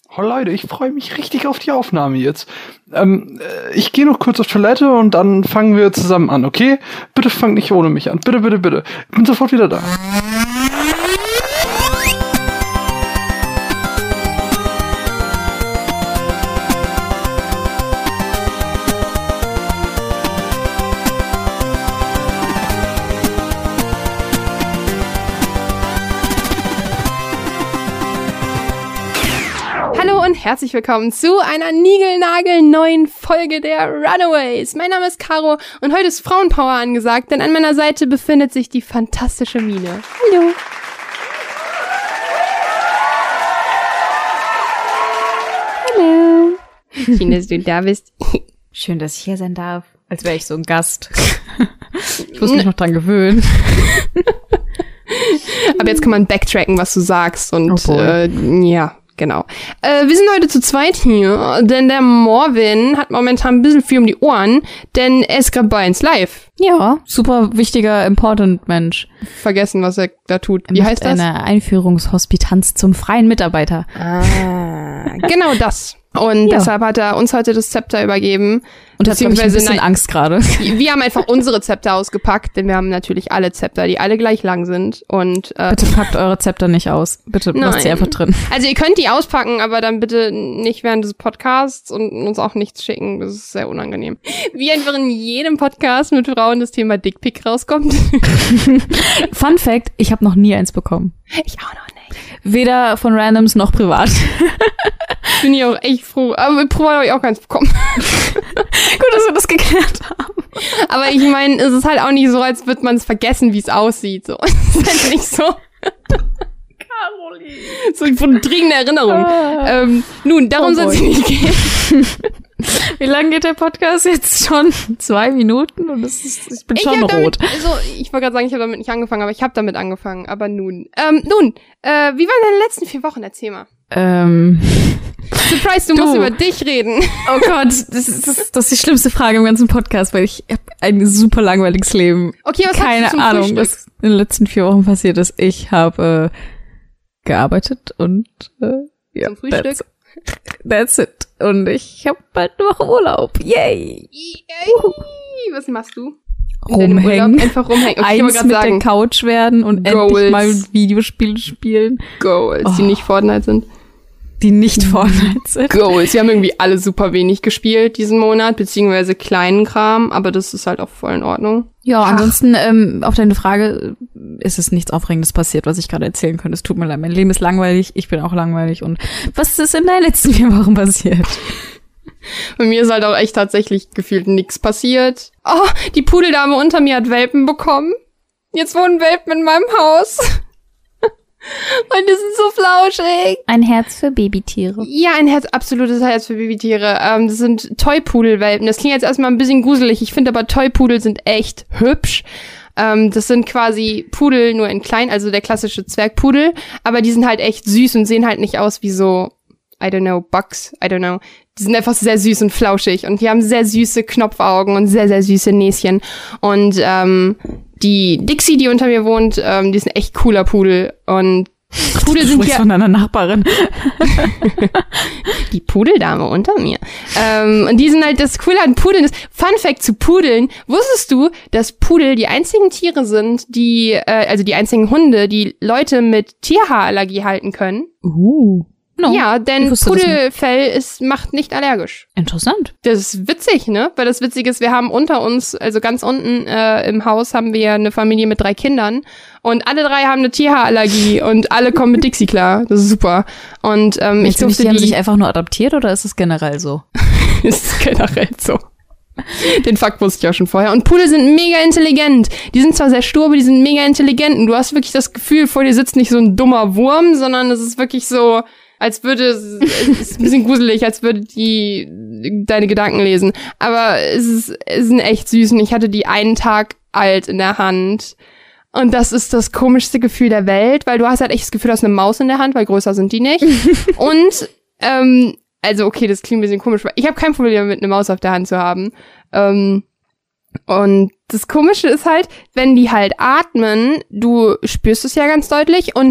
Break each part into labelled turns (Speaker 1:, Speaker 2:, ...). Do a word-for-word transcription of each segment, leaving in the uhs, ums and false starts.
Speaker 1: Oh Leute, ich freue mich richtig auf die Aufnahme jetzt. Ähm, ich gehe noch kurz auf Toilette und dann fangen wir zusammen an, okay? Bitte fangt nicht ohne mich an. Bitte, bitte, bitte. Ich bin sofort wieder da.
Speaker 2: Herzlich willkommen zu einer niegelnagelneuen Folge der Runaways. Mein Name ist Caro und heute ist Frauenpower angesagt, denn an meiner Seite befindet sich die fantastische Mine. Hallo. Hallo. Schön, dass du da bist.
Speaker 3: Schön, dass ich hier sein darf. Als wäre ich so ein Gast. Ich muss mich noch dran gewöhnen.
Speaker 2: Aber jetzt kann man backtracken, was du sagst und
Speaker 3: oh
Speaker 2: äh, ja. Genau. Äh, wir sind heute zu zweit hier, denn der Morvin hat momentan ein bisschen viel um die Ohren, denn er ist gerade bei uns live.
Speaker 3: Ja, super wichtiger, important Mensch.
Speaker 2: Vergessen, was er da tut. Wie
Speaker 3: er
Speaker 2: heißt das?
Speaker 3: Eine Einführungshospitanz zum freien Mitarbeiter.
Speaker 2: Ah, genau das. Und
Speaker 3: ja.
Speaker 2: deshalb hat er uns heute das Zepter übergeben.
Speaker 3: Und hat, glaube ich, ein bisschen
Speaker 2: nein,
Speaker 3: Angst gerade.
Speaker 2: Wir haben einfach unsere Zepter ausgepackt, denn wir haben natürlich alle Zepter, die alle gleich lang sind. Und äh,
Speaker 3: bitte packt eure Zepter nicht aus. Bitte lasst sie einfach drin.
Speaker 2: Also ihr könnt die auspacken, aber dann bitte nicht während des Podcasts und uns auch nichts schicken. Das ist sehr unangenehm. Wie einfach in jedem Podcast mit Frauen das Thema Dickpick rauskommt.
Speaker 3: Fun Fact, ich habe noch nie eins bekommen.
Speaker 2: Ich auch noch nicht.
Speaker 3: Weder von Randoms noch privat.
Speaker 2: Bin ich auch echt froh. Aber privat habe ich auch keins bekommen.
Speaker 3: Gut, dass wir das geklärt haben.
Speaker 2: Aber ich meine, es ist halt auch nicht so, als würde man es vergessen, wie es aussieht. So. Es ist halt nicht so. Caroline. So von dringender Erinnerung. Ah. Ähm, nun, darum oh soll es nicht gehen.
Speaker 3: Wie lange geht der Podcast jetzt schon? Zwei Minuten und es ist, ich bin ich schon rot.
Speaker 2: Damit, also, ich wollte gerade sagen, ich habe damit nicht angefangen, aber ich habe damit angefangen. Aber nun. Ähm, nun, äh, wie waren deine letzten vier Wochen? Erzähl mal.
Speaker 3: Ähm...
Speaker 2: Surprise, du, du musst über dich reden.
Speaker 3: Oh Gott, das ist, das, ist, das ist die schlimmste Frage im ganzen Podcast, weil ich habe ein super langweiliges Leben.
Speaker 2: Okay, was
Speaker 3: Keine
Speaker 2: hast du zum
Speaker 3: Ahnung,
Speaker 2: Frühstück?
Speaker 3: was in den letzten vier Wochen passiert ist. Ich habe äh, gearbeitet und äh, ja,
Speaker 2: zum Frühstück?
Speaker 3: That's, that's it. Und ich habe bald eine Woche Urlaub. Yay!
Speaker 2: Yay. Was machst du?
Speaker 3: Rumhängen.
Speaker 2: Einfach rumhängen. Okay,
Speaker 3: Eins
Speaker 2: ich
Speaker 3: mit
Speaker 2: sagen,
Speaker 3: der Couch werden und
Speaker 2: Goals.
Speaker 3: endlich mal Videospiele spielen.
Speaker 2: Goals,
Speaker 3: oh.
Speaker 2: die nicht Fortnite sind.
Speaker 3: Die nicht Fortnite sind.
Speaker 2: Goals. Wir haben irgendwie alle super wenig gespielt diesen Monat, beziehungsweise kleinen Kram, aber das ist halt auch voll in Ordnung.
Speaker 3: Ja, Ach. ansonsten ähm, auf deine Frage ist es nichts Aufregendes passiert, was ich gerade erzählen könnte. Es tut mir leid, mein Leben ist langweilig, ich bin auch langweilig. Und was ist in den letzten vier Wochen passiert?
Speaker 2: Bei mir ist halt auch echt tatsächlich gefühlt nichts passiert. Oh, die Pudeldame unter mir hat Welpen bekommen. Jetzt wohnen Welpen in meinem Haus. Und die sind so flauschig.
Speaker 3: Ein Herz für Babytiere.
Speaker 2: Ja, ein Herz, absolutes Herz für Babytiere. Ähm, das sind Toy-Pudel-Welpen. Das klingt jetzt erstmal ein bisschen gruselig. Ich finde aber Toy-Pudel sind echt hübsch. Ähm, das sind quasi Pudel nur in klein, also der klassische Zwergpudel. Aber die sind halt echt süß und sehen halt nicht aus wie so, I don't know, Bugs, I don't know. Die sind einfach sehr süß und flauschig und die haben sehr süße Knopfaugen und sehr, sehr süße Näschen. Und ähm, die Dixie, die unter mir wohnt, ähm, die ist ein echt cooler Pudel. Und Pudel
Speaker 3: du
Speaker 2: sind ja
Speaker 3: von deiner Nachbarin.
Speaker 2: Die Pudeldame unter mir. Ähm, und die sind halt, das Coole an Pudeln ist, Fun Fact zu Pudeln, wusstest du, dass Pudel die einzigen Tiere sind, die, äh, also die einzigen Hunde, die Leute mit Tierhaarallergie halten können?
Speaker 3: Uh. No,
Speaker 2: ja, denn Pudelfell ist, macht nicht allergisch.
Speaker 3: Interessant.
Speaker 2: Das ist witzig, ne? Weil das Witzige ist, wir haben unter uns, also ganz unten äh, im Haus haben wir eine Familie mit drei Kindern und alle drei haben eine Tierhaarallergie und alle kommen mit Dixie klar. Das ist super. Und ähm, ich durfte
Speaker 3: die haben
Speaker 2: die
Speaker 3: sich einfach nur adaptiert oder ist es generell so?
Speaker 2: Ist generell so. Den Fakt wusste ich auch schon vorher. Und Pudel sind mega intelligent. Die sind zwar sehr stur, aber die sind mega intelligent. Und du hast wirklich das Gefühl, vor dir sitzt nicht so ein dummer Wurm, sondern es ist wirklich so, als würde, es ist ein bisschen gruselig, als würde die deine Gedanken lesen. Aber es ist, es sind echt süß und ich hatte die einen Tag alt in der Hand. Und das ist das komischste Gefühl der Welt, weil du hast halt echt das Gefühl, du hast eine Maus in der Hand, weil größer sind die nicht. Und, ähm, also okay, das klingt ein bisschen komisch, weil ich habe kein Problem damit, eine Maus auf der Hand zu haben. Ähm, und das Komische ist halt, wenn die halt atmen, du spürst es ja ganz deutlich und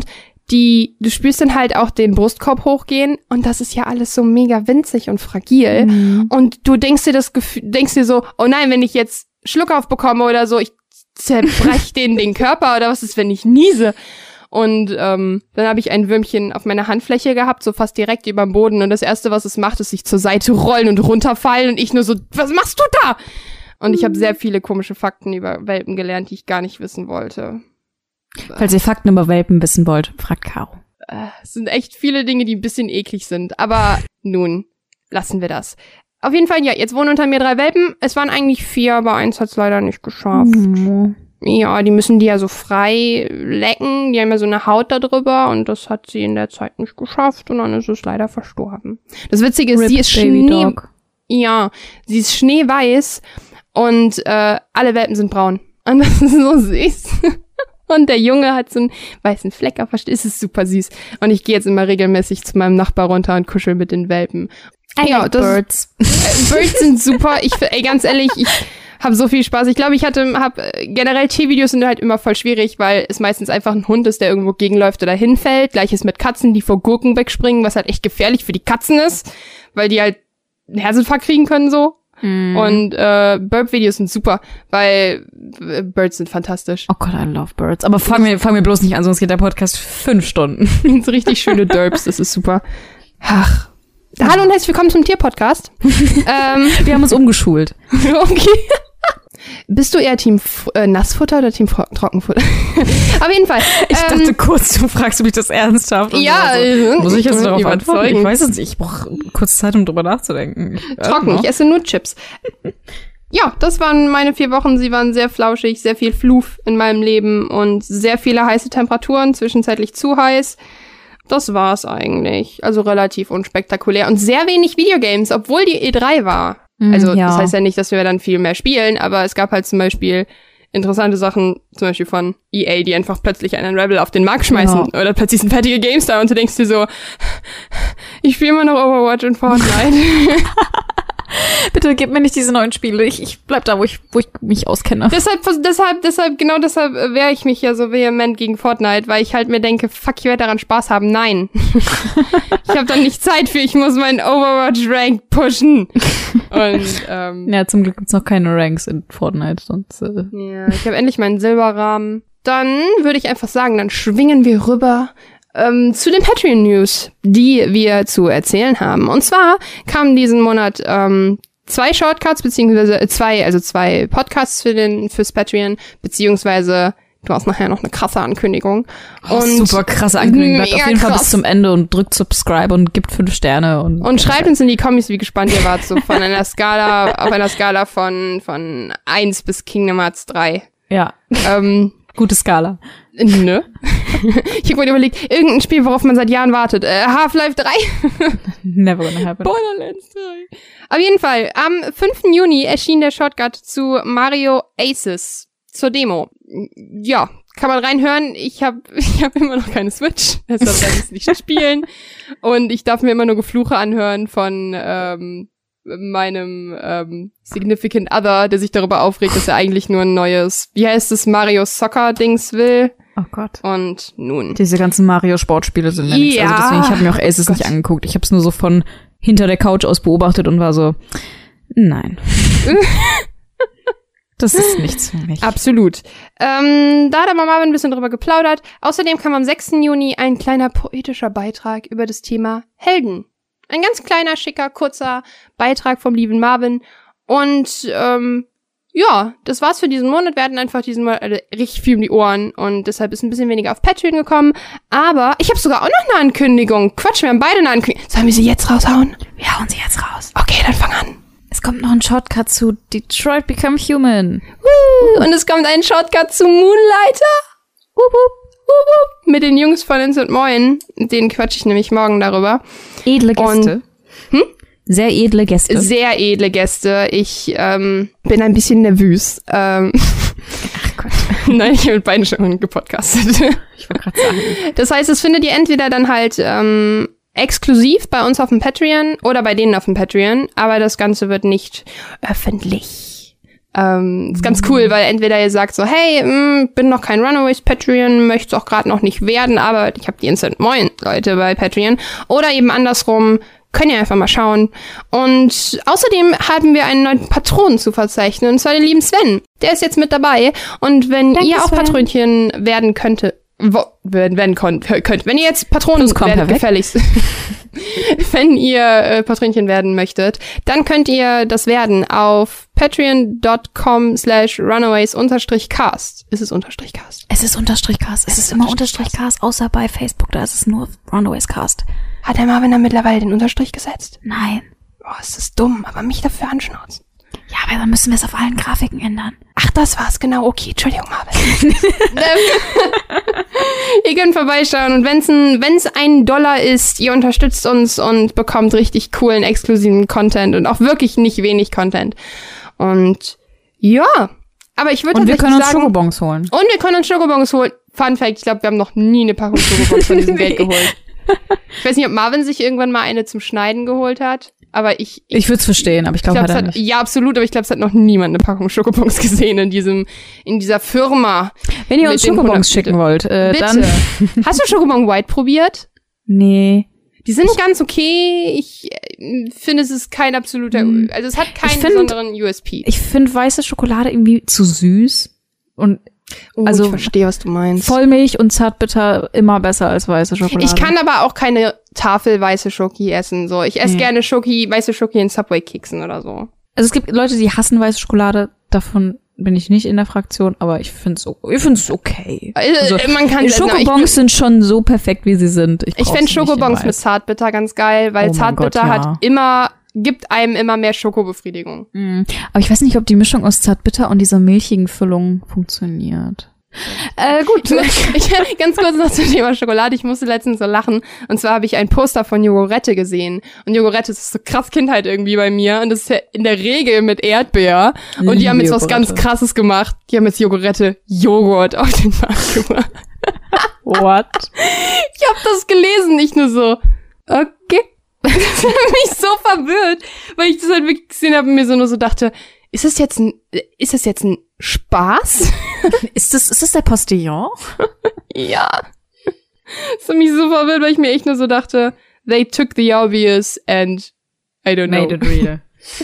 Speaker 2: die, du spürst dann halt auch den Brustkorb hochgehen und das ist ja alles so mega winzig und fragil. Mhm. Und du denkst dir das Gefühl, denkst dir so, oh nein, wenn ich jetzt Schluckauf bekomme oder so, ich zerbrech denen den Körper oder was ist, wenn ich niese? Und ähm, dann habe ich ein Würmchen auf meiner Handfläche gehabt, so fast direkt über dem Boden. Und das Erste, was es macht, ist sich zur Seite rollen und runterfallen. Und ich nur so, was machst du da? Und ich habe sehr viele komische Fakten über Welpen gelernt, die ich gar nicht wissen wollte.
Speaker 3: Falls ihr Fakten über Welpen wissen wollt, fragt Caro.
Speaker 2: Es sind echt viele Dinge, die ein bisschen eklig sind. Aber nun, lassen wir das. Auf jeden Fall, ja, jetzt wohnen unter mir drei Welpen. Es waren eigentlich vier, aber eins hat's leider nicht geschafft. Mhm. Ja, die müssen die ja so frei lecken. Die haben ja so eine Haut da drüber und das hat sie in der Zeit nicht geschafft und dann ist es leider verstorben. Das Witzige ist,
Speaker 3: Rip
Speaker 2: sie ist
Speaker 3: Baby
Speaker 2: Schnee...
Speaker 3: Dog.
Speaker 2: Ja, sie ist schneeweiß und äh, alle Welpen sind braun. Und das ist so süß. Und der Junge hat so einen weißen Fleck auf der Stirn. Es ist super süß. Und ich gehe jetzt immer regelmäßig zu meinem Nachbar runter und kuschel mit den Welpen.
Speaker 3: I
Speaker 2: ja,
Speaker 3: like
Speaker 2: das,
Speaker 3: birds.
Speaker 2: Äh, Birds sind super. Ich, ey, ganz ehrlich, ich habe so viel Spaß. Ich glaube, ich hatte, hab, generell Tiervideos sind halt immer voll schwierig, weil es meistens einfach ein Hund ist, der irgendwo gegenläuft oder hinfällt. Gleiches mit Katzen, die vor Gurken wegspringen, was halt echt gefährlich für die Katzen ist, weil die halt einen Herzinfarkt kriegen können so. Mm. Und äh, Bird-Videos sind super, weil äh, Birds sind fantastisch.
Speaker 3: Oh Gott, I love birds. Aber fang mir, fang mir bloß nicht an, sonst geht der Podcast fünf Stunden.
Speaker 2: So richtig schöne Derbs, das ist super. Ach. Hallo und herzlich willkommen zum Tierpodcast. ähm,
Speaker 3: Wir haben uns umgeschult.
Speaker 2: Okay. Bist du eher Team F- äh, Nassfutter oder Team Fro- Trockenfutter? Auf jeden Fall.
Speaker 3: Ich
Speaker 2: ähm,
Speaker 3: dachte kurz, du fragst mich das ernsthaft.
Speaker 2: Ja.
Speaker 3: Also, muss ich jetzt darauf
Speaker 2: überzeugen.
Speaker 3: antworten? Ich weiß es nicht. Ich brauche kurz Zeit, um drüber nachzudenken. Ich,
Speaker 2: Trocken. Ich esse nur Chips. Ja, das waren meine vier Wochen. Sie waren sehr flauschig, sehr viel Fluf in meinem Leben und sehr viele heiße Temperaturen, zwischenzeitlich zu heiß. Das war's eigentlich. Also relativ unspektakulär und sehr wenig Videogames, obwohl die E drei war. Also
Speaker 3: ja.
Speaker 2: Das heißt ja nicht, dass wir dann viel mehr spielen, aber es gab halt zum Beispiel interessante Sachen, zum Beispiel von E A, die einfach plötzlich einen Rebel auf den Markt schmeißen. Ja. Oder plötzlich sind fertige Games da und du denkst dir so, ich spiele immer noch Overwatch und Fortnite.
Speaker 3: Bitte gib mir nicht diese neuen Spiele. Ich, ich bleib da, wo ich, wo ich mich auskenne.
Speaker 2: deshalb, deshalb, deshalb, genau deshalb wehre ich mich ja so vehement gegen Fortnite, weil ich halt mir denke, fuck, ich werde daran Spaß haben. Nein. Ich habe dann nicht Zeit für, ich muss meinen Overwatch-Rank pushen. Und, ähm.
Speaker 3: Ja, zum Glück gibt's noch keine Ranks in Fortnite, sonst, äh.
Speaker 2: Ja, ich habe endlich meinen Silberrahmen. Dann würde ich einfach sagen, dann schwingen wir rüber Ähm, zu den Patreon-News, die wir zu erzählen haben. Und zwar kamen diesen Monat ähm, zwei Shortcuts, beziehungsweise zwei, also zwei Podcasts für den fürs Patreon, beziehungsweise du hast nachher noch eine krasse Ankündigung.
Speaker 3: Oh,
Speaker 2: und
Speaker 3: super krasse Ankündigung. Bleibt auf jeden
Speaker 2: krass.
Speaker 3: Fall bis zum Ende und drückt Subscribe und gibt fünf Sterne. Und,
Speaker 2: und schreibt uns in die Kommis, wie gespannt ihr wart, so von einer Skala, auf einer Skala von von eins bis Kingdom Hearts drei.
Speaker 3: Ja.
Speaker 2: Ähm,
Speaker 3: Gute Skala.
Speaker 2: Ne? Ich habe mir überlegt, irgendein Spiel, worauf man seit Jahren wartet. Äh, Half-Life drei?
Speaker 3: Never gonna happen.
Speaker 2: Borderlands drei. Auf jeden Fall, am fünften Juni erschien der Shortcut zu Mario Aces zur Demo. Ja, kann man reinhören. Ich habe ich hab immer noch keine Switch, deshalb werde ich es nicht spielen. Und ich darf mir immer nur Gefluche anhören von ähm, meinem ähm, Significant Other, der sich darüber aufregt, dass er eigentlich nur ein neues, wie heißt es, Mario Soccer Dings will.
Speaker 3: Oh Gott.
Speaker 2: Und nun.
Speaker 3: Diese ganzen Mario-Sportspiele sind ja nichts.
Speaker 2: Ja.
Speaker 3: Also deswegen, ich habe mir auch Aces
Speaker 2: Oh
Speaker 3: nicht angeguckt. Ich habe es nur so von hinter der Couch aus beobachtet und war so, nein. Das ist nichts für mich.
Speaker 2: Absolut. Ähm, da hat aber Marvin ein bisschen drüber geplaudert. Außerdem kam am sechsten Juni ein kleiner poetischer Beitrag über das Thema Helden. Ein ganz kleiner, schicker, kurzer Beitrag vom lieben Marvin. Und ähm, ja, das war's für diesen Monat. Wir hatten einfach diesen Monat äh, richtig viel um die Ohren und deshalb ist ein bisschen weniger auf Patreon gekommen. Aber ich habe sogar auch noch eine Ankündigung. Quatsch, wir haben beide eine Ankündigung. Sollen wir sie jetzt raushauen?
Speaker 3: Wir hauen sie jetzt raus.
Speaker 2: Okay, dann fang an.
Speaker 3: Es kommt noch ein Shortcut zu Detroit Become Human.
Speaker 2: Woo! Und es kommt ein Shortcut zu Moonlighter. Wup, wup, wup, wup. Mit den Jungs von Instant Moin. Mit denen quatsch ich nämlich morgen darüber.
Speaker 3: Edle Gäste.
Speaker 2: Und, hm?
Speaker 3: Sehr edle Gäste.
Speaker 2: Sehr edle Gäste. Ich ähm, bin ein bisschen nervös. Ähm,
Speaker 3: Ach Gott.
Speaker 2: Nein, ich habe mit beiden schon gepodcastet.
Speaker 3: Ich wollte gerade sagen.
Speaker 2: Das heißt, es findet ihr entweder dann halt ähm, exklusiv bei uns auf dem Patreon oder bei denen auf dem Patreon, aber das Ganze wird nicht öffentlich Ähm, ist ganz cool, weil entweder ihr sagt so, hey, mh, bin noch kein Runaways Patreon, möchte es auch gerade noch nicht werden, aber ich habe die Instant Moin Leute bei Patreon. Oder eben andersrum, könnt ihr einfach mal schauen. Und außerdem haben wir einen neuen Patron zu verzeichnen, und zwar den lieben Sven. Der ist jetzt mit dabei. Und wenn
Speaker 3: Danke,
Speaker 2: ihr auch
Speaker 3: Sven.
Speaker 2: Patronchen werden könnte, wo, werden, werden kon- könnt, wenn ihr jetzt Patronen werdet, gefälligst, wenn ihr äh, Patronchen werden möchtet, dann könnt ihr das werden auf patreon.com slash runaways unterstrich cast. Ist es unterstrich cast?
Speaker 3: Es ist Unterstrich Cast. Es ist immer Unterstrich Cast, außer bei Facebook, da ist es nur Runaways Cast.
Speaker 2: Hat der Marvin dann mittlerweile den Unterstrich gesetzt?
Speaker 3: Nein.
Speaker 2: Oh, ist das dumm, aber mich dafür anschnauzen.
Speaker 3: Ja, aber dann müssen wir es auf allen Grafiken ändern.
Speaker 2: Ach, das war's, genau. Okay, Entschuldigung, Marvin. Ihr könnt vorbeischauen und wenn's ein, wenn's ein Dollar ist, ihr unterstützt uns und bekommt richtig coolen, exklusiven Content und auch wirklich nicht wenig Content. Und ja, aber ich würde
Speaker 3: Und wir
Speaker 2: tatsächlich
Speaker 3: können uns
Speaker 2: sagen,
Speaker 3: Schokobons holen.
Speaker 2: und wir können uns Schokobons holen. Fun Fact, ich glaube, wir haben noch nie eine Packung Schokobons von diesem Geld geholt. Ich weiß nicht, ob Marvin sich irgendwann mal eine zum Schneiden geholt hat, aber ich...
Speaker 3: Ich würde es verstehen, aber ich glaube,
Speaker 2: glaub,
Speaker 3: hat er
Speaker 2: hat,
Speaker 3: nicht.
Speaker 2: ja, absolut, aber ich glaube, es hat noch niemand eine Packung Schokobons gesehen in diesem, in dieser Firma.
Speaker 3: Wenn ihr
Speaker 2: mit
Speaker 3: uns
Speaker 2: den
Speaker 3: Schokobons
Speaker 2: hundert
Speaker 3: schicken wollt, äh,
Speaker 2: Bitte.
Speaker 3: dann...
Speaker 2: Hast du Schokobon White probiert?
Speaker 3: Nee.
Speaker 2: Die sind ganz okay. Ich äh, finde, es ist kein absoluter, also es hat keinen
Speaker 3: Ich find-
Speaker 2: besonderen U S P.
Speaker 3: Ich finde weiße Schokolade irgendwie zu süß. Und
Speaker 2: Oh,
Speaker 3: also
Speaker 2: ich verstehe, was du meinst.
Speaker 3: Vollmilch und Zartbitter immer besser als weiße Schokolade.
Speaker 2: Ich kann aber auch keine Tafel weiße Schoki essen. So, ich esse
Speaker 3: Nee.
Speaker 2: gerne Schoki, weiße Schoki in Subway-Keksen oder so.
Speaker 3: Also es gibt Leute, die hassen weiße Schokolade. Davon bin ich nicht in der Fraktion, aber ich finde es ich find's okay.
Speaker 2: Also,
Speaker 3: Also,
Speaker 2: man kann
Speaker 3: die
Speaker 2: es essen, aber ich-
Speaker 3: Schokobons sind schon so perfekt, wie sie sind. Ich,
Speaker 2: Ich
Speaker 3: brauch's
Speaker 2: fände
Speaker 3: nicht in
Speaker 2: Schokobons mit
Speaker 3: weiß.
Speaker 2: Zartbitter ganz geil, weil
Speaker 3: Oh mein
Speaker 2: Zartbitter
Speaker 3: Gott, ja.
Speaker 2: hat immer, gibt einem immer mehr Schokobefriedigung.
Speaker 3: Mm. Aber ich weiß nicht, ob die Mischung aus Zartbitter und dieser milchigen Füllung funktioniert. Äh, gut.
Speaker 2: Ich, ganz kurz noch zum Thema Schokolade. Ich musste letztens so lachen. Und zwar habe ich ein Poster von Jogurette gesehen. Und Jogurette ist so krass Kindheit irgendwie bei mir. Und das ist ja in der Regel mit Erdbeer. Und die haben jetzt was ganz
Speaker 3: Jogurette.
Speaker 2: Krasses gemacht. Die haben jetzt Jogurette Joghurt auf den Markt gemacht.
Speaker 3: What?
Speaker 2: Ich habe das gelesen, nicht nur so, okay. Das hat mich so verwirrt, weil ich das halt wirklich gesehen habe und mir so nur so dachte, ist das jetzt ein, ist das jetzt ein Spaß?
Speaker 3: Ist das, ist das der Postillon?
Speaker 2: Ja. Das hat mich so verwirrt, weil ich mir echt nur so dachte, they took the obvious and I don't know.
Speaker 3: Made it real.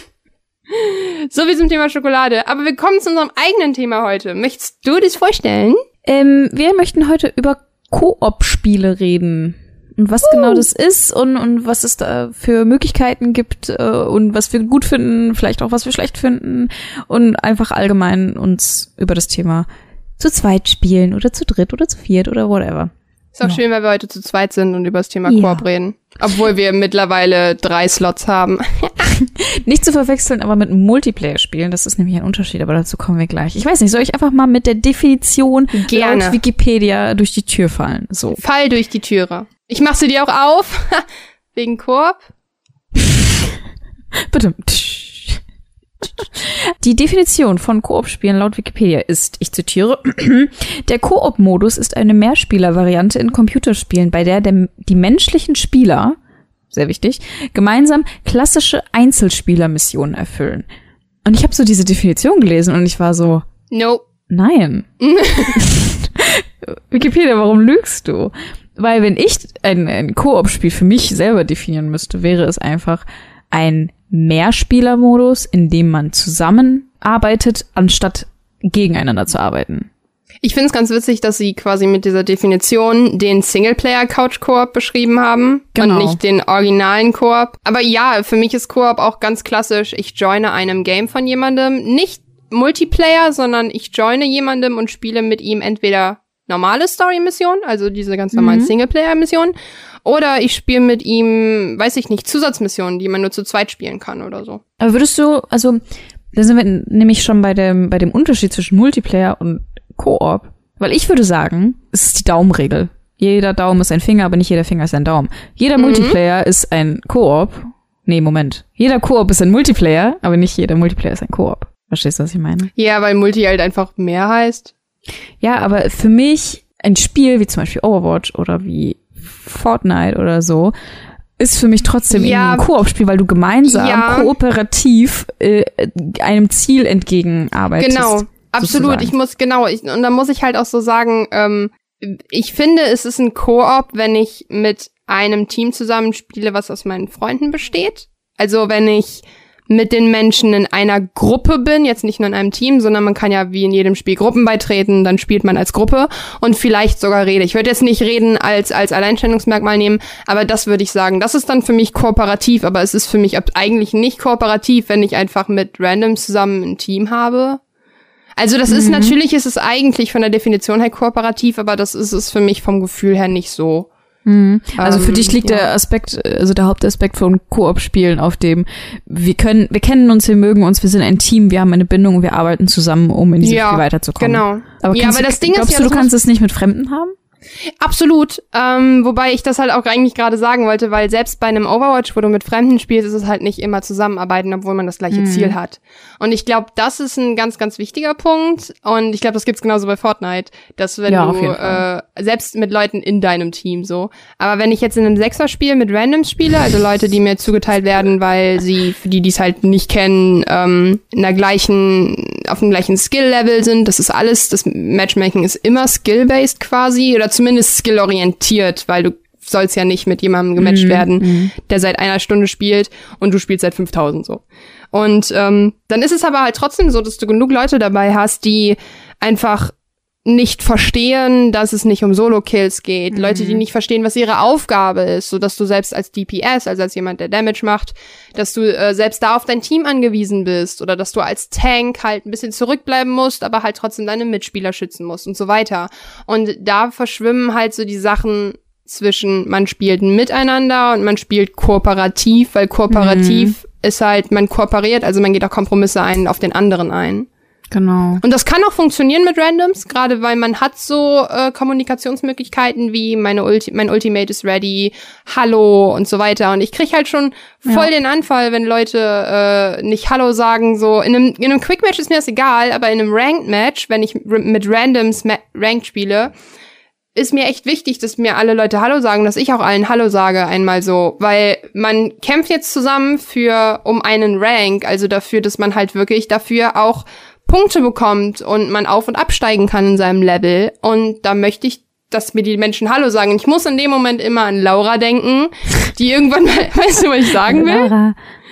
Speaker 2: So wie zum Thema Schokolade. Aber wir kommen zu unserem eigenen Thema heute. Möchtest du das vorstellen?
Speaker 3: Ähm, wir möchten heute über Koop-Spiele reden. Und was genau das ist und, und was es da für Möglichkeiten gibt äh, und was wir gut finden, vielleicht auch was wir schlecht finden und einfach allgemein uns über das Thema zu zweit spielen oder zu dritt oder zu viert oder whatever.
Speaker 2: Ist auch
Speaker 3: Ja.
Speaker 2: schön, weil wir heute zu zweit sind und über das Thema
Speaker 3: Ja.
Speaker 2: Koop reden. Obwohl wir mittlerweile drei Slots haben.
Speaker 3: Nicht zu verwechseln, aber mit Multiplayer-Spielen, das ist nämlich ein Unterschied, aber dazu kommen wir gleich. Ich weiß nicht, soll ich einfach mal mit der Definition
Speaker 2: Gerne.
Speaker 3: laut Wikipedia durch die Tür fallen? So.
Speaker 2: Fall durch die Türe. Ich mach sie dir auch auf. Wegen Koop.
Speaker 3: Bitte. Die Definition von Koop-Spielen laut Wikipedia ist, ich zitiere, der Koop-Modus ist eine Mehrspieler-Variante in Computerspielen, bei der der, die menschlichen Spieler, sehr wichtig, gemeinsam klassische Einzelspieler-Missionen erfüllen. Und ich habe so diese Definition gelesen und ich war so,
Speaker 2: Nope.
Speaker 3: nein. Wikipedia, warum lügst du? Weil wenn ich ein, ein Koop-Spiel für mich selber definieren müsste, wäre es einfach ein Mehrspieler-Modus, in dem man zusammenarbeitet, anstatt gegeneinander zu arbeiten.
Speaker 2: Ich finde es ganz witzig, dass sie quasi mit dieser Definition den Singleplayer-Couch-Koop beschrieben haben
Speaker 3: Genau.
Speaker 2: und nicht den originalen Koop. Aber ja, für mich ist Koop auch ganz klassisch. Ich joine einem Game von jemandem, nicht Multiplayer, sondern ich joine jemandem und spiele mit ihm entweder normale Story-Missionen, also diese ganz normalen
Speaker 3: Mhm.
Speaker 2: Singleplayer-Missionen, oder ich spiele mit ihm, weiß ich nicht, Zusatzmissionen, die man nur zu zweit spielen kann oder so.
Speaker 3: Aber würdest du, also, da sind wir nämlich schon bei dem, bei dem Unterschied zwischen Multiplayer und Koop. Weil ich würde sagen, es ist die Daumenregel. Jeder Daumen ist ein Finger, aber nicht jeder Finger ist ein Daumen. Jeder
Speaker 2: Mhm.
Speaker 3: Multiplayer ist ein Koop. Nee, Moment. Jeder Koop ist ein Multiplayer, aber nicht jeder Multiplayer ist ein Koop. Verstehst du, was ich meine?
Speaker 2: Ja, weil Multi halt einfach mehr heißt.
Speaker 3: Ja, aber für mich ein Spiel wie zum Beispiel Overwatch oder wie Fortnite oder so ist für mich trotzdem
Speaker 2: Ja.
Speaker 3: ein Koop-Spiel, weil du gemeinsam,
Speaker 2: Ja.
Speaker 3: kooperativ äh, einem Ziel entgegenarbeitest.
Speaker 2: Genau, absolut.
Speaker 3: sozusagen.
Speaker 2: Ich muss, genau, ich, und da muss ich halt auch so sagen, ähm, ich finde, es ist ein Koop, wenn ich mit einem Team zusammenspiele, was aus meinen Freunden besteht. Also wenn ich mit den Menschen in einer Gruppe bin, jetzt nicht nur in einem Team, sondern man kann ja wie in jedem Spiel Gruppen beitreten, dann spielt man als Gruppe und vielleicht sogar rede. Ich würde jetzt nicht reden als als Alleinstellungsmerkmal nehmen, aber das würde ich sagen, das ist dann für mich kooperativ, aber es ist für mich ab- eigentlich nicht kooperativ, wenn ich einfach mit Randoms zusammen ein Team habe. Also das ist, natürlich ist es eigentlich von der Definition her kooperativ, aber das ist es für mich vom Gefühl her nicht so.
Speaker 3: Mhm. Also für
Speaker 2: Ähm,
Speaker 3: dich liegt
Speaker 2: ja.
Speaker 3: der Aspekt, also der Hauptaspekt von Koop-Spielen auf dem, wir können, wir kennen uns, wir mögen uns, wir sind ein Team, wir haben eine Bindung und wir arbeiten zusammen, um in diesem
Speaker 2: Ja,
Speaker 3: Spiel weiterzukommen.
Speaker 2: Genau.
Speaker 3: Aber,
Speaker 2: Ja,
Speaker 3: kannst
Speaker 2: aber
Speaker 3: du,
Speaker 2: das Ding ist
Speaker 3: glaubst
Speaker 2: ja,
Speaker 3: du, du
Speaker 2: das
Speaker 3: kannst es nicht mit Fremden haben?
Speaker 2: Absolut. Ähm, wobei ich das halt auch eigentlich gerade sagen wollte, weil selbst bei einem Overwatch, wo du mit Fremden spielst, ist es halt nicht immer zusammenarbeiten, obwohl man das gleiche
Speaker 3: Mhm.
Speaker 2: Ziel hat. Und ich glaube, das ist ein ganz, ganz wichtiger Punkt. Und ich glaube, das gibt's genauso bei Fortnite, dass wenn
Speaker 3: Ja, auf
Speaker 2: du
Speaker 3: jeden Fall.
Speaker 2: äh, selbst mit Leuten in deinem Team so. Aber wenn ich jetzt in einem Sechser-Spiel mit Randoms spiele, also Leute, die mir zugeteilt werden, weil sie, für die, die es halt nicht kennen, ähm, in der gleichen, auf dem gleichen Skill-Level sind, das ist alles, das Matchmaking ist immer skill-based quasi oder zumindest skill-orientiert, weil du sollst ja nicht mit jemandem gematcht
Speaker 3: Mhm,
Speaker 2: werden, der seit einer Stunde spielt und du spielst seit fünftausend so. Und ähm, dann ist es aber halt trotzdem so, dass du genug Leute dabei hast, die einfach nicht verstehen, dass es nicht um Solo-Kills geht.
Speaker 3: Mhm.
Speaker 2: Leute, die nicht verstehen, was ihre Aufgabe ist, so dass du selbst als D P S, also als jemand, der Damage macht, dass du äh, selbst da auf dein Team angewiesen bist oder dass du als Tank halt ein bisschen zurückbleiben musst, aber halt trotzdem deine Mitspieler schützen musst und so weiter. Und da verschwimmen halt so die Sachen zwischen, man spielt miteinander und man spielt kooperativ, weil kooperativ ist halt, man kooperiert, also man geht auch Kompromisse ein, auf den anderen ein.
Speaker 3: Genau.
Speaker 2: Und das kann auch funktionieren mit Randoms, gerade weil man hat so äh, Kommunikationsmöglichkeiten wie meine Ulti- mein Ultimate is ready, Hallo und so weiter. Und ich krieg halt schon voll
Speaker 3: Ja.
Speaker 2: den Anfall, wenn Leute äh, nicht Hallo sagen. So in einem, in einem Quick-Match ist mir das egal, aber in einem Ranked-Match, wenn ich r- mit Randoms ma- Ranked spiele, ist mir echt wichtig, dass mir alle Leute Hallo sagen, dass ich auch allen Hallo sage einmal so, weil man kämpft jetzt zusammen für um einen Rank, also dafür, dass man halt wirklich dafür auch Punkte bekommt und man auf- und absteigen kann in seinem Level. Und da möchte ich, dass mir die Menschen Hallo sagen. Und ich muss in dem Moment immer an Laura denken, die irgendwann mal, weißt du, was ich sagen will?
Speaker 3: Lara.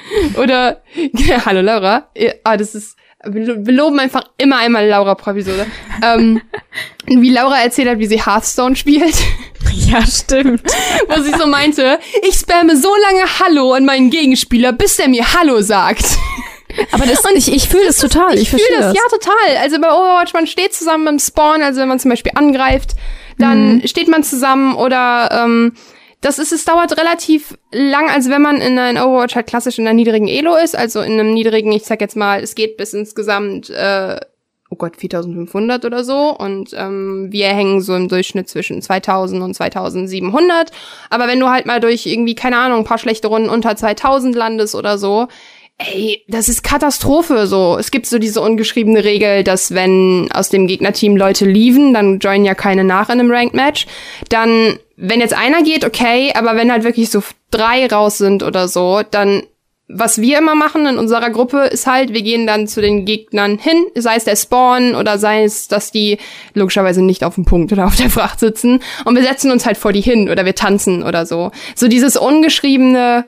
Speaker 2: Oder, ja, hallo Laura. Ja, ah, das ist, wir wir loben einfach immer einmal Laura pro Episode. ähm, wie Laura erzählt hat, wie sie Hearthstone spielt.
Speaker 3: Ja, stimmt.
Speaker 2: Wo sie so meinte, ich spamme so lange Hallo an meinen Gegenspieler, bis der mir Hallo sagt.
Speaker 3: Aber das, ich, ich fühle das total. Ich,
Speaker 2: Ich
Speaker 3: verstehe
Speaker 2: fühle das,
Speaker 3: das.
Speaker 2: ja, total. Also bei Overwatch, man steht zusammen beim Spawn, also wenn man zum Beispiel angreift, dann
Speaker 3: Mhm.
Speaker 2: steht man zusammen oder ähm, das ist, es dauert relativ lang, also wenn man in einem Overwatch halt klassisch in einer niedrigen Elo ist, also in einem niedrigen, ich sag jetzt mal, es geht bis insgesamt, äh, oh Gott, viertausendfünfhundert oder so und ähm, wir hängen so im Durchschnitt zwischen zweitausend und zweitausendsiebenhundert, aber wenn du halt mal durch irgendwie, keine Ahnung, ein paar schlechte Runden unter zweitausend landest oder so, ey, das ist Katastrophe so. Es gibt so diese ungeschriebene Regel, dass wenn aus dem Gegnerteam Leute leaven, dann joinen ja keine nach in einem Ranked Match. Dann, wenn jetzt einer geht, okay, aber wenn halt wirklich so drei raus sind oder so, dann, was wir immer machen in unserer Gruppe, ist halt, wir gehen dann zu den Gegnern hin, sei es der Spawn oder sei es, dass die logischerweise nicht auf dem Punkt oder auf der Fracht sitzen und wir setzen uns halt vor die hin oder wir tanzen oder so. So dieses ungeschriebene,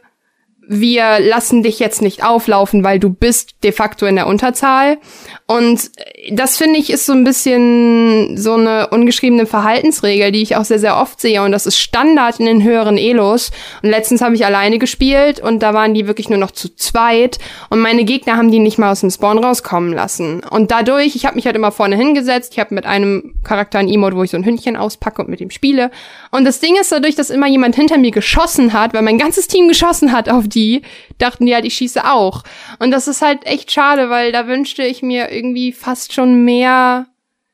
Speaker 2: wir lassen dich jetzt nicht auflaufen, weil du bist de facto in der Unterzahl. Und das, finde ich, ist so ein bisschen so eine ungeschriebene Verhaltensregel, die ich auch sehr, sehr oft sehe. Und das ist Standard in den höheren Elos. Und letztens habe ich alleine gespielt und da waren die wirklich nur noch zu zweit. Und meine Gegner haben die nicht mal aus dem Spawn rauskommen lassen. Und dadurch, ich habe mich halt immer vorne hingesetzt. Ich habe mit einem Charakter ein Emote, wo ich so ein Hündchen auspacke und mit ihm spiele. Und das Ding ist, dadurch, dass immer jemand hinter mir geschossen hat, weil mein ganzes Team geschossen hat auf die, dachten die halt, ich schieße auch. Und das ist halt echt schade, weil da wünschte ich mir irgendwie fast schon mehr,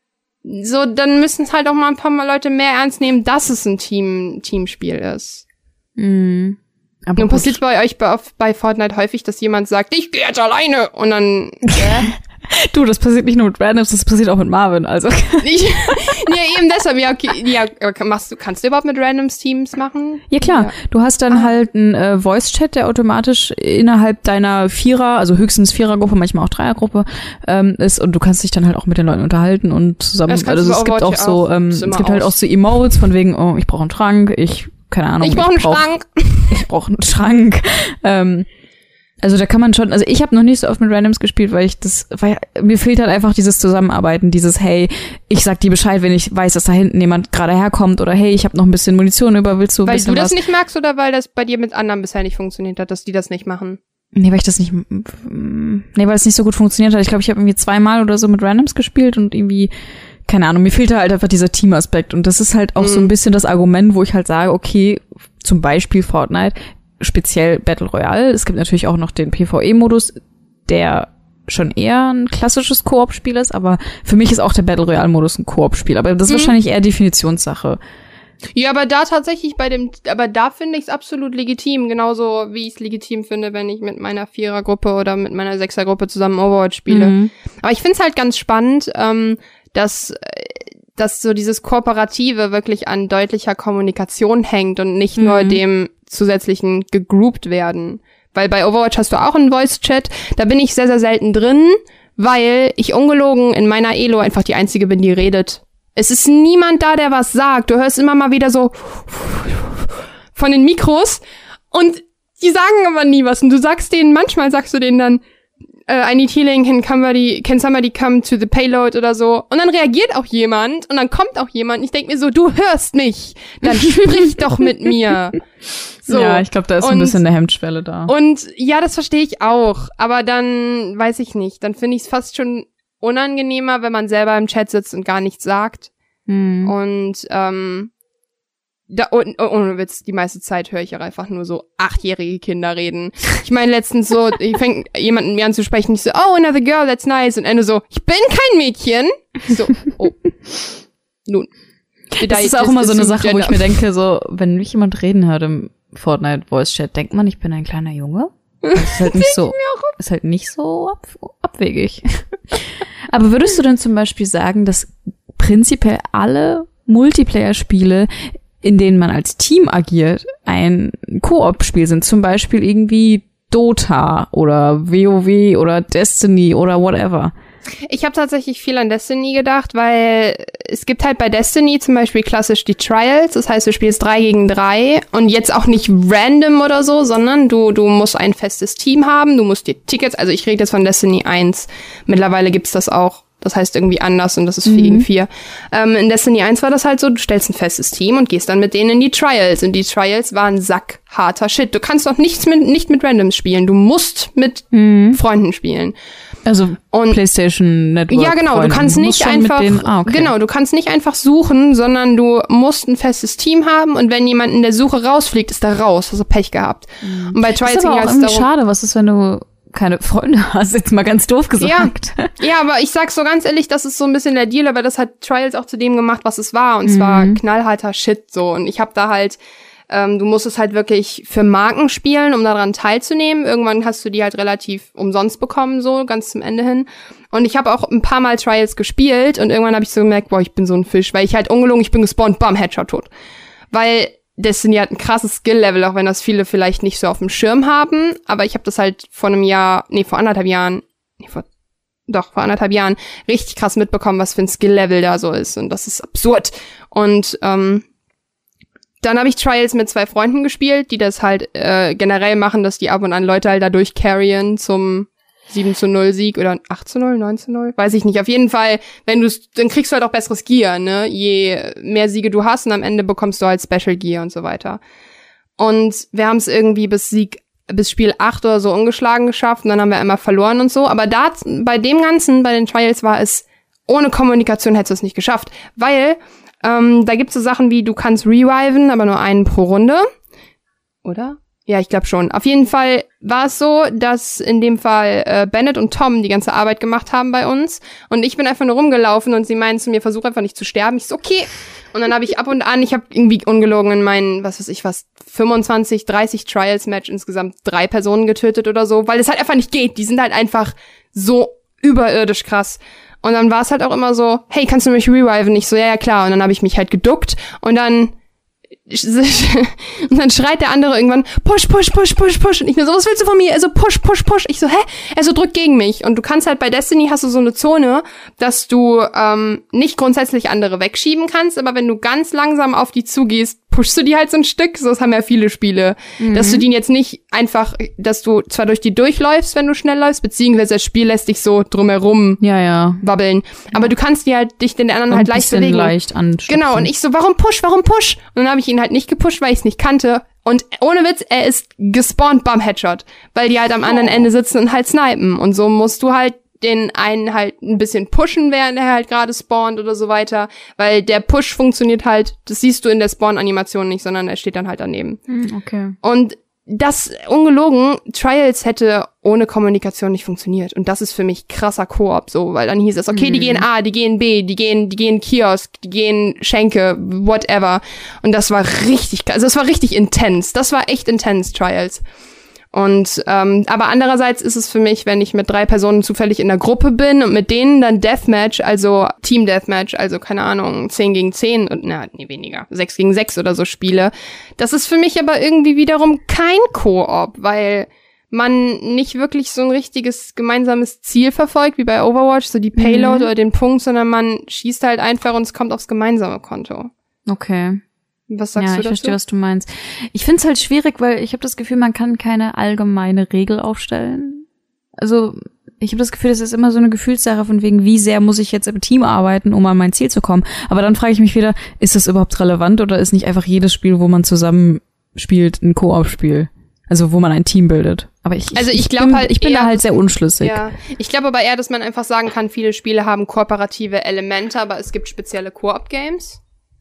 Speaker 2: so, dann müssen es halt auch mal ein paar Mal Leute mehr ernst nehmen, dass es ein Team, Teamspiel ist.
Speaker 3: Mhm. Aber
Speaker 2: Nun
Speaker 3: gut.
Speaker 2: passiert bei euch bei, bei Fortnite häufig, dass jemand sagt, ich gehe jetzt alleine und dann, äh,
Speaker 3: Du, das passiert nicht nur mit Randoms, das passiert auch mit Marvin, also.
Speaker 2: Ich, ja, eben deshalb, ja, okay, ja, machst du, kannst du überhaupt mit Randoms Teams machen?
Speaker 3: Ja, klar. Ja. Du hast dann ah. halt einen äh, Voice-Chat, der automatisch innerhalb deiner Vierer, also höchstens Vierergruppe, manchmal auch Dreiergruppe, ähm, ist und du kannst dich dann halt auch mit den Leuten unterhalten und zusammen, also es gibt auch so, ähm, es gibt halt auch so Emotes von wegen, oh, ich brauche einen Trank, ich, keine Ahnung.
Speaker 2: Ich brauche einen brauch, Schrank.
Speaker 3: Ich brauche einen Schrank. ähm, Also da kann man schon, also ich habe noch nicht so oft mit Randoms gespielt, weil ich das, weil mir fehlt halt einfach dieses Zusammenarbeiten, dieses hey, ich sag dir Bescheid, wenn ich weiß, dass da hinten jemand gerade herkommt oder hey, ich habe noch ein bisschen Munition über, willst du ein
Speaker 2: weil
Speaker 3: bisschen was?
Speaker 2: Weil du das nicht magst oder weil das bei dir mit anderen bisher nicht funktioniert hat, dass die das nicht machen?
Speaker 3: Nee, weil ich das nicht, nee, weil es nicht so gut funktioniert hat. Ich glaube, ich habe irgendwie zweimal oder so mit Randoms gespielt und irgendwie, keine Ahnung, mir fehlt halt einfach dieser Teamaspekt und das ist halt auch mhm. so ein bisschen das Argument, wo ich halt sage, okay, zum Beispiel Fortnite, speziell Battle Royale. Es gibt natürlich auch noch den PvE-Modus, der schon eher ein klassisches Koop-Spiel ist, aber für mich ist auch der Battle Royale-Modus ein Koop-Spiel. Aber das ist hm. wahrscheinlich eher Definitionssache.
Speaker 2: Ja, aber da tatsächlich bei dem, aber da finde ich es absolut legitim, genauso wie ich es legitim finde, wenn ich mit meiner Vierergruppe oder mit meiner Sechsergruppe zusammen Overwatch spiele. Mhm. Aber ich finde es halt ganz spannend, ähm, dass dass so dieses Kooperative wirklich an deutlicher Kommunikation hängt und nicht mhm. nur dem zusätzlichen gegroupt werden. Weil bei Overwatch hast du auch einen Voice-Chat, da bin ich sehr, sehr selten drin, weil ich ungelogen in meiner Elo einfach die Einzige bin, die redet. Es ist niemand da, der was sagt. Du hörst immer mal wieder so von den Mikros und die sagen aber nie was. Und du sagst denen, manchmal sagst du denen dann, Uh, I need healing, can somebody, can somebody come to the payload oder so. Und dann reagiert auch jemand und dann kommt auch jemand und ich denk mir so, du hörst mich, dann sprich doch mit mir. So.
Speaker 3: Ja, ich glaube, da ist und, ein bisschen eine Hemmschwelle da.
Speaker 2: Und ja, das verstehe ich auch, aber dann weiß ich nicht, dann finde ich es fast schon unangenehmer, wenn man selber im Chat sitzt und gar nichts sagt. Hm. Und ähm, Da, ohne, ohne Witz, die meiste Zeit höre ich auch einfach nur so achtjährige Kinder reden. Ich meine, letztens so, ich fängt jemanden mir an zu sprechen, ich so, oh, another girl, that's nice. Und Ende so, ich bin kein Mädchen. So, oh. Nun.
Speaker 3: Das ist auch immer so eine Sache, wo ich mir denke, so, wenn mich jemand reden hört im Fortnite Voice Chat, denkt man, ich bin ein kleiner Junge? Das ist halt nicht so, ist halt nicht so ab, abwegig. Aber würdest du denn zum Beispiel sagen, dass prinzipiell alle Multiplayer-Spiele, in denen man als Team agiert, ein Koop-Spiel sind, zum Beispiel irgendwie Dota oder WoW oder Destiny oder whatever?
Speaker 2: Ich habe tatsächlich viel an Destiny gedacht, weil es gibt halt bei Destiny zum Beispiel klassisch die Trials, das heißt, du spielst drei gegen drei und jetzt auch nicht random oder so, sondern du du musst ein festes Team haben, du musst dir Tickets, also ich rede jetzt von Destiny eins, mittlerweile gibt's das auch. Das heißt irgendwie anders und das ist vier mhm. gegen vier. Ähm, in Destiny eins war das halt so, du stellst ein festes Team und gehst dann mit denen in die Trials. Und die Trials waren sackharter Shit. Du kannst doch nichts mit, nicht mit Randoms spielen. Du musst mit mhm. Freunden spielen.
Speaker 3: Also und, PlayStation Network.
Speaker 2: Ja, genau.
Speaker 3: Freunde.
Speaker 2: Du kannst
Speaker 3: du
Speaker 2: nicht einfach, denen, ah, okay. genau, du kannst nicht einfach suchen, sondern du musst ein festes Team haben und wenn jemand in der Suche rausfliegt, ist er raus. Hast du Pech gehabt. Mhm. Und bei Trials
Speaker 3: ist aber auch irgendwie schade. Was ist, wenn du keine Freunde hast, jetzt mal ganz doof gesagt.
Speaker 2: Ja, ja, aber ich sag's so ganz ehrlich, das ist so ein bisschen der Deal, aber das hat Trials auch zu dem gemacht, was es war. Und mhm. zwar knallharter Shit so. Und ich hab da halt, ähm, du musst es halt wirklich für Marken spielen, um daran teilzunehmen. Irgendwann hast du die halt relativ umsonst bekommen, so ganz zum Ende hin. Und ich habe auch ein paar Mal Trials gespielt und irgendwann habe ich so gemerkt, boah, ich bin so ein Fisch, weil ich halt ungelogen, ich bin gespawnt, bam, Headshot tot. Weil Destiny hat ein krasses Skill-Level, auch wenn das viele vielleicht nicht so auf dem Schirm haben. Aber ich habe das halt vor einem Jahr, nee, vor anderthalb Jahren, nee, vor, doch, vor anderthalb Jahren richtig krass mitbekommen, was für ein Skill-Level da so ist. Und das ist absurd. Und ähm, dann habe ich Trials mit zwei Freunden gespielt, die das halt äh, generell machen, dass die ab und an Leute halt da durchcarryen zum sieben zu null Sieg oder acht zu null, neun zu null, weiß ich nicht. Auf jeden Fall, wenn du dann kriegst du halt auch besseres Gear, ne? Je mehr Siege du hast und am Ende bekommst du halt Special Gear und so weiter. Und wir haben es irgendwie bis Sieg, bis Spiel acht oder so ungeschlagen geschafft und dann haben wir einmal verloren und so. Aber da, bei dem Ganzen, bei den Trials war es, ohne Kommunikation hättest du es nicht geschafft. Weil, ähm, da gibt's so Sachen wie, du kannst reviven, aber nur einen pro Runde. Oder? Ja, ich glaube schon. Auf jeden Fall war es so, dass in dem Fall äh, Bennett und Tom die ganze Arbeit gemacht haben bei uns. Und ich bin einfach nur rumgelaufen und sie meinen zu mir, versuch einfach nicht zu sterben. Ich so, okay. Und dann habe ich ab und an, ich habe irgendwie ungelogen in meinen, was weiß ich was, fünfundzwanzig, dreißig Trials-Match insgesamt drei Personen getötet oder so. Weil es halt einfach nicht geht. Die sind halt einfach so überirdisch krass. Und dann war es halt auch immer so, hey, kannst du mich reviven? Ich so, ja, ja, klar. Und dann habe ich mich halt geduckt und dann und dann schreit der andere irgendwann, push, push, push, push, push. Und ich mir so, was willst du von mir? Also push, push, push. Ich so, hä? Er so, drück gegen mich. Und du kannst halt bei Destiny hast du so eine Zone, dass du ähm, nicht grundsätzlich andere wegschieben kannst, aber wenn du ganz langsam auf die zugehst, pushst du die halt so ein Stück. So, das haben ja viele Spiele. Mhm. Dass du die jetzt nicht einfach, dass du zwar durch die durchläufst, wenn du schnell läufst, beziehungsweise das Spiel lässt dich so drumherum
Speaker 3: ja, ja.
Speaker 2: wabbeln. Aber ja. du kannst die halt, dich den anderen
Speaker 3: und
Speaker 2: halt leicht bewegen.
Speaker 3: leicht anstupfen.
Speaker 2: Genau, und ich so, warum push, warum push? Und dann habe ich ihn halt nicht gepusht, weil ich es nicht kannte. Und ohne Witz, er ist gespawnt beim Headshot, weil die halt am anderen oh. Ende sitzen und halt snipen. Und so musst du halt den einen halt ein bisschen pushen, während er halt gerade spawnt oder so weiter. Weil der Push funktioniert halt, das siehst du in der Spawn-Animation nicht, sondern er steht dann halt daneben.
Speaker 3: Okay.
Speaker 2: Und das, ungelogen, Trials hätte ohne Kommunikation nicht funktioniert. Und das ist für mich krasser Koop, so, weil dann hieß es, okay, mhm. die gehen A, die gehen B, die gehen, die gehen Kiosk, die gehen Schenke, whatever. Und das war richtig, also das war richtig intens. Das war echt intens, Trials. Und, ähm, aber andererseits ist es für mich, wenn ich mit drei Personen zufällig in der Gruppe bin und mit denen dann Deathmatch, also Team Deathmatch, also keine Ahnung, zehn gegen zehn und, na, nee, weniger, sechs gegen sechs oder so spiele. Das ist für mich aber irgendwie wiederum kein Koop, weil man nicht wirklich so ein richtiges gemeinsames Ziel verfolgt, wie bei Overwatch, so die Payload mhm. oder den Punkt, sondern man schießt halt einfach und es kommt aufs gemeinsame Konto.
Speaker 3: Okay.
Speaker 2: Was sagst
Speaker 3: ja,
Speaker 2: du dazu?
Speaker 3: Ich verstehe, was du meinst. Ich find's halt schwierig, weil ich habe das Gefühl, man kann keine allgemeine Regel aufstellen. Also ich habe das Gefühl, das ist immer so eine Gefühlssache von wegen, wie sehr muss ich jetzt im Team arbeiten, um an mein Ziel zu kommen. Aber dann frage ich mich wieder, ist das überhaupt relevant oder ist nicht einfach jedes Spiel, wo man zusammen spielt, ein Koop-Spiel? Also wo man ein Team bildet. Aber ich,
Speaker 2: also ich,
Speaker 3: ich
Speaker 2: glaube halt,
Speaker 3: ich bin da halt sehr unschlüssig.
Speaker 2: Ja, ich glaube aber eher, dass man einfach sagen kann, viele Spiele haben kooperative Elemente, aber es gibt spezielle Koop-Games.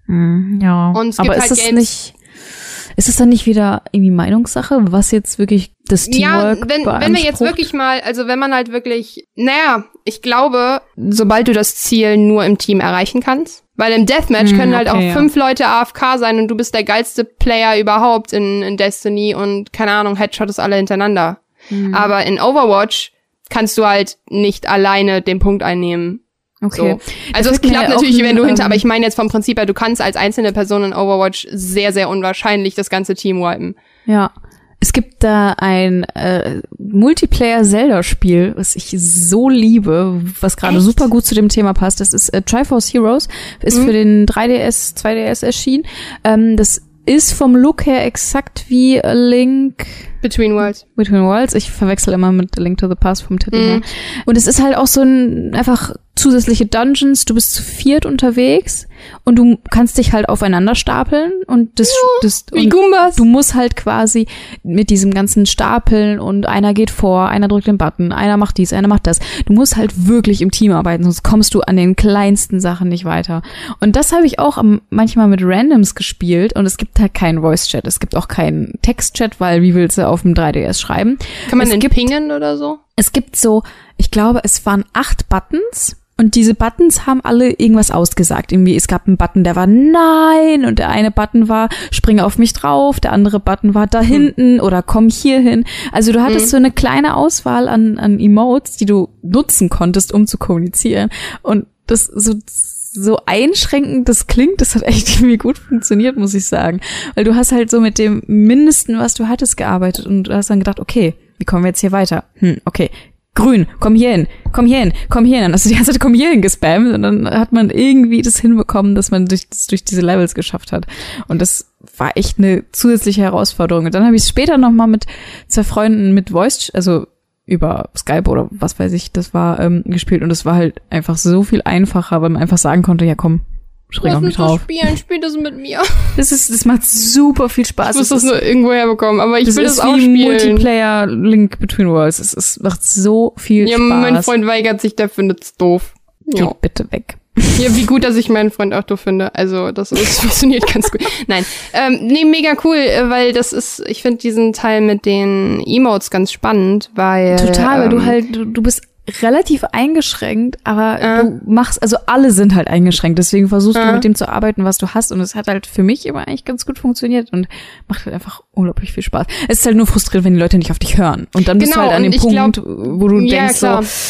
Speaker 3: Ja,
Speaker 2: und es
Speaker 3: aber
Speaker 2: gibt
Speaker 3: ist
Speaker 2: halt
Speaker 3: es
Speaker 2: Games,
Speaker 3: nicht, ist es dann nicht wieder irgendwie Meinungssache, was jetzt wirklich das Teamwork
Speaker 2: ja, wenn, wenn wir jetzt wirklich mal, also wenn man halt wirklich, naja, ich glaube, sobald du das Ziel nur im Team erreichen kannst, weil im Deathmatch hm, können halt okay, auch fünf ja. Leute A F K sein und du bist der geilste Player überhaupt in, in Destiny und keine Ahnung, Headshot ist alle hintereinander. Hm. Aber in Overwatch kannst du halt nicht alleine den Punkt einnehmen.
Speaker 3: Okay.
Speaker 2: So. Also es klappt natürlich, wenn du hinter, aber ich meine jetzt vom Prinzip her, du kannst als einzelne Person in Overwatch sehr, sehr unwahrscheinlich das ganze Team wipen.
Speaker 3: Ja. Es gibt da ein äh, Multiplayer-Zelda-Spiel, was ich so liebe, was gerade super gut zu dem Thema passt. Das ist äh, Triforce Heroes, ist mhm. für den drei D S, zwei D S erschienen. Ähm, das ist vom Look her exakt wie A Link
Speaker 2: Between Worlds.
Speaker 3: Between Worlds. Ich verwechsel immer mit A Link to the Past vom Titel her. Mhm. Und es ist halt auch so ein einfach zusätzliche Dungeons. Du bist zu viert unterwegs und du kannst dich halt aufeinander stapeln und das, ja, das
Speaker 2: wie
Speaker 3: und
Speaker 2: Gumbas.
Speaker 3: Du musst halt quasi mit diesem ganzen Stapeln und einer geht vor, einer drückt den Button, einer macht dies, einer macht das. Du musst halt wirklich im Team arbeiten, sonst kommst du an den kleinsten Sachen nicht weiter. Und das habe ich auch am, manchmal mit Randoms gespielt und es gibt halt keinen Voice-Chat, es gibt auch keinen Text-Chat, weil wie willst du auf dem drei D S schreiben?
Speaker 2: Kann man
Speaker 3: es
Speaker 2: den
Speaker 3: gibt,
Speaker 2: pingen oder so?
Speaker 3: Es gibt so, ich glaube, es waren acht Buttons. Und diese Buttons haben alle irgendwas ausgesagt. Irgendwie, es gab einen Button, der war nein, und der eine Button war spring auf mich drauf, der andere Button war da hinten hm. oder komm hier hin. Also du hattest hm. so eine kleine Auswahl an, an Emotes, die du nutzen konntest, um zu kommunizieren. Und das so, so einschränkend das klingt, das hat echt irgendwie gut funktioniert, muss ich sagen. Weil du hast halt so mit dem Mindesten, was du hattest, gearbeitet und du hast dann gedacht, okay, wie kommen wir jetzt hier weiter? Hm, okay. Grün, komm hier hin, komm hier hin, komm hier hin. Dann hast du die ganze Zeit komm hier hin gespammt und dann hat man irgendwie das hinbekommen, dass man durch, das durch diese Levels geschafft hat. Und das war echt eine zusätzliche Herausforderung. Und dann habe ich es später nochmal mit zwei Freunden mit Voice, also über Skype oder was weiß ich, das war ähm, gespielt. Und es war halt einfach so viel einfacher, weil man einfach sagen konnte, ja komm, spring auf mich drauf.
Speaker 2: Spielen, spiel das mit mir.
Speaker 3: Das ist, das macht super viel Spaß.
Speaker 2: Ich muss das, das nur irgendwo herbekommen, aber ich
Speaker 3: das
Speaker 2: will das
Speaker 3: ist
Speaker 2: auch
Speaker 3: wie
Speaker 2: spielen.
Speaker 3: Multiplayer Link Between Worlds. Es, es macht so viel
Speaker 2: ja,
Speaker 3: Spaß.
Speaker 2: Ja, mein Freund weigert sich, der findet's doof.
Speaker 3: Geht ja. bitte weg.
Speaker 2: Ja, wie gut, dass ich meinen Freund auch doof finde. Also, das, das funktioniert ganz gut. Nein, ähm, nee, mega cool, weil das ist, ich finde diesen Teil mit den Emotes ganz spannend, weil
Speaker 3: Total,
Speaker 2: ähm,
Speaker 3: weil du halt, du, du bist relativ eingeschränkt, aber
Speaker 2: äh.
Speaker 3: du machst, also alle sind halt eingeschränkt, deswegen versuchst äh. du mit dem zu arbeiten, was du hast, und es hat halt für mich immer eigentlich ganz gut funktioniert und macht halt einfach unglaublich viel Spaß. Es ist halt nur frustrierend, wenn die Leute nicht auf dich hören und dann bist
Speaker 2: genau,
Speaker 3: du halt an dem Punkt,
Speaker 2: glaub,
Speaker 3: wo du
Speaker 2: ja,
Speaker 3: denkst
Speaker 2: klar.
Speaker 3: so,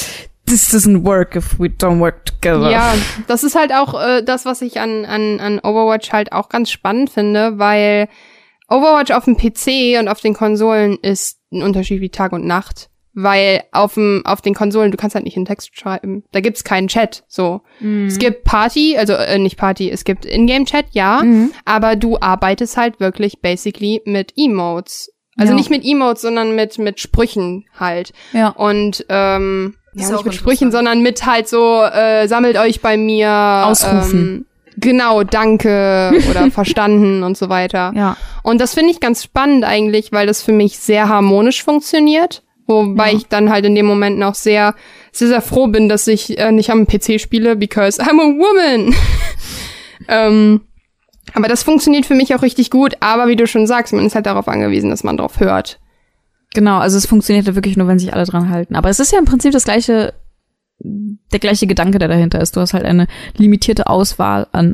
Speaker 3: this doesn't work if we don't work together.
Speaker 2: Ja, das ist halt auch äh, das, was ich an, an, an Overwatch halt auch ganz spannend finde, weil Overwatch auf dem P C und auf den Konsolen ist ein Unterschied wie Tag und Nacht. Weil auf dem auf den Konsolen, du kannst halt nicht in Text schreiben. Da gibt's keinen Chat, so. Mhm. Es gibt Party, also äh, nicht Party, es gibt Ingame-Chat, ja, mhm. aber du arbeitest halt wirklich basically mit Emotes. Also ja. nicht mit Emotes, sondern mit mit Sprüchen halt.
Speaker 3: Ja.
Speaker 2: Und ähm, ja, nicht mit Sprüchen, sondern mit halt so, äh, sammelt euch bei mir.
Speaker 3: Ausrufen.
Speaker 2: Ähm, Genau, danke oder verstanden und so weiter.
Speaker 3: Ja.
Speaker 2: Und das finde ich ganz spannend eigentlich, weil das für mich sehr harmonisch funktioniert. Wobei ja. ich dann halt in dem Moment noch sehr, sehr, sehr froh bin, dass ich äh, nicht am P C spiele, because I'm a woman. ähm, aber das funktioniert für mich auch richtig gut. Aber wie du schon sagst, man ist halt darauf angewiesen, dass man drauf hört.
Speaker 3: Genau, also es funktioniert ja wirklich nur, wenn sich alle dran halten. Aber es ist ja im Prinzip das gleiche, der gleiche Gedanke, der dahinter ist. Du hast halt eine limitierte Auswahl an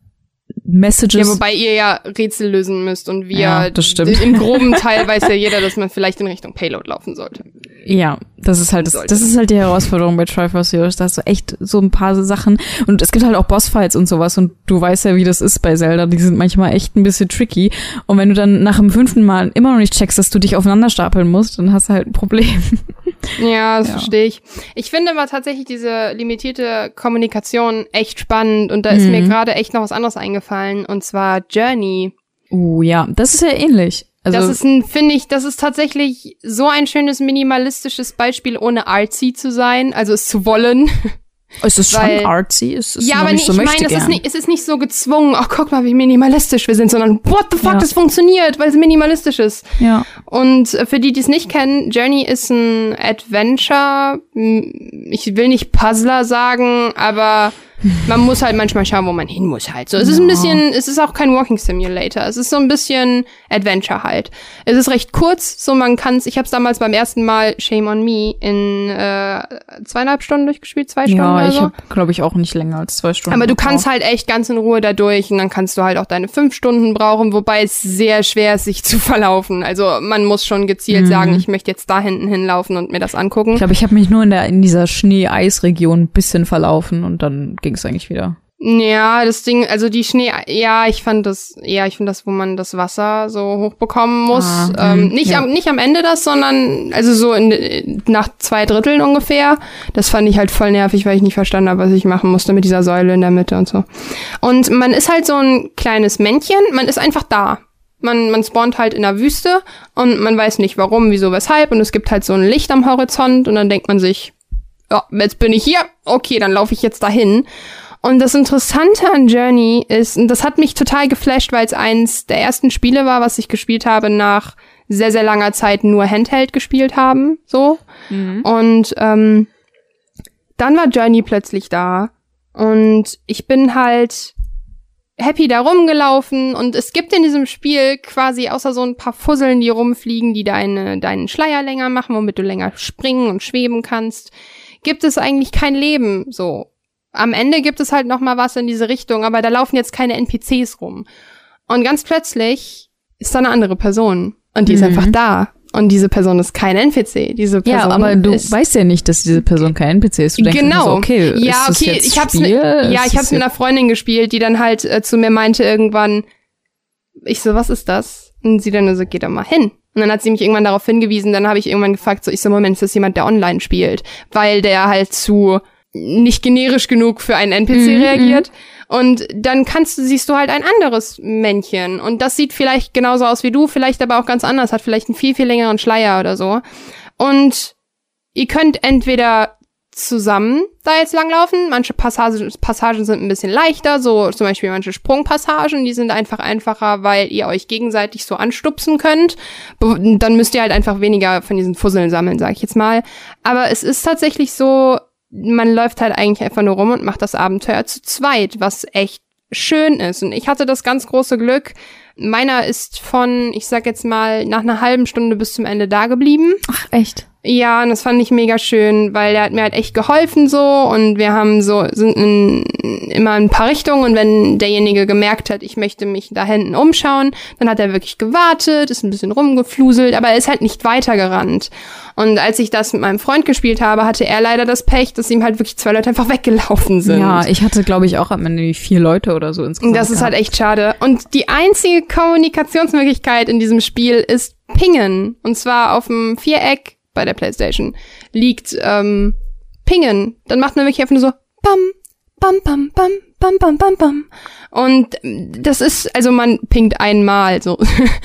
Speaker 3: Messages.
Speaker 2: Ja, wobei ihr ja Rätsel lösen müsst und wir,
Speaker 3: ja, das stimmt.
Speaker 2: Im groben Teil weiß ja jeder, dass man vielleicht in Richtung Payload laufen sollte.
Speaker 3: Ja, das ist halt das, das ist halt die Herausforderung bei Triforce Heroes. Da hast du echt so ein paar Sachen und es gibt halt auch Bossfights und sowas und du weißt ja, wie das ist bei Zelda. Die sind manchmal echt ein bisschen tricky und wenn du dann nach dem fünften Mal immer noch nicht checkst, dass du dich aufeinander stapeln musst, dann hast du halt ein Problem.
Speaker 2: Ja, das
Speaker 3: ja.
Speaker 2: verstehe ich. Ich finde aber tatsächlich diese limitierte Kommunikation echt spannend und da ist mhm. mir gerade echt noch was anderes eingefallen und zwar Journey.
Speaker 3: Oh ja, das ist ja ähnlich. Also
Speaker 2: das ist ein, finde ich, das ist tatsächlich so ein schönes minimalistisches Beispiel, ohne artsy zu sein, also es zu wollen.
Speaker 3: Es ist
Speaker 2: Weil,
Speaker 3: schon artsy, es ist
Speaker 2: ja,
Speaker 3: aber
Speaker 2: nicht
Speaker 3: nicht
Speaker 2: so ich meine, es ist nicht, es ist nicht so gezwungen, ach, guck mal, wie minimalistisch wir sind, sondern what the fuck,
Speaker 3: ja.
Speaker 2: das funktioniert, weil es minimalistisch ist.
Speaker 3: Ja.
Speaker 2: Und für die, die es nicht kennen, Journey ist ein Adventure, ich will nicht Puzzler sagen, aber man muss halt manchmal schauen, wo man hin muss halt. So, es ist ein bisschen, es ist auch kein Walking Simulator. Es ist so ein bisschen Adventure halt. Es ist recht kurz, so man kann's, ich hab's damals beim ersten Mal, shame on me, in äh, zweieinhalb Stunden durchgespielt, zwei Stunden
Speaker 3: ja,
Speaker 2: oder so.
Speaker 3: ich hab, glaube ich, auch nicht länger als zwei Stunden.
Speaker 2: Aber du kannst halt echt ganz in Ruhe da durch und dann kannst du halt auch deine fünf Stunden brauchen, wobei es sehr schwer ist, sich zu verlaufen. Also man muss schon gezielt mhm. sagen, ich möchte jetzt da hinten hinlaufen und mir das angucken.
Speaker 3: Ich glaube, ich habe mich nur in der in dieser Schnee-Eis-Region ein bisschen verlaufen und dann ging's eigentlich wieder.
Speaker 2: Ja, das Ding, also die Schnee, ja, ich fand das, ja, ich finde das, wo man das Wasser so hochbekommen muss. Ah, ähm, nicht, ja. am, nicht am Ende das, sondern, also so in, nach zwei Dritteln ungefähr. Das fand ich halt voll nervig, weil ich nicht verstanden habe, was ich machen musste mit dieser Säule in der Mitte und so. Und man ist halt so ein kleines Männchen, man ist einfach da. Man, man spawnt halt in der Wüste und man weiß nicht warum, wieso, weshalb und es gibt halt so ein Licht am Horizont und dann denkt man sich, ja, jetzt bin ich hier, okay, dann laufe ich jetzt dahin. Und das Interessante an Journey ist, und das hat mich total geflasht, weil es eins der ersten Spiele war, was ich gespielt habe nach sehr, sehr langer Zeit nur Handheld gespielt haben, so. Mhm. Und ähm, dann war Journey plötzlich da und ich bin halt happy da rumgelaufen und es gibt in diesem Spiel quasi außer so ein paar Fusseln, die rumfliegen, die deine, deinen Schleier länger machen, womit du länger springen und schweben kannst, gibt es eigentlich kein Leben, so. Am Ende gibt es halt noch mal was in diese Richtung, aber da laufen jetzt keine N P Cs rum. Und ganz plötzlich ist da eine andere Person und die mhm. ist einfach da. Und diese Person ist kein N P C. Diese Person
Speaker 3: ja, aber du weißt ja nicht, dass diese Person kein N P C ist. Du denkst
Speaker 2: genau.
Speaker 3: so, okay,
Speaker 2: ja,
Speaker 3: ist
Speaker 2: okay,
Speaker 3: das jetzt
Speaker 2: ich hab's
Speaker 3: Spiel?
Speaker 2: Mit, ja,
Speaker 3: ist
Speaker 2: ich hab's mit einer Freundin gespielt, die dann halt äh, zu mir meinte irgendwann, ich so, was ist das? Und sie dann nur so, geh doch mal hin. Und dann hat sie mich irgendwann darauf hingewiesen, dann habe ich irgendwann gefragt, so, ich so, Moment, ist das jemand, der online spielt? Weil der halt zu nicht generisch genug für einen N P C
Speaker 3: mhm,
Speaker 2: reagiert. Und dann kannst du, siehst du halt ein anderes Männchen. Und das sieht vielleicht genauso aus wie du, vielleicht aber auch ganz anders, hat vielleicht einen viel, viel längeren Schleier oder so. Und ihr könnt entweder zusammen da jetzt langlaufen. Manche Passagen, Passagen sind ein bisschen leichter, so zum Beispiel manche Sprungpassagen, die sind einfach einfacher, weil ihr euch gegenseitig so anstupsen könnt. Dann müsst ihr halt einfach weniger von diesen Fusseln sammeln, sag ich jetzt mal. Aber es ist tatsächlich so, man läuft halt eigentlich einfach nur rum und macht das Abenteuer zu zweit, was echt schön ist. Und ich hatte das ganz große Glück. Meiner ist von, ich sag jetzt mal, nach einer halben Stunde bis zum Ende da geblieben.
Speaker 3: Ach, echt?
Speaker 2: Ja, und das fand ich mega schön, weil der hat mir halt echt geholfen so und wir haben so, sind in, immer in ein paar Richtungen und wenn derjenige gemerkt hat, ich möchte mich da hinten umschauen, dann hat er wirklich gewartet, ist ein bisschen rumgefluselt, aber er ist halt nicht weitergerannt. Und als ich das mit meinem Freund gespielt habe, hatte er leider das Pech, dass ihm halt wirklich zwei Leute einfach weggelaufen sind.
Speaker 3: Ja, ich hatte, glaube ich, auch am Ende vier Leute oder so insgesamt.
Speaker 2: Das ist halt echt schade. Und die einzige Kommunikationsmöglichkeit in diesem Spiel ist Pingen. Und zwar auf dem Viereck bei der PlayStation liegt ähm, Pingen. Dann macht man wirklich einfach nur so bam, bam, bam, bam, bam, bam, bam, bam. Und das ist, also man pingt einmal so.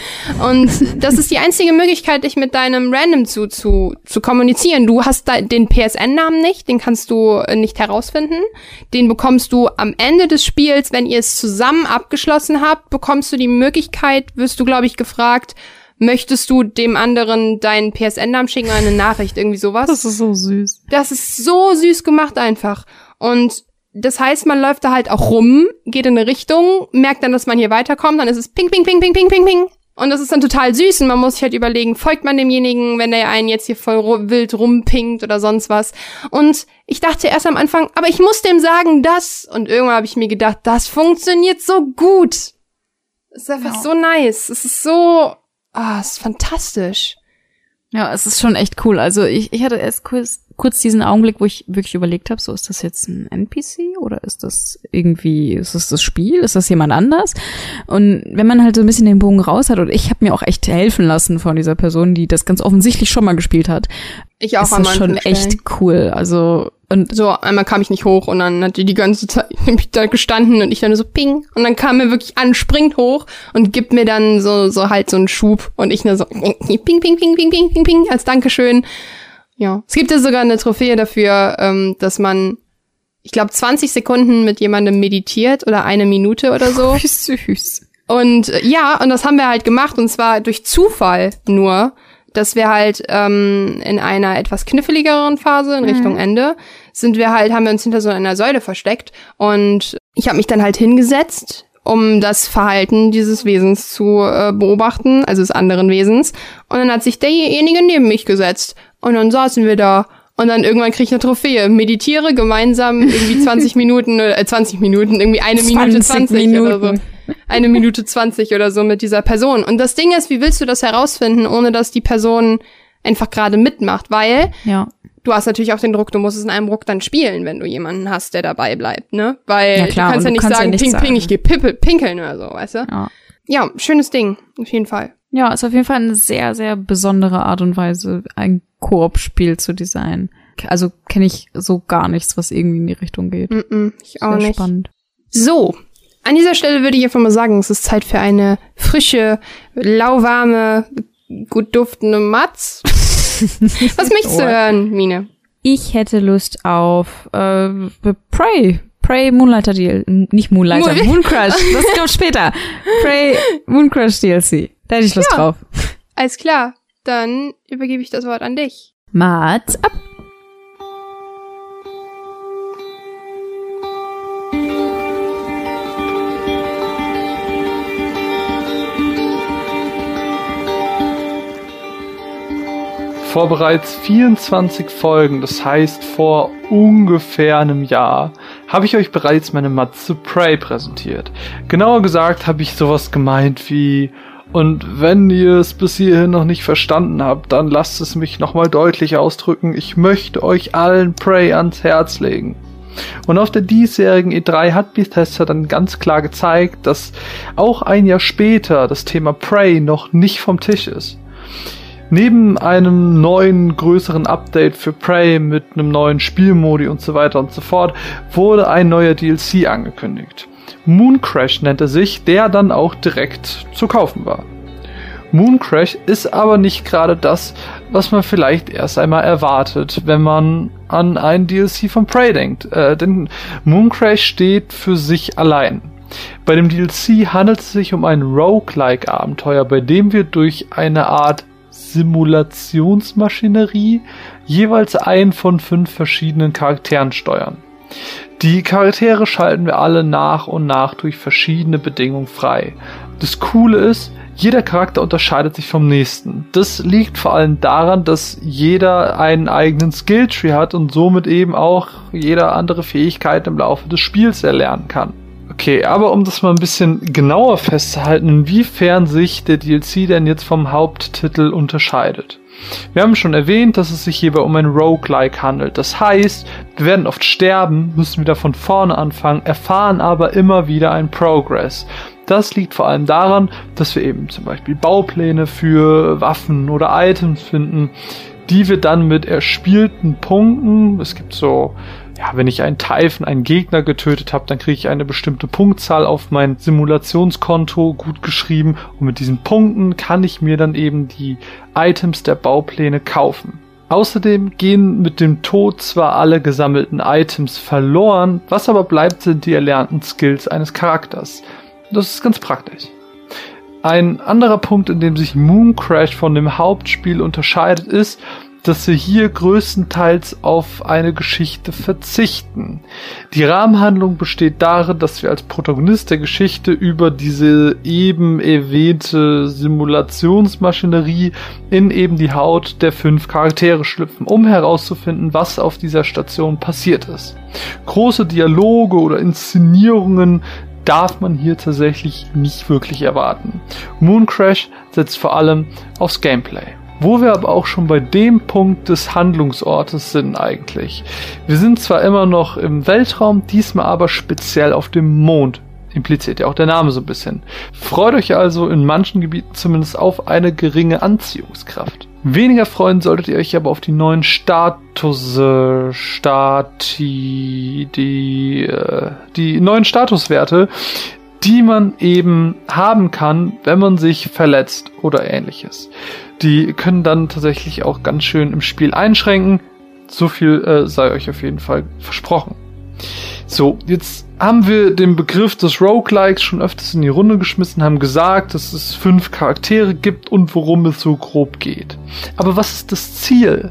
Speaker 2: Und das ist die einzige Möglichkeit, dich mit deinem Random zu, zu, zu kommunizieren. Du hast da den P S N-Namen nicht, den kannst du nicht herausfinden. Den bekommst du am Ende des Spiels, wenn ihr es zusammen abgeschlossen habt, bekommst du die Möglichkeit, wirst du, glaube ich, gefragt, möchtest du dem anderen deinen P S N-Namen schicken oder eine Nachricht, irgendwie sowas?
Speaker 3: Das ist so süß.
Speaker 2: Das ist so süß gemacht einfach. Und das heißt, man läuft da halt auch rum, geht in eine Richtung, merkt dann, dass man hier weiterkommt, dann ist es ping, ping, ping, ping, ping, ping, ping. Und das ist dann total süß und man muss sich halt überlegen, folgt man demjenigen, wenn der einen jetzt hier voll ru- wild rumpingt oder sonst was. Und ich dachte erst am Anfang, aber ich muss dem sagen, das. Und irgendwann habe ich mir gedacht, das funktioniert so gut. Es ist einfach ja. so nice. Es ist so... Ah, ist fantastisch.
Speaker 3: Ja, es ist schon echt cool. Also ich, ich hatte erst kurz, kurz diesen Augenblick, wo ich wirklich überlegt habe, so ist das jetzt ein N P C oder ist das irgendwie, ist das das Spiel, ist das jemand anders? Und wenn man halt so ein bisschen den Bogen raus hat, und ich habe mir auch echt helfen lassen von dieser Person, die das ganz offensichtlich schon mal gespielt hat.
Speaker 2: Ich auch
Speaker 3: ist
Speaker 2: an
Speaker 3: das schon
Speaker 2: Stellen.
Speaker 3: echt cool. Also und
Speaker 2: so einmal kam ich nicht hoch und dann hat die die ganze Zeit nämlich da gestanden und ich dann so ping und dann kam er wirklich an, springt hoch und gibt mir dann so so halt so einen Schub und ich nur so ping ping ping ping ping ping ping als Dankeschön. Ja, es gibt ja sogar eine Trophäe dafür, ähm, dass man, ich glaube, zwanzig Sekunden mit jemandem meditiert oder eine Minute oder so.
Speaker 3: Wie süß.
Speaker 2: Und äh, ja, und das haben wir halt gemacht und zwar durch Zufall nur, dass wir halt ähm, in einer etwas kniffligeren Phase in Richtung mhm. Ende sind wir halt, haben wir uns hinter so einer Säule versteckt und ich habe mich dann halt hingesetzt, um das Verhalten dieses Wesens zu äh, beobachten, also des anderen Wesens. Und dann hat sich derjenige neben mich gesetzt und dann saßen wir da und dann irgendwann krieg ich eine Trophäe. Meditiere gemeinsam irgendwie zwanzig Minuten oder äh, zwanzig Minuten, irgendwie eine Minute zwanzig oder so. Eine Minute zwanzig oder so mit dieser Person. Und das Ding ist, wie willst du das herausfinden, ohne dass die Person einfach gerade mitmacht? Weil
Speaker 3: ja.
Speaker 2: du hast natürlich auch den Druck, du musst es in einem Ruck dann spielen, wenn du jemanden hast, der dabei bleibt, ne? Weil
Speaker 3: ja, klar,
Speaker 2: du kannst ja
Speaker 3: du
Speaker 2: nicht
Speaker 3: kannst
Speaker 2: sagen,
Speaker 3: ja
Speaker 2: ping,
Speaker 3: sagen.
Speaker 2: ping, ich geh pippel, pinkeln oder so, weißt du?
Speaker 3: Ja.
Speaker 2: Ja, schönes Ding, auf jeden Fall.
Speaker 3: Ja, ist auf jeden Fall eine sehr, sehr besondere Art und Weise, ein Koop-Spiel zu designen. Also kenne ich so gar nichts, was irgendwie in die Richtung geht.
Speaker 2: Mm-mm, ich auch
Speaker 3: sehr
Speaker 2: nicht.
Speaker 3: Spannend.
Speaker 2: So, an dieser Stelle würde ich einfach mal sagen, es ist Zeit für eine frische, lauwarme, gut duftende Matz. Was möchtest du hören, Mine?
Speaker 3: Ich hätte Lust auf äh, Prey. Prey Moonlighter D L C. Nicht Moonlighter,
Speaker 2: Moon-
Speaker 3: Mooncrush. Das kommt später. Prey Mooncrush D L C. Da hätte ich Lust
Speaker 2: Ja.
Speaker 3: drauf.
Speaker 2: Alles klar, dann übergebe ich das Wort an dich.
Speaker 3: Mats ab.
Speaker 1: Vor bereits vierundzwanzig Folgen, das heißt vor ungefähr einem Jahr, habe ich euch bereits meine Matze Prey präsentiert. Genauer gesagt habe ich sowas gemeint wie: Und wenn ihr es bis hierhin noch nicht verstanden habt, dann lasst es mich nochmal deutlich ausdrücken. Ich möchte euch allen Prey ans Herz legen. Und auf der diesjährigen E drei hat Bethesda dann ganz klar gezeigt, dass auch ein Jahr später das Thema Prey noch nicht vom Tisch ist. Neben einem neuen, größeren Update für Prey mit einem neuen Spielmodi und so weiter und so fort, wurde ein neuer D L C angekündigt. Mooncrash nennt er sich, der dann auch direkt zu kaufen war. Mooncrash ist aber nicht gerade das, was man vielleicht erst einmal erwartet, wenn man an ein D L C von Prey denkt. Äh, denn Mooncrash steht für sich allein. Bei dem D L C handelt es sich um ein Roguelike-Abenteuer, bei dem wir durch eine Art Simulationsmaschinerie jeweils einen von fünf verschiedenen Charakteren steuern. Die Charaktere schalten wir alle nach und nach durch verschiedene Bedingungen frei. Das Coole ist, Jeder Charakter unterscheidet sich vom nächsten. Das liegt vor allem daran, dass jeder einen eigenen Skilltree hat und somit eben auch jeder andere Fähigkeiten im Laufe des Spiels erlernen kann. Okay, aber um das mal ein bisschen genauer festzuhalten, inwiefern sich der D L C denn jetzt vom Haupttitel unterscheidet. Wir haben schon erwähnt, dass es sich hierbei um ein Roguelike handelt. Das heißt, wir werden oft sterben, müssen wieder von vorne anfangen, erfahren aber immer wieder einen Progress. Das liegt vor allem daran, dass wir eben zum Beispiel Baupläne für Waffen oder Items finden, die wir dann mit erspielten Punkten, es gibt so, ja, wenn ich einen Typhon, einen Gegner getötet habe, dann kriege ich eine bestimmte Punktzahl auf mein Simulationskonto gut geschrieben und mit diesen Punkten kann ich mir dann eben die Items der Baupläne kaufen. Außerdem gehen mit dem Tod zwar alle gesammelten Items verloren, was aber bleibt, sind die erlernten Skills eines Charakters. Das ist ganz praktisch. Ein anderer Punkt, in dem sich Mooncrash von dem Hauptspiel unterscheidet, ist, dass wir hier größtenteils auf eine Geschichte verzichten. Die Rahmenhandlung besteht darin, dass wir als Protagonist der Geschichte über diese eben erwähnte Simulationsmaschinerie in eben die Haut der fünf Charaktere schlüpfen, um herauszufinden, was auf dieser Station passiert ist. Große Dialoge oder Inszenierungen darf man hier tatsächlich nicht wirklich erwarten. Mooncrash setzt vor allem aufs Gameplay. Wo wir aber auch schon bei dem Punkt des Handlungsortes sind eigentlich. Wir sind zwar immer noch im Weltraum, diesmal aber speziell auf dem Mond. Impliziert ja auch der Name so ein bisschen. Freut euch also in manchen Gebieten zumindest auf eine geringe Anziehungskraft. Weniger freuen solltet ihr euch aber auf die neuen Status, äh, Stati, die, äh, die neuen Statuswerte, die man eben haben kann, wenn man sich verletzt oder ähnliches. Die können dann tatsächlich auch ganz schön im Spiel einschränken. So viel äh, sei euch auf jeden Fall versprochen. So, jetzt haben wir den Begriff des Roguelikes schon öfters in die Runde geschmissen, haben gesagt, dass es fünf Charaktere gibt und worum es so grob geht. Aber was ist das Ziel?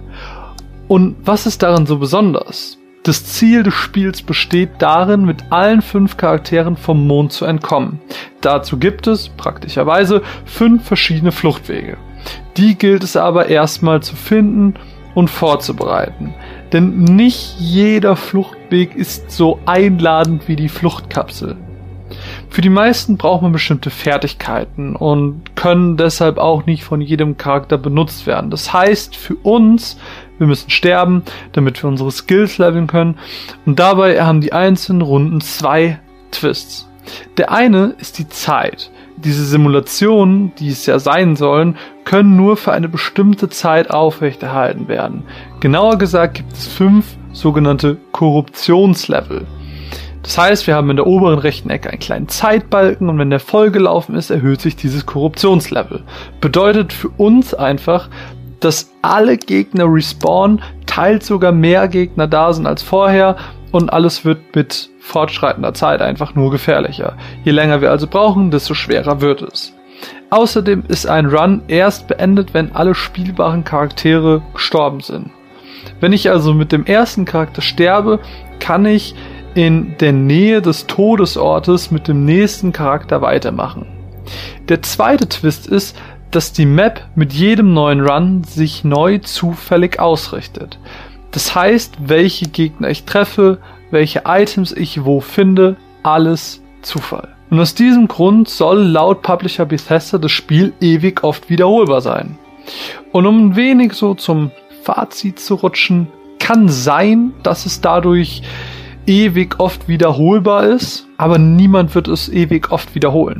Speaker 1: Und was ist daran so besonders? Das Ziel des Spiels besteht darin, mit allen fünf Charakteren vom Mond zu entkommen. Dazu gibt es, praktischerweise, fünf verschiedene Fluchtwege. Die gilt es aber erstmal zu finden und vorzubereiten. Denn nicht jeder Fluchtweg ist so einladend wie die Fluchtkapsel. Für die meisten braucht man bestimmte Fertigkeiten und können deshalb auch nicht von jedem Charakter benutzt werden. Das heißt, für uns, wir müssen sterben, damit wir unsere Skills leveln können. Und dabei haben die einzelnen Runden zwei Twists. Der eine ist die Zeit. Diese Simulationen, die es ja sein sollen, können nur für eine bestimmte Zeit aufrechterhalten werden. Genauer gesagt gibt es fünf sogenannte Korruptionslevel. Das heißt, wir haben in der oberen rechten Ecke einen kleinen Zeitbalken und wenn der vollgelaufen ist, erhöht sich dieses Korruptionslevel. Bedeutet für uns einfach, dass alle Gegner respawnen, teils sogar mehr Gegner da sind als vorher und alles wird mit fortschreitender Zeit einfach nur gefährlicher. Je länger wir also brauchen, desto schwerer wird es. Außerdem ist ein Run erst beendet, wenn alle spielbaren Charaktere gestorben sind. Wenn ich also mit dem ersten Charakter sterbe, kann ich in der Nähe des Todesortes mit dem nächsten Charakter weitermachen. Der zweite Twist ist, dass die Map mit jedem neuen Run sich neu zufällig ausrichtet. Das heißt, welche Gegner ich treffe, welche Items ich wo finde, alles Zufall. Und aus diesem Grund soll laut Publisher Bethesda das Spiel ewig oft wiederholbar sein. Und um ein wenig so zum Fazit zu rutschen, kann sein, dass es dadurch ewig oft wiederholbar ist, aber niemand wird es ewig oft wiederholen.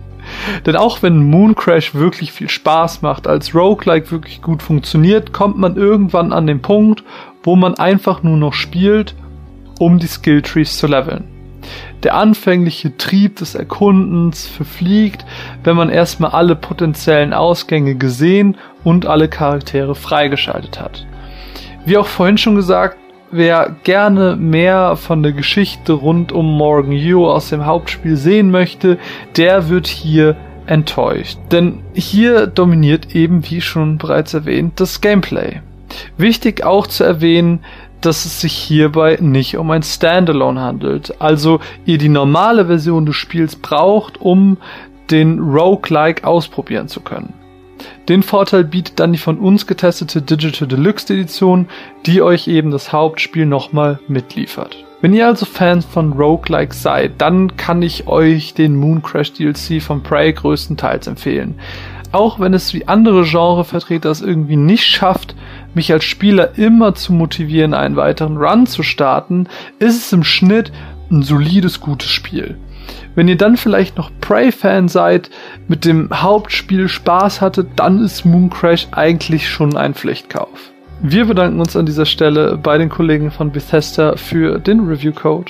Speaker 1: Denn auch wenn Mooncrash wirklich viel Spaß macht, als Roguelike wirklich gut funktioniert, kommt man irgendwann an den Punkt, wo man einfach nur noch spielt, um die Skilltrees zu leveln. Der anfängliche Trieb des Erkundens verfliegt, wenn man erstmal alle potenziellen Ausgänge gesehen und alle Charaktere freigeschaltet hat. Wie auch vorhin schon gesagt, wer gerne mehr von der Geschichte rund um Morgan Yu aus dem Hauptspiel sehen möchte, der wird hier enttäuscht. Denn hier dominiert eben, wie schon bereits erwähnt, das Gameplay. Wichtig auch zu erwähnen, dass es sich hierbei nicht um ein Standalone handelt. Also ihr die normale Version des Spiels braucht, um den Roguelike ausprobieren zu können. Den Vorteil bietet dann die von uns getestete Digital Deluxe Edition, die euch eben das Hauptspiel nochmal mitliefert. Wenn ihr also Fans von Roguelike seid, dann kann ich euch den Mooncrash D L C von Prey größtenteils empfehlen. Auch wenn es wie andere Genrevertreter es irgendwie nicht schafft, mich als Spieler immer zu motivieren, einen weiteren Run zu starten, ist es im Schnitt ein solides, gutes Spiel. Wenn ihr dann vielleicht noch Prey-Fan seid, mit dem Hauptspiel Spaß hattet, dann ist Mooncrash eigentlich schon ein Pflichtkauf. Wir bedanken uns an dieser Stelle bei den Kollegen von Bethesda für den Review-Code.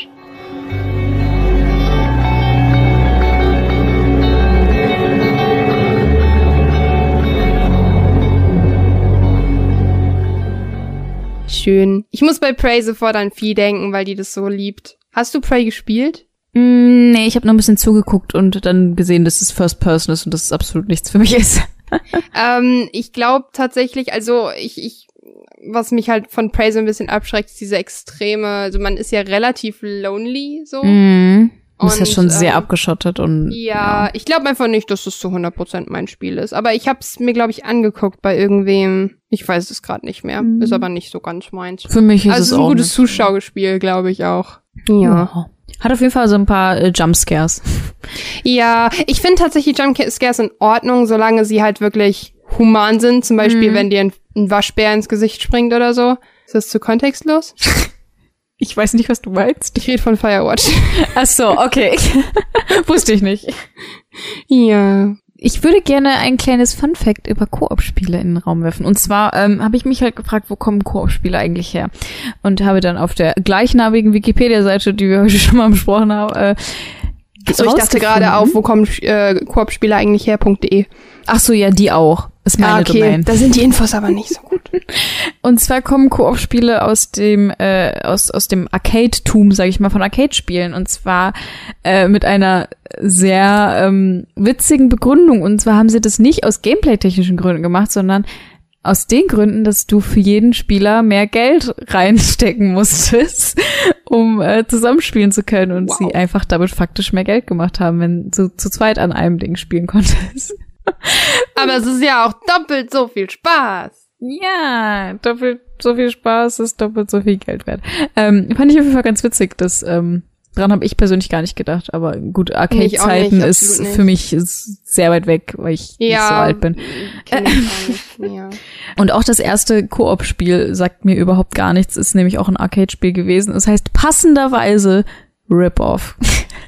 Speaker 2: Schön. Ich muss bei Prey sofort an Vieh denken, weil die das so liebt. Hast du Prey gespielt?
Speaker 3: Mm, nee, ich habe nur ein bisschen zugeguckt und dann gesehen, dass es First Person ist und dass es absolut nichts für mich ist.
Speaker 2: ähm, ich glaube tatsächlich, also ich, ich, was mich halt von Prey so ein bisschen abschreckt, ist diese extreme, also man ist ja relativ lonely, so.
Speaker 3: Mm. Du bist ja
Speaker 2: Und,
Speaker 3: schon sehr
Speaker 2: ähm,
Speaker 3: abgeschottet und
Speaker 2: Ja,
Speaker 3: ja.
Speaker 2: ich glaube einfach nicht, dass das zu hundert Prozent mein Spiel ist. Aber ich habe es mir, glaube ich, angeguckt bei irgendwem. Ich weiß es gerade nicht mehr.
Speaker 3: Mhm.
Speaker 2: Ist aber nicht so ganz meins.
Speaker 3: Für mich ist
Speaker 2: also
Speaker 3: es
Speaker 2: es ist ein
Speaker 3: auch
Speaker 2: gutes
Speaker 3: nicht.
Speaker 2: Zuschauerspiel, glaube ich auch. Ja.
Speaker 3: Hat auf jeden Fall so ein paar äh, Jumpscares.
Speaker 2: Ja, ich finde tatsächlich Jumpscares in Ordnung, solange sie halt wirklich human sind. Zum Beispiel,
Speaker 3: Mhm.
Speaker 2: wenn dir ein, ein Waschbär ins Gesicht springt oder so. Ist das zu kontextlos?
Speaker 3: Ich weiß nicht, was du meinst.
Speaker 2: Ich rede von Firewatch.
Speaker 3: Ach so, okay. Wusste ich nicht.
Speaker 2: Ja.
Speaker 3: Ich würde gerne ein kleines Fun-Fact über Koop-Spiele in den Raum werfen. Und zwar ähm, habe ich mich halt gefragt, wo kommen Koop-Spiele eigentlich her? Und habe dann auf der gleichnamigen Wikipedia-Seite, die wir heute schon mal besprochen haben, äh,
Speaker 2: So, ich dachte gerade auf, wo kommen äh, Koop-Spiele eigentlich her.de.
Speaker 3: Ach so, ja, die auch. Ist meine
Speaker 2: Ah, okay,
Speaker 3: Domain.
Speaker 2: da sind die Infos aber nicht so gut.
Speaker 3: Und zwar kommen Koop-Spiele aus dem äh, aus aus dem Arcade-Tum, sage ich mal, von Arcade-Spielen. Und zwar äh, mit einer sehr ähm, witzigen Begründung. Und zwar haben sie das nicht aus gameplay-technischen Gründen gemacht, sondern aus den Gründen, dass du für jeden Spieler mehr Geld reinstecken musstest, um äh, zusammenspielen zu können. Und
Speaker 2: Wow.
Speaker 3: sie einfach damit faktisch mehr Geld gemacht haben, wenn du zu zweit an einem Ding spielen konntest.
Speaker 2: Aber es ist ja auch doppelt so viel Spaß.
Speaker 3: Ja, doppelt so viel Spaß ist doppelt so viel Geld wert. Ähm, fand ich auf jeden Fall ganz witzig. Das, ähm, daran habe ich persönlich gar nicht gedacht. Aber gut, Arcade-Zeiten
Speaker 2: nicht,
Speaker 3: ist
Speaker 2: absolut
Speaker 3: für mich ist sehr weit weg, weil ich
Speaker 2: Ja,
Speaker 3: nicht so alt bin.
Speaker 2: kenn ich auch nicht. Ja.
Speaker 3: Und auch das erste Koop-Spiel sagt mir überhaupt gar nichts. Ist nämlich auch ein Arcade-Spiel gewesen. Es heißt passenderweise Rip-Off.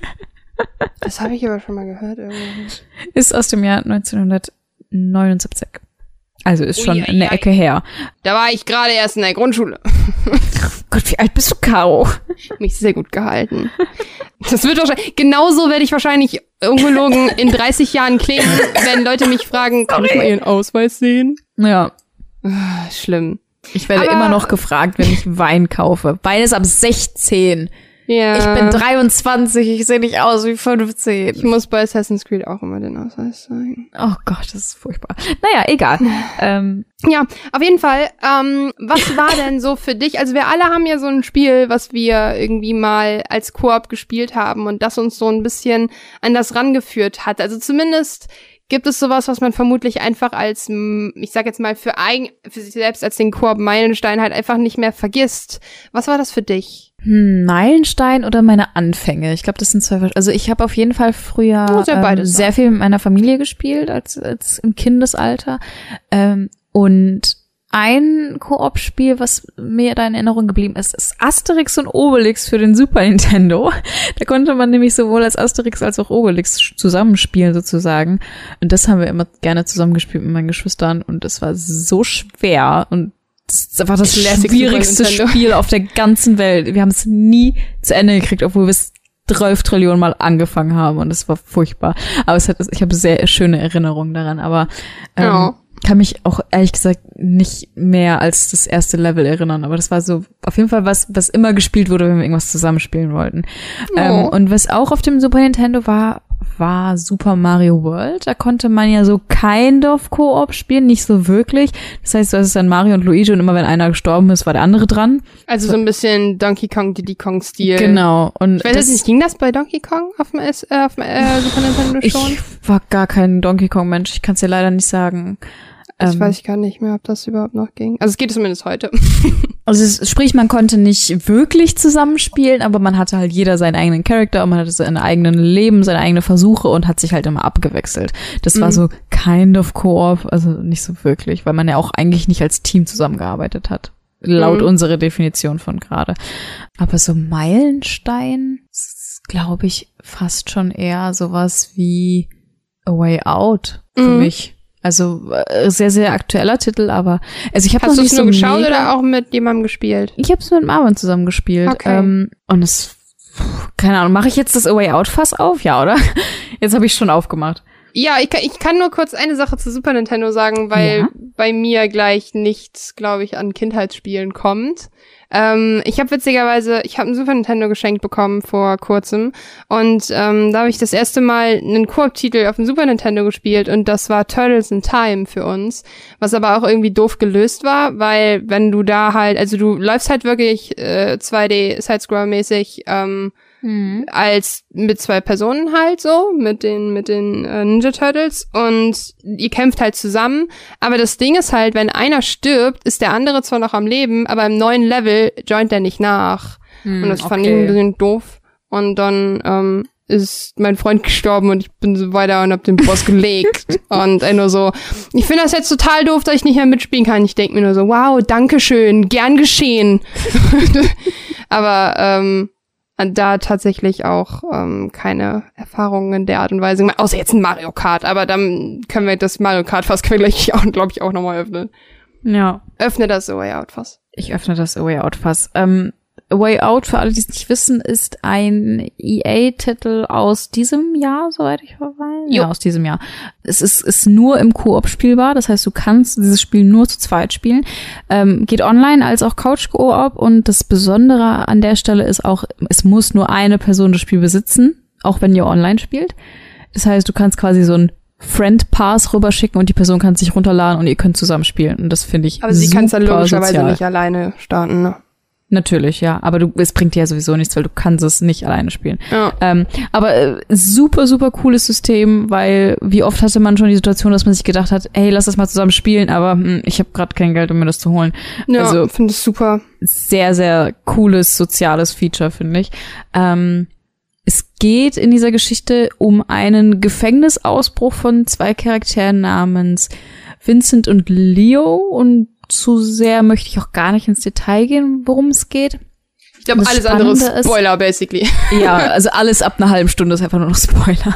Speaker 2: Das habe ich aber schon mal gehört irgendwie.
Speaker 3: Ist aus dem Jahr neunzehnhundertneunundsiebzig. Also ist schon
Speaker 2: Ui, ui,
Speaker 3: eine
Speaker 2: ui.
Speaker 3: Ecke her.
Speaker 2: Da war ich gerade erst in der Grundschule.
Speaker 3: Gott, wie alt bist du, Caro?
Speaker 2: Mich sehr gut gehalten. Das wird wahrscheinlich, genauso werde ich wahrscheinlich ungelogen in dreißig Jahren klingen, wenn Leute mich fragen, kann ich mal ihren Ausweis sehen?
Speaker 3: Ja.
Speaker 2: Ah, schlimm.
Speaker 3: Ich werde
Speaker 2: Aber-
Speaker 3: immer noch gefragt, wenn ich Wein kaufe. Wein ist ab sechzehn.
Speaker 2: Ja.
Speaker 3: Ich bin dreiundzwanzig, ich sehe nicht aus wie
Speaker 2: Ich
Speaker 3: fünfzehn.
Speaker 2: muss bei Assassin's Creed auch immer den Ausweis zeigen.
Speaker 3: Oh Gott, das ist furchtbar. Naja, egal. ähm,
Speaker 2: Ja, auf jeden Fall. Ähm, was war denn so für dich? Also wir alle haben ja so ein Spiel, was wir irgendwie mal als Koop gespielt haben und das uns so ein bisschen an das rangeführt hat. Also zumindest gibt es sowas, was man vermutlich einfach als, m, ich sag jetzt mal, für, eigen, für sich selbst als den Koop-Meilenstein halt einfach nicht mehr vergisst. Was war das für dich?
Speaker 3: hm, Meilenstein oder meine Anfänge? Ich glaube, das sind zwei. Versch- Also ich habe auf jeden Fall früher
Speaker 2: Muss ja
Speaker 3: ähm,
Speaker 2: beides
Speaker 3: sehr
Speaker 2: sein.
Speaker 3: viel mit meiner Familie gespielt, als, als im Kindesalter. Ähm, und ein Koop-Spiel, was mir da in Erinnerung geblieben ist, ist Asterix und Obelix für den Super Nintendo. Da konnte man nämlich sowohl als Asterix als auch Obelix sch- zusammenspielen sozusagen. Und das haben wir immer gerne zusammengespielt mit meinen Geschwistern. Und es war so schwer und das war das
Speaker 2: Classic
Speaker 3: schwierigste
Speaker 2: Super Nintendo.
Speaker 3: Spiel auf der ganzen Welt. Wir haben es nie zu Ende gekriegt, obwohl wir es zwölf Trillionen Mal angefangen haben und es war furchtbar. Aber es hat, ich habe sehr schöne Erinnerungen daran, aber ähm,
Speaker 2: Ja.
Speaker 3: kann mich auch ehrlich gesagt nicht mehr als das erste Level erinnern. Aber das war so auf jeden Fall was, was immer gespielt wurde, wenn wir irgendwas zusammenspielen wollten.
Speaker 2: Oh.
Speaker 3: Ähm, und was auch auf dem Super Nintendo war, war Super Mario World. Da konnte man ja so kind of Koop spielen, nicht so wirklich. Das heißt, du hast dann Mario und Luigi und immer wenn einer gestorben ist, war der andere dran.
Speaker 2: Also so ein bisschen Donkey Kong, Diddy Kong-Stil.
Speaker 3: Genau. Und
Speaker 2: ich weiß jetzt nicht, ging das bei Donkey Kong auf dem, S- äh, auf dem äh, Super Nintendo schon?
Speaker 3: Ich war gar kein Donkey Kong-Mensch. Ich kann es dir leider nicht sagen.
Speaker 2: Ich
Speaker 3: ähm,
Speaker 2: weiß gar nicht mehr, ob das überhaupt noch ging. Also es geht zumindest heute.
Speaker 3: Also es, sprich, man konnte nicht wirklich zusammenspielen, aber man hatte halt jeder seinen eigenen Charakter und man hatte seine eigenen Leben, seine eigenen Versuche und hat sich halt immer abgewechselt. Das mhm. war so kind of Koop, also nicht so wirklich, weil man ja auch eigentlich nicht als Team zusammengearbeitet hat. Laut mhm. unserer Definition von gerade. Aber so Meilenstein ist, glaube ich, fast schon eher sowas wie A Way Out für mhm. mich. Also äh, sehr, sehr aktueller Titel, aber also ich habe noch nicht so
Speaker 2: nur geschaut mega, oder auch mit jemandem gespielt?
Speaker 3: Ich habe es mit Marvin zusammen gespielt.
Speaker 2: Okay.
Speaker 3: Ähm, und es, pff, keine Ahnung, mache ich jetzt das A Way Out Fass auf? Ja, oder? Jetzt habe ich schon aufgemacht.
Speaker 2: Ja, ich kann, ich kann nur kurz eine Sache zu Super Nintendo sagen, weil ja. bei mir gleich nichts, glaube ich, an Kindheitsspielen kommt. Ähm, ich habe witzigerweise, ich habe ein Super Nintendo geschenkt bekommen vor kurzem und ähm, da habe ich das erste Mal einen Koop-Titel auf dem Super Nintendo gespielt und das war Turtles in Time für uns, was aber auch irgendwie doof gelöst war, weil wenn du da halt, also du läufst halt wirklich äh, zwei D Sidescroll-mäßig ähm, Mhm. als mit zwei Personen halt so, mit den mit den äh, Ninja Turtles und ihr kämpft halt zusammen, aber das Ding ist halt, wenn einer stirbt, ist der andere zwar noch am Leben, aber im neuen Level joint der nicht nach mhm, und das fand okay. ich ein bisschen doof und dann ähm, ist mein Freund gestorben und ich bin so weiter und hab den Boss gelegt und äh, nur so, ich finde das jetzt total doof, dass ich nicht mehr mitspielen kann. Ich denk mir nur so, wow, dankeschön, gern geschehen. aber ähm da tatsächlich auch ähm, keine Erfahrungen in der Art und Weise gemacht, außer jetzt ein Mario Kart, aber dann können wir das Mario Kart Fass können wir gleich auch, glaube ich, auch nochmal öffnen.
Speaker 3: Ja.
Speaker 2: Öffne das A Way Out Fass.
Speaker 3: Ich öffne das A Way Out Fass. Ähm, A Way Out, für alle, die es nicht wissen, ist ein E A-Titel aus diesem Jahr, soweit ich weiß.
Speaker 2: Jo.
Speaker 3: Ja, aus diesem Jahr. Es ist, ist nur im Koop spielbar, das heißt, du kannst dieses Spiel nur zu zweit spielen. Ähm, geht online als auch Couch-Koop und das Besondere an der Stelle ist auch, es muss nur eine Person das Spiel besitzen, auch wenn ihr online spielt. Das heißt, du kannst quasi so ein Friend-Pass rüberschicken und die Person kann sich runterladen und ihr könnt zusammen spielen. Und das finde ich
Speaker 2: Aber sie kann es dann logischerweise
Speaker 3: sozial.
Speaker 2: nicht alleine starten, ne?
Speaker 3: Natürlich, ja. Aber du, es bringt dir ja sowieso nichts, weil du kannst es nicht alleine spielen.
Speaker 2: Ja.
Speaker 3: Ähm, aber äh, super, super cooles System, weil wie oft hatte man schon die Situation, dass man sich gedacht hat, hey, lass das mal zusammen spielen, aber hm, ich habe gerade kein Geld, um mir das zu holen.
Speaker 2: Ja,
Speaker 3: also
Speaker 2: finde ich super.
Speaker 3: Sehr, sehr cooles soziales Feature, finde ich. Ähm, es geht in dieser Geschichte um einen Gefängnisausbruch von zwei Charakteren namens Vincent und Leo und zu sehr möchte ich auch gar nicht ins Detail gehen, worum es geht.
Speaker 2: Ich glaube, alles andere ist Spoiler, basically.
Speaker 3: Ja, also alles ab einer halben Stunde ist einfach nur noch Spoiler.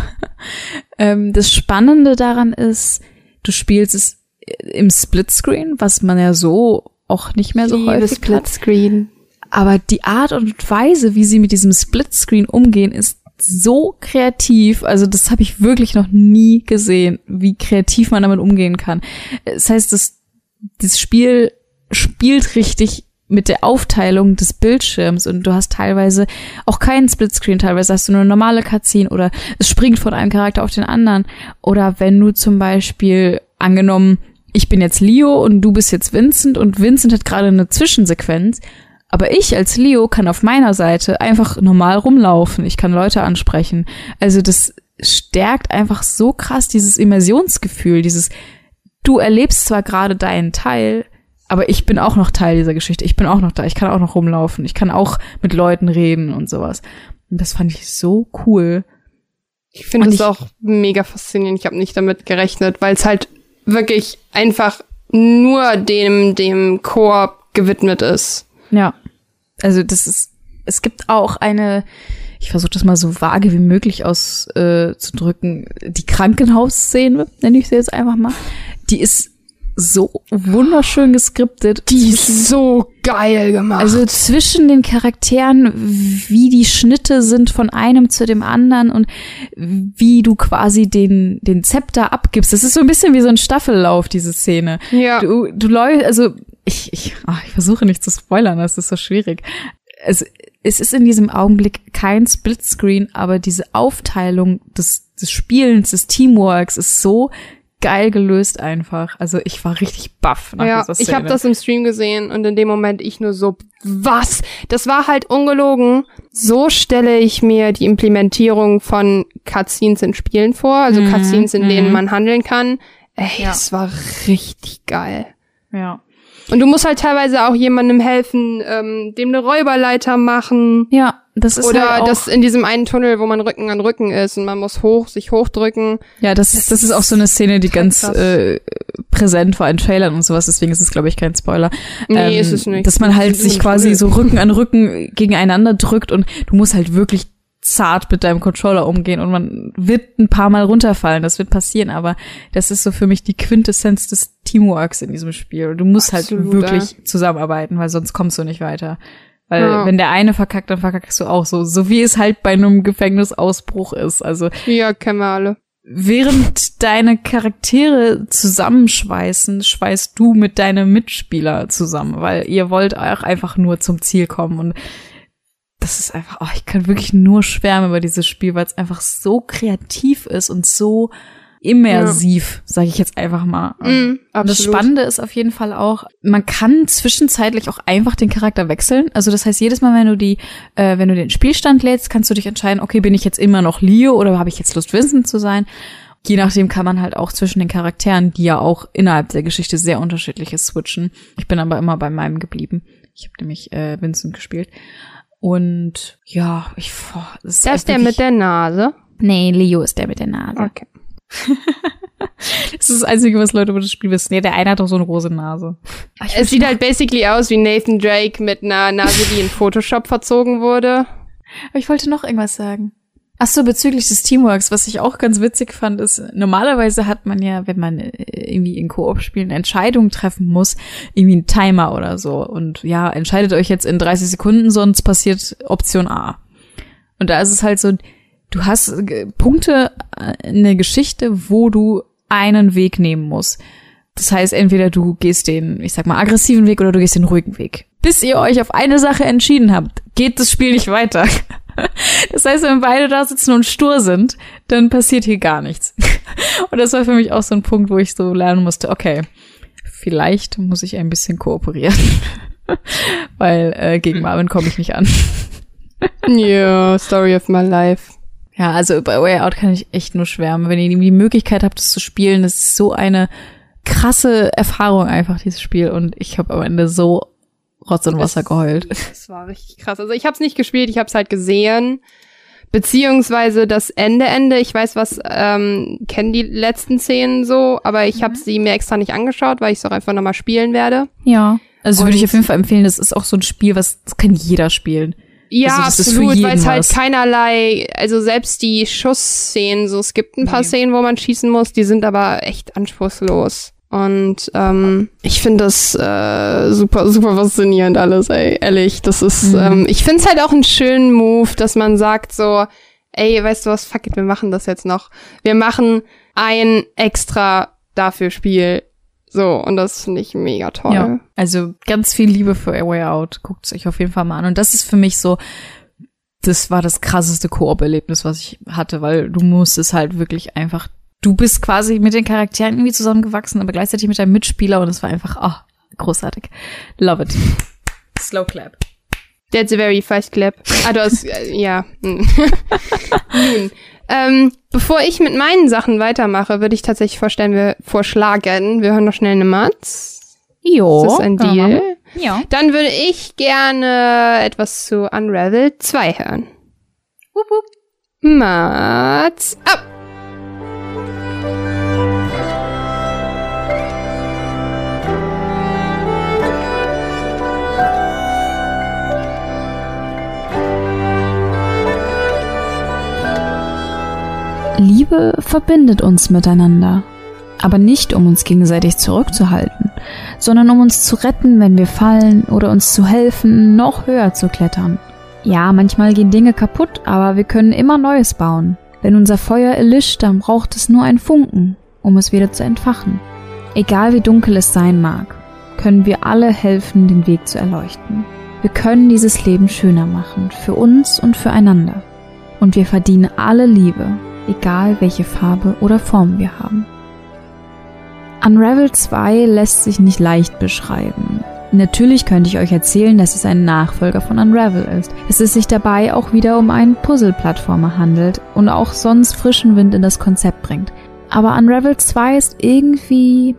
Speaker 3: ähm, das Spannende daran ist, du spielst es im Splitscreen, was man ja so auch nicht mehr so
Speaker 2: Liebe
Speaker 3: häufig
Speaker 2: Splitscreen.
Speaker 3: hat. Aber die Art und Weise, wie sie mit diesem Splitscreen umgehen, ist so kreativ. Also das habe ich wirklich noch nie gesehen, wie kreativ man damit umgehen kann. Das heißt, das Das Spiel spielt richtig mit der Aufteilung des Bildschirms und du hast teilweise auch keinen Splitscreen, teilweise hast du nur eine normale Cutscene oder es springt von einem Charakter auf den anderen. Oder wenn du zum Beispiel, angenommen, ich bin jetzt Leo und du bist jetzt Vincent und Vincent hat gerade eine Zwischensequenz, aber ich als Leo kann auf meiner Seite einfach normal rumlaufen, ich kann Leute ansprechen. Also das stärkt einfach so krass dieses Immersionsgefühl, dieses du erlebst zwar gerade deinen Teil, aber ich bin auch noch Teil dieser Geschichte. Ich bin auch noch da. Ich kann auch noch rumlaufen. Ich kann auch mit Leuten reden und sowas. Und das fand ich so cool.
Speaker 2: Ich finde es auch mega faszinierend. Ich habe nicht damit gerechnet, weil es halt wirklich einfach nur dem, dem Koop gewidmet ist.
Speaker 3: Ja. Also das ist, es gibt auch eine, ich versuche das mal so vage wie möglich auszudrücken, äh, die Krankenhausszene, nenne ich sie jetzt einfach mal. Die ist so wunderschön geskriptet.
Speaker 2: Die ist so geil gemacht.
Speaker 3: Also zwischen den Charakteren, wie die Schnitte sind von einem zu dem anderen und wie du quasi den den Zepter abgibst. Das ist so ein bisschen wie so ein Staffellauf, diese Szene.
Speaker 2: Ja.
Speaker 3: Du, du läufst, also ich, ich, ach, ich versuche nicht zu spoilern, das ist so schwierig. Also es ist in diesem Augenblick kein Splitscreen, aber diese Aufteilung des, des Spielens, des Teamworks ist so geil gelöst einfach. Also ich war richtig baff nach
Speaker 2: ja,
Speaker 3: dieser Szene.
Speaker 2: Ich habe das im Stream gesehen und in dem Moment ich nur so, was? Das war halt ungelogen. So stelle ich mir die Implementierung von Cutscenes in Spielen vor, also
Speaker 3: mhm,
Speaker 2: Cutscenes, in denen
Speaker 3: mhm.
Speaker 2: man handeln kann. Ey,
Speaker 3: Ja.
Speaker 2: das war richtig geil.
Speaker 3: Ja.
Speaker 2: Und du musst halt teilweise auch jemandem helfen, ähm, dem eine Räuberleiter machen.
Speaker 3: Ja, das ist
Speaker 2: Oder
Speaker 3: halt auch,
Speaker 2: das in diesem einen Tunnel, wo man Rücken an Rücken ist und man muss hoch, sich hochdrücken.
Speaker 3: ja, das,
Speaker 2: das
Speaker 3: das ist auch so eine Szene, die
Speaker 2: total
Speaker 3: ganz
Speaker 2: krass.
Speaker 3: äh, präsent war in Trailern und sowas, deswegen ist es, glaube ich, kein Spoiler.
Speaker 2: Nee, ist es nicht.
Speaker 3: Dass man halt
Speaker 2: Das ist
Speaker 3: sich
Speaker 2: ein
Speaker 3: quasi
Speaker 2: Tunnel.
Speaker 3: so Rücken an Rücken gegeneinander drückt und du musst halt wirklich zart mit deinem Controller umgehen und man wird ein paar Mal runterfallen, das wird passieren, aber das ist so für mich die Quintessenz des Teamworks in diesem Spiel. Und du musst
Speaker 2: Absolut,
Speaker 3: halt wirklich zusammenarbeiten, weil sonst kommst du nicht weiter. Weil
Speaker 2: Ja.
Speaker 3: wenn der eine verkackt, dann verkackst du auch so. So wie es halt bei einem Gefängnisausbruch ist. Also
Speaker 2: Ja, kennen wir alle.
Speaker 3: während deine Charaktere zusammenschweißen, schweißt du mit deinem Mitspieler zusammen, weil ihr wollt auch einfach nur zum Ziel kommen. Und das ist einfach, oh, ich kann wirklich nur schwärmen über dieses Spiel, weil es einfach so kreativ ist und so immersiv, sage ich jetzt einfach mal.
Speaker 2: Mhm,
Speaker 3: Und das
Speaker 2: absolut.
Speaker 3: Spannende ist auf jeden Fall auch, man kann zwischenzeitlich auch einfach den Charakter wechseln. Also das heißt, jedes Mal, wenn du die, äh, wenn du den Spielstand lädst, kannst du dich entscheiden, okay, bin ich jetzt immer noch Leo oder habe ich jetzt Lust, Vincent zu sein? Je nachdem kann man halt auch zwischen den Charakteren, die ja auch innerhalb der Geschichte sehr unterschiedlich ist, switchen. Ich bin aber immer bei meinem geblieben. Ich habe nämlich äh, Vincent gespielt. Und ja, ich boah, das ist
Speaker 2: Das ist der mit der Nase.
Speaker 3: Nee, Leo ist der mit der Nase.
Speaker 2: Okay.
Speaker 3: Das ist das Einzige, was Leute über das Spiel wissen. Nee, der eine hat doch so eine große Nase.
Speaker 2: Es sieht halt basically aus wie Nathan Drake mit einer Nase, die in Photoshop verzogen wurde.
Speaker 3: Aber ich wollte noch irgendwas sagen. Ach so, bezüglich des Teamworks, was ich auch ganz witzig fand, ist, normalerweise hat man ja, wenn man irgendwie in Koop-Spielen Entscheidungen treffen muss, irgendwie einen Timer oder so. Und ja, entscheidet euch jetzt in dreißig Sekunden, sonst passiert Option A. Und da ist es halt so, du hast äh, Punkte in der Geschichte, wo du einen Weg nehmen musst. Das heißt, entweder du gehst den, ich sag mal, aggressiven Weg oder du gehst den ruhigen Weg. Bis ihr euch auf eine Sache entschieden habt, geht das Spiel nicht weiter. Das heißt, wenn beide da sitzen und stur sind, dann passiert hier gar nichts. Und das war für mich auch so ein Punkt, wo ich so lernen musste, okay, vielleicht muss ich ein bisschen kooperieren. Weil äh, gegen Marvin komme ich nicht an.
Speaker 2: Yeah, Story of my life.
Speaker 3: Ja, also bei Way Out kann ich echt nur schwärmen. Wenn ihr die Möglichkeit habt, das zu spielen, das ist so eine krasse Erfahrung einfach, dieses Spiel. Und ich habe am Ende so Rotz und Wasser geheult.
Speaker 2: Das war richtig krass. Also ich habe es nicht gespielt, ich habe es halt gesehen. Beziehungsweise das Ende, Ende. Ich weiß, was, ähm, kennen die letzten Szenen so, aber ich habe sie mir extra nicht angeschaut, weil ich es auch einfach nochmal spielen werde.
Speaker 3: Ja. Also
Speaker 2: Und-
Speaker 3: würde ich auf jeden Fall empfehlen, das ist auch so ein Spiel, was das kann jeder spielen.
Speaker 2: Ja,
Speaker 3: Also das ist für
Speaker 2: absolut,
Speaker 3: jeden
Speaker 2: weil es halt
Speaker 3: was.
Speaker 2: keinerlei, also selbst die Schussszenen, so es gibt ein paar
Speaker 3: Nee.
Speaker 2: Szenen, wo man schießen muss, die sind aber echt anspruchslos. Und ähm, ich finde das äh, super, super faszinierend alles, ey, ehrlich. Das ist,
Speaker 3: Mhm.
Speaker 2: ähm, ich finde es halt auch einen schönen Move, dass man sagt so, ey, weißt du was, fuck it, wir machen das jetzt noch. Wir machen ein extra dafür Spiel. So, und das finde ich mega toll.
Speaker 3: Ja. Also ganz viel Liebe für A Way Out. Guckt es euch auf jeden Fall mal an. Und das ist für mich so, das war das krasseste Koop-Erlebnis, was ich hatte, weil du musstest halt wirklich einfach, du bist quasi mit den Charakteren irgendwie zusammengewachsen, aber gleichzeitig mit deinem Mitspieler und es war einfach, ah, großartig. Love it. Slow clap.
Speaker 2: That's a very fast clap. Ah, du hast, äh, ja. Nun. Ähm, bevor ich mit meinen Sachen weitermache, würde ich tatsächlich vorstellen, wir vorschlagen, wir hören noch schnell eine Matz.
Speaker 3: Jo.
Speaker 2: Ist das ein
Speaker 3: können wir
Speaker 2: Deal?
Speaker 3: machen. Ja.
Speaker 2: Dann würde ich gerne etwas zu Unravel zwei hören.
Speaker 3: Wup, wup.
Speaker 2: Matz ab!
Speaker 4: Liebe verbindet uns miteinander, aber nicht um uns gegenseitig zurückzuhalten, sondern um uns zu retten, wenn wir fallen oder uns zu helfen, noch höher zu klettern. Ja, manchmal gehen Dinge kaputt, aber wir können immer Neues bauen. Wenn unser Feuer erlischt, dann braucht es nur einen Funken, um es wieder zu entfachen. Egal wie dunkel es sein mag, können wir alle helfen, den Weg zu erleuchten. Wir können dieses Leben schöner machen, für uns und füreinander. Und wir verdienen alle Liebe, egal welche Farbe oder Form wir haben. Unravel zwei lässt sich nicht leicht beschreiben. Natürlich könnte ich euch erzählen, dass es ein Nachfolger von Unravel ist, dass es sich dabei auch wieder um einen Puzzle-Plattformer handelt und auch sonst frischen Wind in das Konzept bringt. Aber Unravel zwei ist irgendwie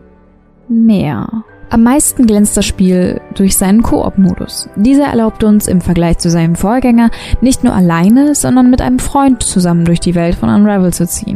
Speaker 4: mehr. Am meisten glänzt das Spiel durch seinen Koop-Modus. Dieser erlaubt uns im Vergleich zu seinem Vorgänger nicht nur alleine, sondern mit einem Freund zusammen durch die Welt von Unravel zu ziehen.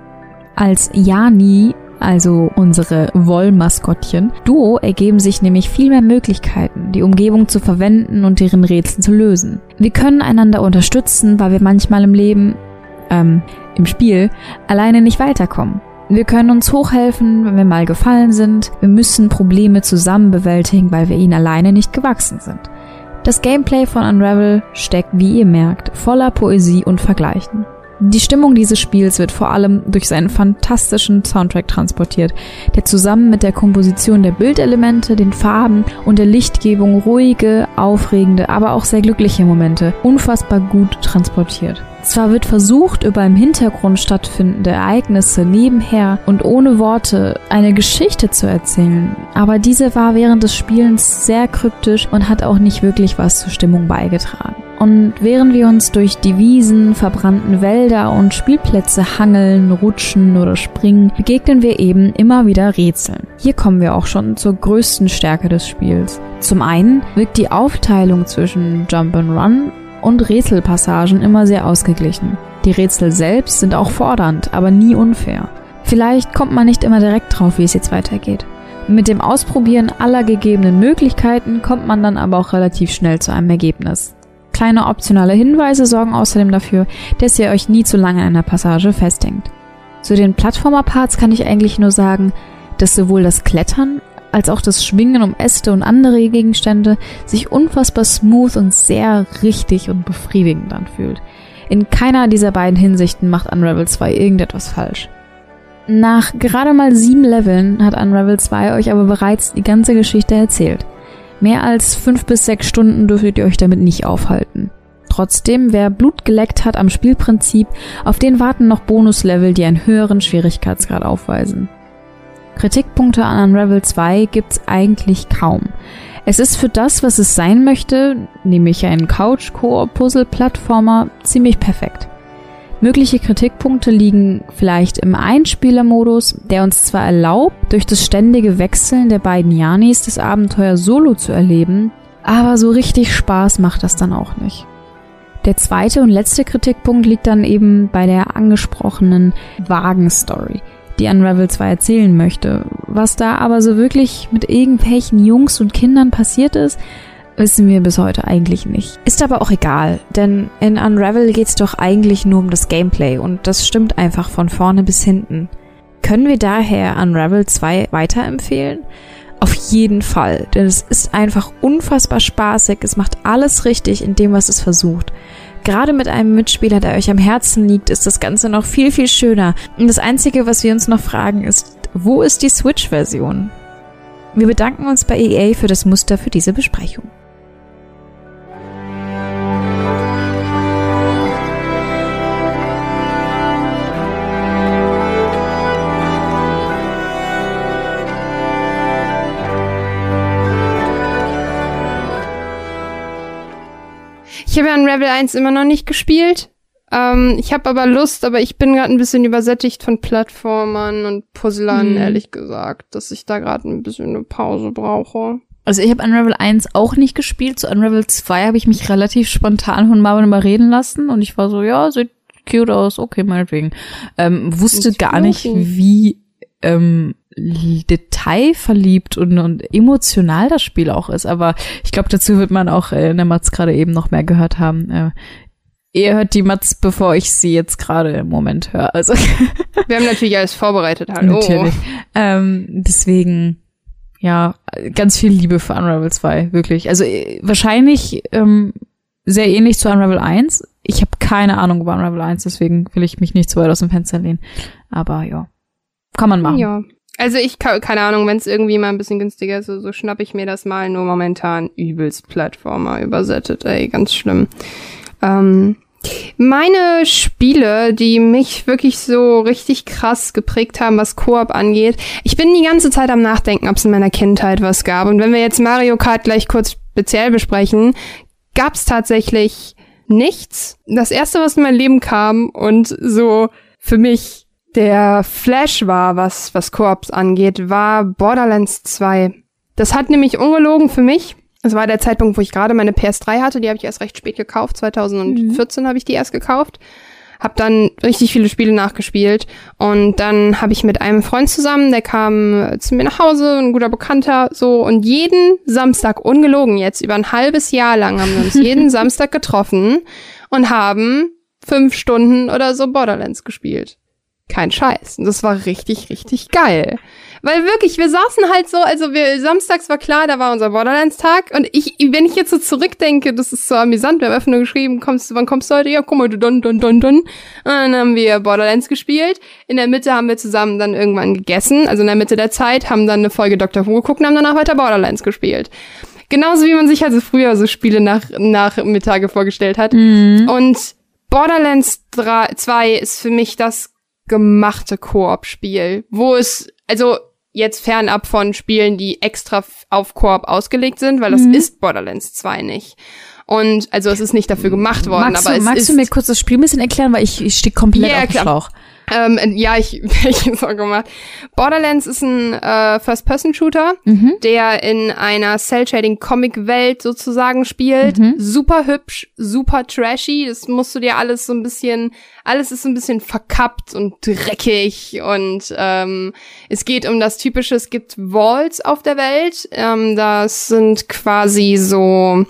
Speaker 4: Als Jani, also unsere Wollmaskottchen, Duo ergeben sich nämlich viel mehr Möglichkeiten, die Umgebung zu verwenden und deren Rätsel zu lösen. Wir können einander unterstützen, weil wir manchmal im Leben, ähm, im Spiel, alleine nicht weiterkommen. Wir können uns hochhelfen, wenn wir mal gefallen sind. Wir müssen Probleme zusammen bewältigen, weil wir ihnen alleine nicht gewachsen sind. Das Gameplay von Unravel steckt, wie ihr merkt, voller Poesie und Vergleichen. Die Stimmung dieses Spiels wird vor allem durch seinen fantastischen Soundtrack transportiert, der zusammen mit der Komposition der Bildelemente, den Farben und der Lichtgebung ruhige, aufregende, aber auch sehr glückliche Momente unfassbar gut transportiert. Zwar wird versucht, über im Hintergrund stattfindende Ereignisse nebenher und ohne Worte eine Geschichte zu erzählen, aber diese war während des Spielens sehr kryptisch und hat auch nicht wirklich was zur Stimmung beigetragen. Und während wir uns durch die Wiesen, verbrannten Wälder und Spielplätze hangeln, rutschen oder springen, begegnen wir eben immer wieder Rätseln. Hier kommen wir auch schon zur größten Stärke des Spiels. Zum einen wirkt die Aufteilung zwischen Jump'n'Run und Rätselpassagen immer sehr ausgeglichen. Die Rätsel selbst sind auch fordernd, aber nie unfair. Vielleicht kommt man nicht immer direkt drauf, wie es jetzt weitergeht. Mit dem Ausprobieren aller gegebenen Möglichkeiten kommt man dann aber auch relativ schnell zu einem Ergebnis. Kleine optionale Hinweise sorgen außerdem dafür, dass ihr euch nie zu lange in einer Passage festhängt. Zu den Plattformer-Parts kann ich eigentlich nur sagen, dass sowohl das Klettern als auch das Schwingen um Äste und andere Gegenstände sich unfassbar smooth und sehr richtig und befriedigend anfühlt. In keiner dieser beiden Hinsichten macht Unravel zwei irgendetwas falsch. Nach gerade mal sieben Leveln hat Unravel zwei euch aber bereits die ganze Geschichte erzählt. Mehr als fünf bis sechs Stunden dürftet ihr euch damit nicht aufhalten. Trotzdem, wer Blut geleckt hat am Spielprinzip, auf den warten noch Bonuslevel, die einen höheren Schwierigkeitsgrad aufweisen. Kritikpunkte an Unravel zwei gibt's eigentlich kaum. Es ist für das, was es sein möchte, nämlich ein Couch-Koop-Puzzle-Plattformer, ziemlich perfekt. Mögliche Kritikpunkte liegen vielleicht im Einspielermodus, der uns zwar erlaubt, durch das ständige Wechseln der beiden Janis das Abenteuer solo zu erleben, aber so richtig Spaß macht das dann auch nicht. Der zweite und letzte Kritikpunkt liegt dann eben bei der angesprochenen vagen Story, die Unravel zwei erzählen möchte. Was da aber so wirklich mit irgendwelchen Jungs und Kindern passiert ist, wissen wir bis heute eigentlich nicht. Ist aber auch egal, denn in Unravel geht's doch eigentlich nur um das Gameplay und das stimmt einfach von vorne bis hinten. Können wir daher Unravel zwei weiterempfehlen? Auf jeden Fall, denn es ist einfach unfassbar spaßig, es macht alles richtig in dem, was es versucht. Gerade mit einem Mitspieler, der euch am Herzen liegt, ist das Ganze noch viel, viel schöner. Und das Einzige, was wir uns noch fragen, ist, wo ist die Switch-Version? Wir bedanken uns bei E A für das Muster für diese Besprechung.
Speaker 2: Ich habe ja Unravel eins immer noch nicht gespielt. Ähm, ich habe aber Lust, aber ich bin gerade ein bisschen übersättigt von Plattformern und Puzzlern, hm. ehrlich gesagt, dass ich da gerade ein bisschen eine Pause brauche.
Speaker 3: Also ich habe Unravel eins auch nicht gespielt. Zu Unravel zwei habe ich mich relativ spontan von Marvin überreden lassen und ich war so, ja, sieht cute aus, okay, meinetwegen. Ähm, wusste gar nicht, wie ähm, detailverliebt und, und emotional das Spiel auch ist. Aber ich glaube, dazu wird man auch äh, in der Matz gerade eben noch mehr gehört haben. Äh, ihr hört die Matz, bevor ich sie jetzt gerade im Moment höre. Also
Speaker 2: wir haben natürlich alles vorbereitet, hallo.
Speaker 3: Natürlich. Ähm, deswegen, ja, ganz viel Liebe für Unravel zwei, wirklich. Also äh, wahrscheinlich ähm, sehr ähnlich zu Unravel eins. Ich habe keine Ahnung über Unravel eins, deswegen will ich mich nicht zu weit aus dem Fenster lehnen. Aber ja, kann man machen.
Speaker 2: Ja. Also ich, keine Ahnung, wenn es irgendwie mal ein bisschen günstiger ist, so, so schnapp ich mir das mal, nur momentan übelst Plattformer übersettet, ey, ganz schlimm. Ähm, meine Spiele, die mich wirklich so richtig krass geprägt haben, was Koop angeht, ich bin die ganze Zeit am Nachdenken, ob es in meiner Kindheit was gab. Und wenn wir jetzt Mario Kart gleich kurz speziell besprechen, gab es tatsächlich nichts. Das erste, was in mein Leben kam und so für mich der Flash war, was was Koops angeht, war Borderlands zwei. Das hat nämlich ungelogen für mich, das war der Zeitpunkt, wo ich gerade meine P S drei hatte, die habe ich erst recht spät gekauft, zwanzig vierzehn mhm. habe ich die erst gekauft, habe dann richtig viele Spiele nachgespielt und dann habe ich mit einem Freund zusammen, der kam zu mir nach Hause, ein guter Bekannter, so, und jeden Samstag, ungelogen jetzt, über ein halbes Jahr lang haben wir uns jeden Samstag getroffen und haben fünf Stunden oder so Borderlands gespielt. Kein Scheiß. Und das war richtig, richtig geil. Weil wirklich, wir saßen halt so, also wir, samstags war klar, da war unser Borderlands-Tag. Und ich, wenn ich jetzt so zurückdenke, das ist so amüsant, wir haben einfach nur geschrieben, kommst du, wann kommst du heute? Ja, komm heute, don, don, don, don. Und dann haben wir Borderlands gespielt. In der Mitte haben wir zusammen dann irgendwann gegessen, also in der Mitte der Zeit, haben dann eine Folge Doctor Who geguckt und haben danach weiter Borderlands gespielt. Genauso wie man sich also früher so Spiele nach, nach Mittage vorgestellt hat. Mhm. Und Borderlands zwei ist für mich das gemachte Koop-Spiel, wo es, also jetzt fernab von Spielen, die extra auf Koop ausgelegt sind, weil das mhm. ist Borderlands zwei nicht. Und also es ist nicht dafür gemacht worden,
Speaker 3: magst
Speaker 2: aber
Speaker 3: du,
Speaker 2: es
Speaker 3: magst
Speaker 2: ist...
Speaker 3: Magst du mir kurz das Spiel ein bisschen erklären, weil ich, ich stehe komplett yeah, auf dem Schlauch.
Speaker 2: Ähm, ja, ich ich so gemacht. Borderlands ist ein äh, First-Person-Shooter, mhm. der in einer Cell-Shading-Comic-Welt sozusagen spielt. Mhm. Super hübsch, super trashy. Das musst du dir alles so ein bisschen, alles ist so ein bisschen verkappt und dreckig und ähm, es geht um das Typische, es gibt Vaults auf der Welt. Ähm, das sind quasi so,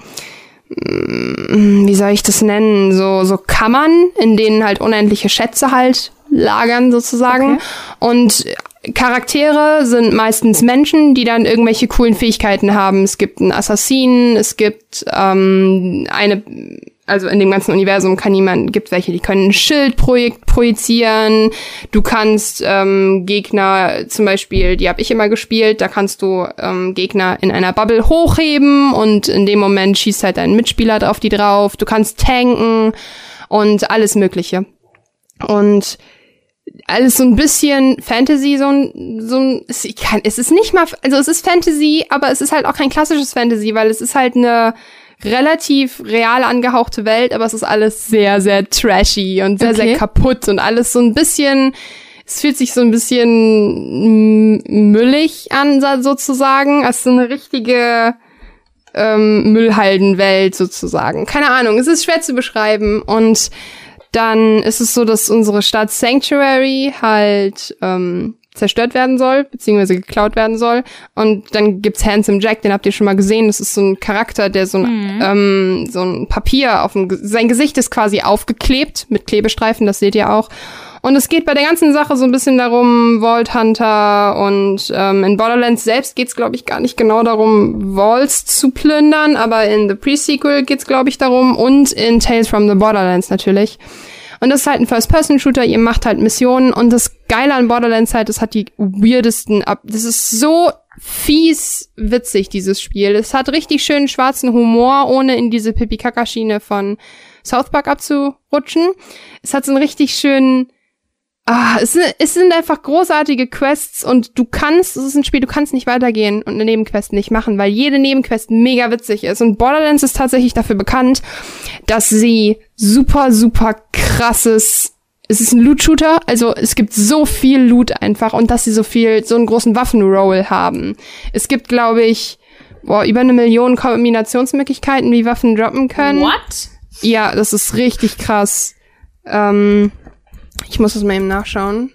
Speaker 2: wie soll ich das nennen, so so Kammern, in denen halt unendliche Schätze halt lagern sozusagen. Okay. Und Charaktere sind meistens Menschen, die dann irgendwelche coolen Fähigkeiten haben. Es gibt einen Assassinen, es gibt ähm, eine, also in dem ganzen Universum kann jemand, gibt welche, die können ein Schild projek- projizieren. Du kannst ähm, Gegner, zum Beispiel, die habe ich immer gespielt, da kannst du ähm, Gegner in einer Bubble hochheben und in dem Moment schießt halt dein Mitspieler auf die drauf. Du kannst tanken und alles Mögliche. Und alles so ein bisschen Fantasy, so ein, so ein, es, ich kann, es ist nicht mal, also es ist Fantasy, aber es ist halt auch kein klassisches Fantasy, weil es ist halt eine relativ real angehauchte Welt, aber es ist alles sehr, sehr trashy und sehr, okay. sehr kaputt und alles so ein bisschen, es fühlt sich so ein bisschen müllig an, sozusagen, als so eine richtige ähm, Müllhaldenwelt sozusagen. Keine Ahnung, es ist schwer zu beschreiben und dann ist es so, dass unsere Stadt Sanctuary halt ähm, zerstört werden soll, beziehungsweise geklaut werden soll. Und dann gibt's Handsome Jack, den habt ihr schon mal gesehen. Das ist so ein Charakter, der so ein, mhm. ähm, so ein Papier auf dem, sein Gesicht ist quasi aufgeklebt mit Klebestreifen, das seht ihr auch. Und es geht bei der ganzen Sache so ein bisschen darum, Vault Hunter und ähm, in Borderlands selbst geht's, glaube ich, gar nicht genau darum, Vaults zu plündern, aber in The Pre-Sequel geht's, glaube ich, darum und in Tales from the Borderlands natürlich. Und das ist halt ein First-Person-Shooter, ihr macht halt Missionen und das Geile an Borderlands halt, das hat die weirdesten, Ab- das ist so fies witzig, dieses Spiel. Es hat richtig schönen schwarzen Humor, ohne in diese Pipi-Kaka-Schiene von South Park abzurutschen. Es hat so einen richtig schönen Ah, es sind, es sind einfach großartige Quests und du kannst, es ist ein Spiel, du kannst nicht weitergehen und eine Nebenquest nicht machen, weil jede Nebenquest mega witzig ist. Und Borderlands ist tatsächlich dafür bekannt, dass sie super, super krasses, es ist ein Loot-Shooter, also es gibt so viel Loot einfach und dass sie so viel, so einen großen Waffen-Roll haben. Es gibt, glaube ich, boah, über eine Million Kombinationsmöglichkeiten, wie Waffen droppen können.
Speaker 3: What?
Speaker 2: Ja, das ist richtig krass. Ähm, Ich muss das mal eben nachschauen.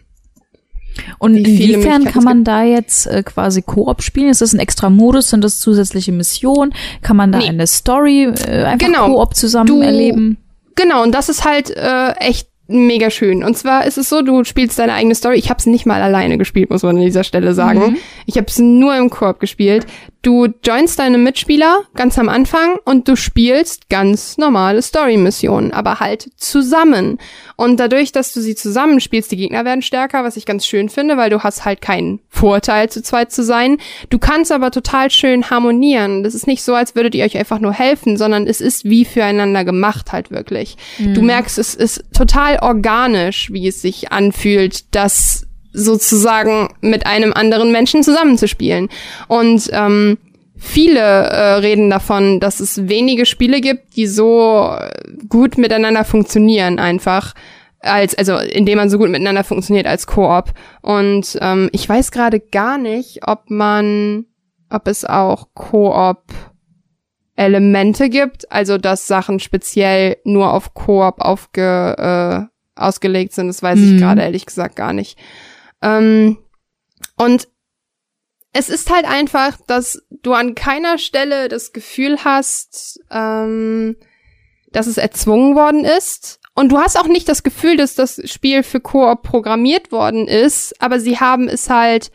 Speaker 3: Und inwiefern kann man da jetzt äh, quasi Koop spielen? Ist das ein extra Modus? Sind das zusätzliche Missionen? Kann man da nee. eine Story äh, einfach genau. Koop zusammen du, erleben?
Speaker 2: Genau, und das ist halt äh, echt mega schön. Und zwar ist es so, du spielst deine eigene Story. Ich habe es nicht mal alleine gespielt, muss man an dieser Stelle sagen. Mhm. Ich habe es nur im Koop gespielt. Du joinst deine Mitspieler ganz am Anfang und du spielst ganz normale Story-Missionen, aber halt zusammen. Und dadurch, dass du sie zusammen spielst, die Gegner werden stärker, was ich ganz schön finde, weil du hast halt keinen Vorteil, zu zweit zu sein. Du kannst aber total schön harmonieren. Das ist nicht so, als würdet ihr euch einfach nur helfen, sondern es ist wie füreinander gemacht halt wirklich. Mhm. Du merkst, es ist total organisch, wie es sich anfühlt, dass sozusagen mit einem anderen Menschen zusammenzuspielen. Und ähm, viele äh, reden davon, dass es wenige Spiele gibt, die so gut miteinander funktionieren einfach, als also indem man so gut miteinander funktioniert als Koop. Und ähm, ich weiß gerade gar nicht, ob man, ob es auch Koop-Elemente gibt, also dass Sachen speziell nur auf Koop aufge, äh, ausgelegt sind. Das weiß mhm. ich gerade ehrlich gesagt gar nicht. Ähm, und es ist halt einfach, dass du an keiner Stelle das Gefühl hast, ähm, dass es erzwungen worden ist. Und du hast auch nicht das Gefühl, dass das Spiel für Koop programmiert worden ist, aber sie haben es halt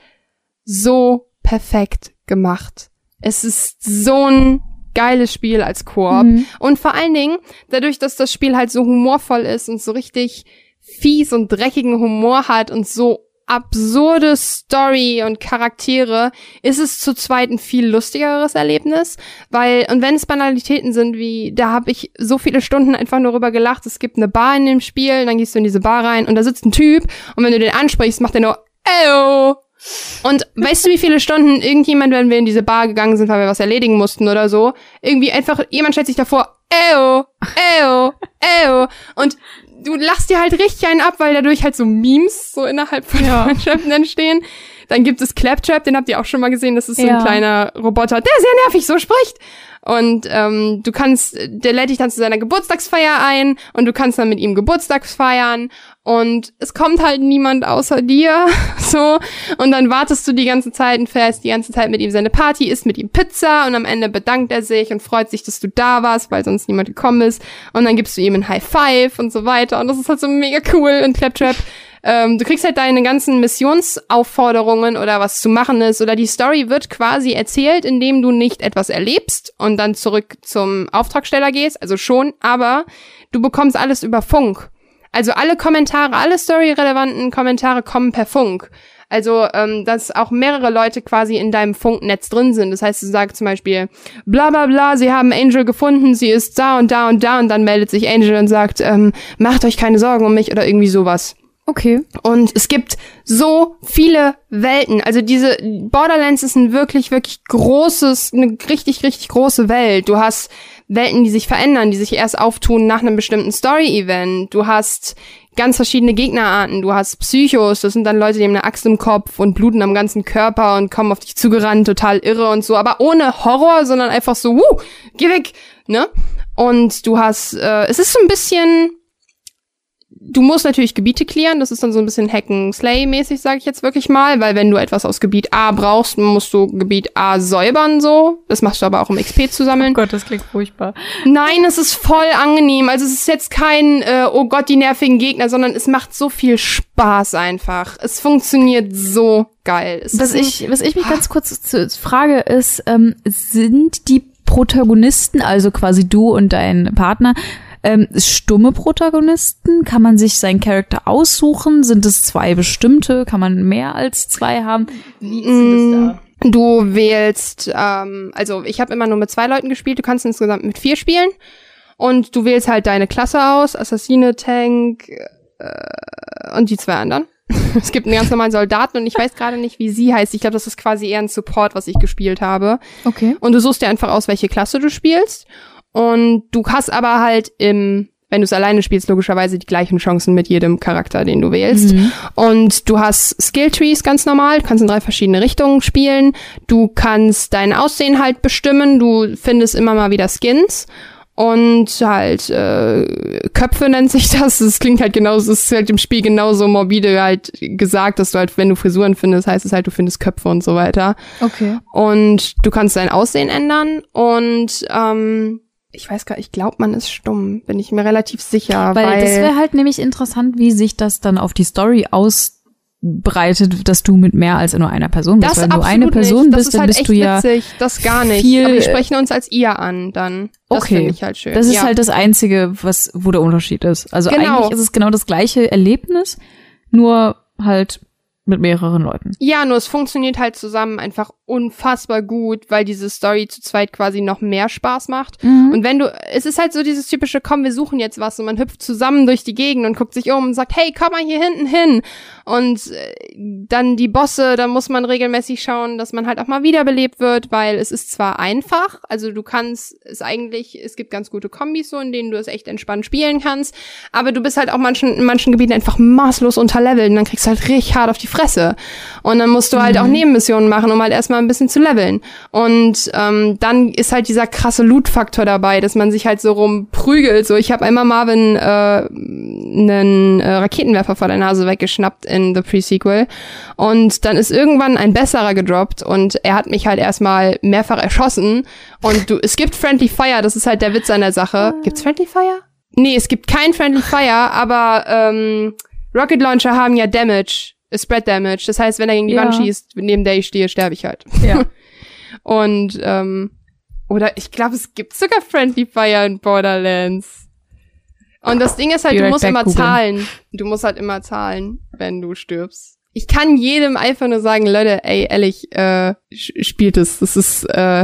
Speaker 2: so perfekt gemacht. Es ist so ein geiles Spiel als Koop. Mhm. Und vor allen Dingen, dadurch, dass das Spiel halt so humorvoll ist und so richtig fies und dreckigen Humor hat und so absurde Story und Charaktere, ist es zu zweit ein viel lustigeres Erlebnis, weil, und wenn es Banalitäten sind, wie, da habe ich so viele Stunden einfach nur rüber gelacht, es gibt eine Bar in dem Spiel, dann gehst du in diese Bar rein und da sitzt ein Typ und wenn du den ansprichst, macht er nur Eyo. Und weißt du, wie viele Stunden irgendjemand, wenn wir in diese Bar gegangen sind, weil wir was erledigen mussten oder so, irgendwie einfach, jemand stellt sich davor, Eyo, Eyo, Eyo. Und du lachst dir halt richtig einen ab, weil dadurch halt so Memes so innerhalb von ja. Freundschaften entstehen. Dann gibt es Claptrap, den habt ihr auch schon mal gesehen. Das ist so ja. ein kleiner Roboter, der sehr nervig so spricht. Und ähm, du kannst, der lädt dich dann zu seiner Geburtstagsfeier ein und du kannst dann mit ihm Geburtstags feiern und es kommt halt niemand außer dir, so. Und dann wartest du die ganze Zeit und fährst die ganze Zeit mit ihm seine Party, isst mit ihm Pizza und am Ende bedankt er sich und freut sich, dass du da warst, weil sonst niemand gekommen ist. Und dann gibst du ihm ein High Five und so weiter und das ist halt so mega cool in Claptrap. Ähm, du kriegst halt deine ganzen Missionsaufforderungen oder was zu machen ist oder die Story wird quasi erzählt, indem du nicht etwas erlebst und dann zurück zum Auftragsteller gehst, also schon, aber du bekommst alles über Funk. Also alle Kommentare, alle storyrelevanten Kommentare kommen per Funk. Also, ähm, dass auch mehrere Leute quasi in deinem Funknetz drin sind. Das heißt, du sagst zum Beispiel, bla bla bla, sie haben Angel gefunden, sie ist da und da und da und dann meldet sich Angel und sagt, ähm, macht euch keine Sorgen um mich oder irgendwie sowas.
Speaker 3: Okay.
Speaker 2: Und es gibt so viele Welten. Also diese Borderlands ist ein wirklich, wirklich großes, eine richtig, richtig große Welt. Du hast Welten, die sich verändern, die sich erst auftun nach einem bestimmten Story-Event. Du hast ganz verschiedene Gegnerarten. Du hast Psychos, das sind dann Leute, die haben eine Axt im Kopf und bluten am ganzen Körper und kommen auf dich zugerannt, total irre und so. Aber ohne Horror, sondern einfach so, wuh, geh weg, ne? Und du hast, äh, es ist so ein bisschen... Du musst natürlich Gebiete clearen, das ist dann so ein bisschen Hack-and-Slay-mäßig, sage ich jetzt wirklich mal, weil wenn du etwas aus Gebiet A brauchst, musst du Gebiet A säubern, so. Das machst du aber auch, um X P zu sammeln.
Speaker 3: Oh Gott, das klingt furchtbar.
Speaker 2: Nein, es ist voll angenehm. Also es ist jetzt kein, äh, oh Gott, die nervigen Gegner, sondern es macht so viel Spaß einfach. Es funktioniert so geil. Es
Speaker 3: was ich, was ich mich ganz kurz zu, frage, ist, ähm, sind die Protagonisten, also quasi du und dein Partner, Ähm, stumme Protagonisten? Kann man sich seinen Charakter aussuchen? Sind es zwei bestimmte? Kann man mehr als zwei haben? Wie ist denn das da?
Speaker 2: Du wählst, ähm, also ich habe immer nur mit zwei Leuten gespielt, du kannst insgesamt mit vier spielen und du wählst halt deine Klasse aus, Assassine, Tank äh, und die zwei anderen. Es gibt einen ganz normalen Soldaten und ich weiß gerade nicht, wie sie heißt. Ich glaube, das ist quasi eher ein Support, was ich gespielt habe.
Speaker 3: Okay.
Speaker 2: Und du suchst dir einfach aus, welche Klasse du spielst. Und du hast aber halt im, wenn du es alleine spielst, logischerweise die gleichen Chancen mit jedem Charakter, den du wählst. Mhm. Und du hast Skill-Trees ganz normal, du kannst in drei verschiedene Richtungen spielen. Du kannst dein Aussehen halt bestimmen, du findest immer mal wieder Skins. Und halt äh, Köpfe nennt sich das. Das klingt halt genauso, es ist halt im Spiel genauso morbide halt gesagt, dass du halt, wenn du Frisuren findest, heißt es halt, du findest Köpfe und so weiter.
Speaker 3: Okay.
Speaker 2: Und du kannst dein Aussehen ändern und ähm, ich weiß gar nicht, ich glaube, man ist stumm, bin ich mir relativ sicher.
Speaker 3: Weil,
Speaker 2: weil
Speaker 3: das wäre halt nämlich interessant, wie sich das dann auf die Story aus
Speaker 4: bereitet, dass du mit mehr als nur einer Person bist.
Speaker 2: Das
Speaker 4: Wenn du
Speaker 2: absolut
Speaker 4: eine Person
Speaker 2: nicht. Das
Speaker 4: bist,
Speaker 2: ist
Speaker 4: dann
Speaker 2: halt
Speaker 4: bist
Speaker 2: echt
Speaker 4: du ja
Speaker 2: witzig. Das gar nicht.
Speaker 4: viel-
Speaker 2: Aber wir sprechen uns als ihr an, dann. Das
Speaker 4: Okay.
Speaker 2: finde ich halt schön.
Speaker 4: Das ist
Speaker 2: ja.
Speaker 4: halt das Einzige, was, wo der Unterschied ist. Also
Speaker 2: Genau.
Speaker 4: eigentlich ist es genau das gleiche Erlebnis, nur halt mit mehreren Leuten.
Speaker 2: Ja, nur es funktioniert halt zusammen einfach unfassbar gut, weil diese Story zu zweit quasi noch mehr Spaß macht.
Speaker 4: Mhm.
Speaker 2: Und wenn du, es ist halt so dieses typische, komm, wir suchen jetzt was und man hüpft zusammen durch die Gegend und guckt sich um und sagt, hey, komm mal hier hinten hin. Und äh, dann die Bosse, da muss man regelmäßig schauen, dass man halt auch mal wiederbelebt wird, weil es ist zwar einfach, also du kannst es eigentlich, es gibt ganz gute Kombis so, in denen du es echt entspannt spielen kannst, aber du bist halt auch manchen, in manchen Gebieten einfach maßlos unterlevelt und dann kriegst du halt richtig hart auf die Fresse. Und dann musst du halt auch Nebenmissionen machen, um halt erstmal ein bisschen zu leveln. Und ähm, dann ist halt dieser krasse Loot-Faktor dabei, dass man sich halt so rumprügelt. So, ich habe einmal Marvin äh, einen äh, Raketenwerfer vor der Nase weggeschnappt in The Pre-Sequel. Und dann ist irgendwann ein besserer gedroppt und er hat mich halt erstmal mehrfach erschossen. Und du, es gibt Friendly Fire, das ist halt der Witz an der Sache. Gibt's Friendly Fire? Nee, es gibt kein Friendly Fire, aber ähm, Rocket Launcher haben ja Damage. Spread Damage. Das heißt, wenn er gegen die
Speaker 4: Ja.
Speaker 2: Wand schießt, neben der ich stehe, sterbe ich halt.
Speaker 4: Ja.
Speaker 2: Und, ähm, oder ich glaube, es gibt sogar Friendly Fire in Borderlands. Und das Ding ist halt, du
Speaker 4: Direkt
Speaker 2: musst immer
Speaker 4: backgoogeln.
Speaker 2: zahlen. Du musst halt immer zahlen, wenn du stirbst. Ich kann jedem einfach nur sagen, Leute, ey, ehrlich, äh, sch- spielt es. Das ist, äh,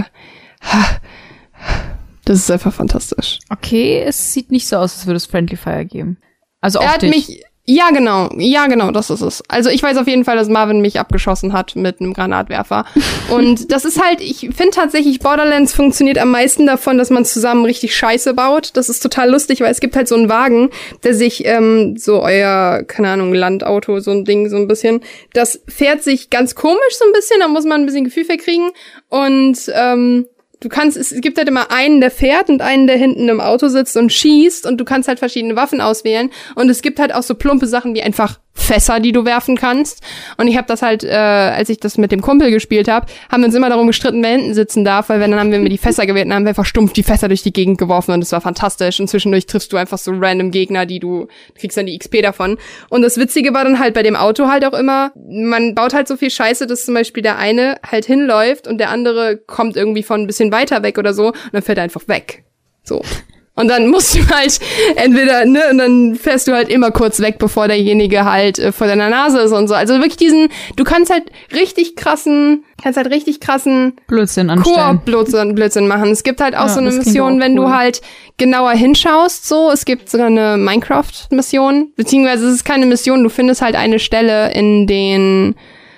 Speaker 2: das ist einfach fantastisch.
Speaker 4: Okay, es sieht nicht so aus, als würde es Friendly Fire geben. Also
Speaker 2: Er
Speaker 4: auf
Speaker 2: hat
Speaker 4: dich.
Speaker 2: mich, ja genau, ja genau, das ist es. Also ich weiß auf jeden Fall, dass Marvin mich abgeschossen hat mit einem Granatwerfer. Und das ist halt, ich finde tatsächlich, Borderlands funktioniert am meisten davon, dass man zusammen richtig Scheiße baut. Das ist total lustig, weil es gibt halt so einen Wagen, der sich, ähm, so euer, keine Ahnung, Landauto, so ein Ding, so ein bisschen, das fährt sich ganz komisch so ein bisschen, da muss man ein bisschen Gefühl für kriegen. Und, ähm, du kannst, es gibt halt immer einen, der fährt und einen, der hinten im Auto sitzt und schießt und du kannst halt verschiedene Waffen auswählen und es gibt halt auch so plumpe Sachen wie einfach Fässer, die du werfen kannst. Und ich habe das halt, äh, als ich das mit dem Kumpel gespielt habe, haben wir uns immer darum gestritten, wer hinten sitzen darf, weil wenn dann haben wir mir die Fässer gewählt und dann haben wir einfach stumpf die Fässer durch die Gegend geworfen und das war fantastisch. Und zwischendurch triffst du einfach so random Gegner, die du, du kriegst dann die X P davon. Und das Witzige war dann halt bei dem Auto halt auch immer, man baut halt so viel Scheiße, dass zum Beispiel der eine halt hinläuft und der andere kommt irgendwie von ein bisschen weiter weg oder so und dann fährt er einfach weg. So. Und dann musst du halt entweder, ne, und dann fährst du halt immer kurz weg, bevor derjenige halt äh, vor deiner Nase ist und so. Also wirklich diesen, du kannst halt richtig krassen, kannst halt richtig krassen
Speaker 4: Blödsinn anstellen.
Speaker 2: Koop-Blödsinn Blödsinn machen. Es gibt halt auch
Speaker 4: Ja,
Speaker 2: so eine
Speaker 4: das klingt
Speaker 2: Mission,
Speaker 4: auch
Speaker 2: wenn
Speaker 4: cool.
Speaker 2: du halt genauer hinschaust, so. Es gibt sogar eine Minecraft-Mission, beziehungsweise es ist keine Mission, du findest halt eine Stelle in den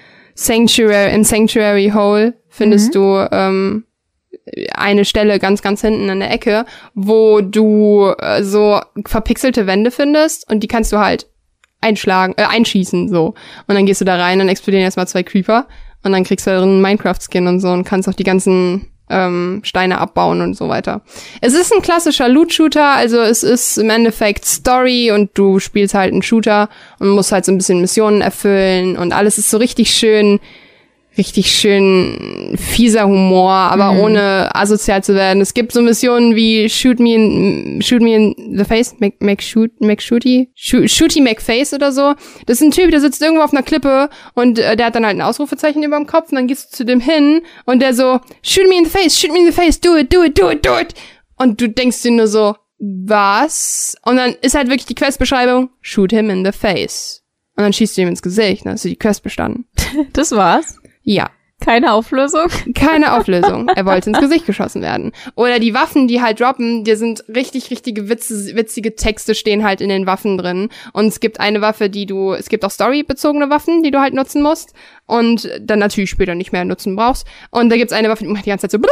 Speaker 2: Sanctuary, im Sanctuary Hole findest
Speaker 4: Mhm.
Speaker 2: du, ähm, eine Stelle ganz, ganz hinten an der Ecke, wo du äh, so verpixelte Wände findest und die kannst du halt einschlagen, äh, einschießen, so. Und dann gehst du da rein, dann explodieren erstmal zwei Creeper und dann kriegst du da drin einen Minecraft-Skin und so und kannst auch die ganzen ähm, Steine abbauen und so weiter. Es ist ein klassischer Loot-Shooter, also es ist im Endeffekt Story und du spielst halt einen Shooter und musst halt so ein bisschen Missionen erfüllen und alles ist so richtig schön richtig schön fieser Humor, aber
Speaker 4: Mhm.
Speaker 2: ohne asozial zu werden. Es gibt so Missionen wie Shoot me in, shoot me in the face, make, make shoot, make shooty, shoot, shooty make face oder so. Das ist ein Typ, der sitzt irgendwo auf einer Klippe und äh, der hat dann halt ein Ausrufezeichen über dem Kopf und dann gehst du zu dem hin und der so, shoot me in the face, shoot me in the face, do it, do it, do it, do it. Und du denkst dir nur so, was? Und dann ist halt wirklich die Questbeschreibung, shoot him in the face. Und dann schießt du ihm ins Gesicht, dann hast du die Quest bestanden.
Speaker 4: Das war's.
Speaker 2: Ja.
Speaker 4: Keine Auflösung.
Speaker 2: Keine Auflösung. Er wollte ins Gesicht geschossen werden. Oder die Waffen, die halt droppen, die sind richtig, richtige Witze, witzige Texte stehen halt in den Waffen drin. Und es gibt eine Waffe, die du, es gibt auch storybezogene Waffen, die du halt nutzen musst. Und dann natürlich später nicht mehr nutzen brauchst. Und da gibt's eine Waffe, die macht die ganze Zeit so,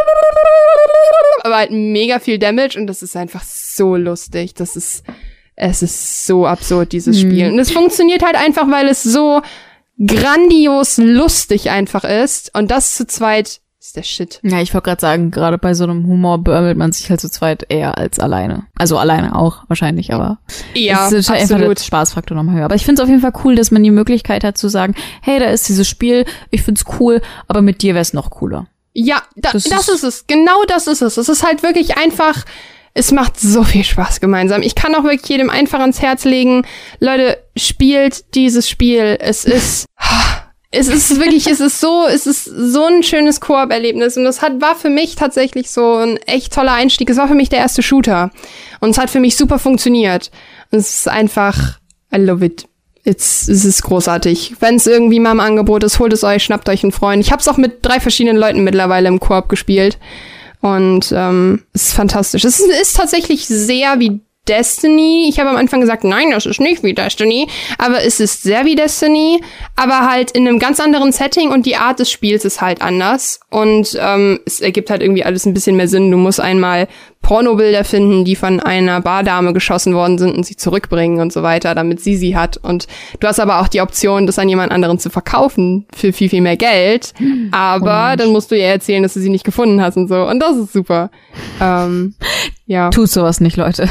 Speaker 2: aber halt mega viel Damage und das ist einfach so lustig. Das ist, es ist so absurd, dieses
Speaker 4: Hm.
Speaker 2: Spiel. Und es funktioniert halt einfach, weil es so grandios lustig einfach ist und das zu zweit ist der Shit.
Speaker 4: Ja, ich wollte gerade sagen, gerade bei so einem Humor beömmelt man sich halt zu zweit eher als alleine. Also alleine auch wahrscheinlich, aber
Speaker 2: Ja,
Speaker 4: es ist halt einfach
Speaker 2: absolut.
Speaker 4: der Spaßfaktor nochmal höher. Aber ich finde es auf jeden Fall cool, dass man die Möglichkeit hat zu sagen, hey, da ist dieses Spiel, ich find's cool, aber mit dir wär's noch cooler.
Speaker 2: Ja, da,
Speaker 4: Das
Speaker 2: das,
Speaker 4: ist-
Speaker 2: ist es. Genau das ist es. Es ist halt wirklich einfach, Es macht so viel Spaß gemeinsam. Ich kann auch wirklich jedem einfach ans Herz legen, Leute, spielt dieses Spiel. Es ist, es ist wirklich, es ist so, es ist so ein schönes Koop-Erlebnis. Und das hat, war für mich tatsächlich so ein echt toller Einstieg. Es war für mich der erste Shooter. Und es hat für mich super funktioniert. Und es ist einfach, I love it. It's, es ist großartig. Wenn es irgendwie mal im Angebot ist, holt es euch, schnappt euch einen Freund. Ich habe es auch mit drei verschiedenen Leuten mittlerweile im Koop gespielt. Und ähm, es ist fantastisch. Es ist, ist tatsächlich sehr wie Destiny. Ich habe am Anfang gesagt, nein, das ist nicht wie Destiny. Aber es ist sehr wie Destiny, aber halt in einem ganz anderen Setting und die Art des Spiels ist halt anders. Und ähm, es ergibt halt irgendwie alles ein bisschen mehr Sinn. Du musst einmal Pornobilder finden, die von einer Bardame geschossen worden sind und sie zurückbringen und so weiter, damit sie sie hat. Und du hast aber auch die Option, das an jemand anderen zu verkaufen für viel, viel mehr Geld. Aber oh, dann musst du ihr erzählen, dass du sie nicht gefunden hast und so. Und das ist super. Ähm, ja.
Speaker 3: Tut sowas nicht, Leute.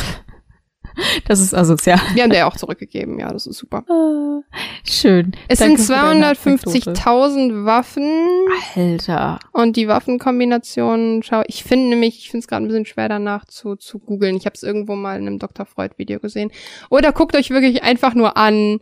Speaker 3: Das ist asozial.
Speaker 2: Wir haben der ja auch zurückgegeben, ja, das ist super.
Speaker 3: Ah, schön.
Speaker 2: Es Danke sind zweihundertfünfzigtausend Waffen.
Speaker 3: Alter.
Speaker 2: Und die Waffenkombinationen, schau, ich finde nämlich, ich finde es gerade ein bisschen schwer danach zu zu googeln. Ich habe es irgendwo mal in einem Doktor Freud-Video gesehen. Oder guckt euch wirklich einfach nur an,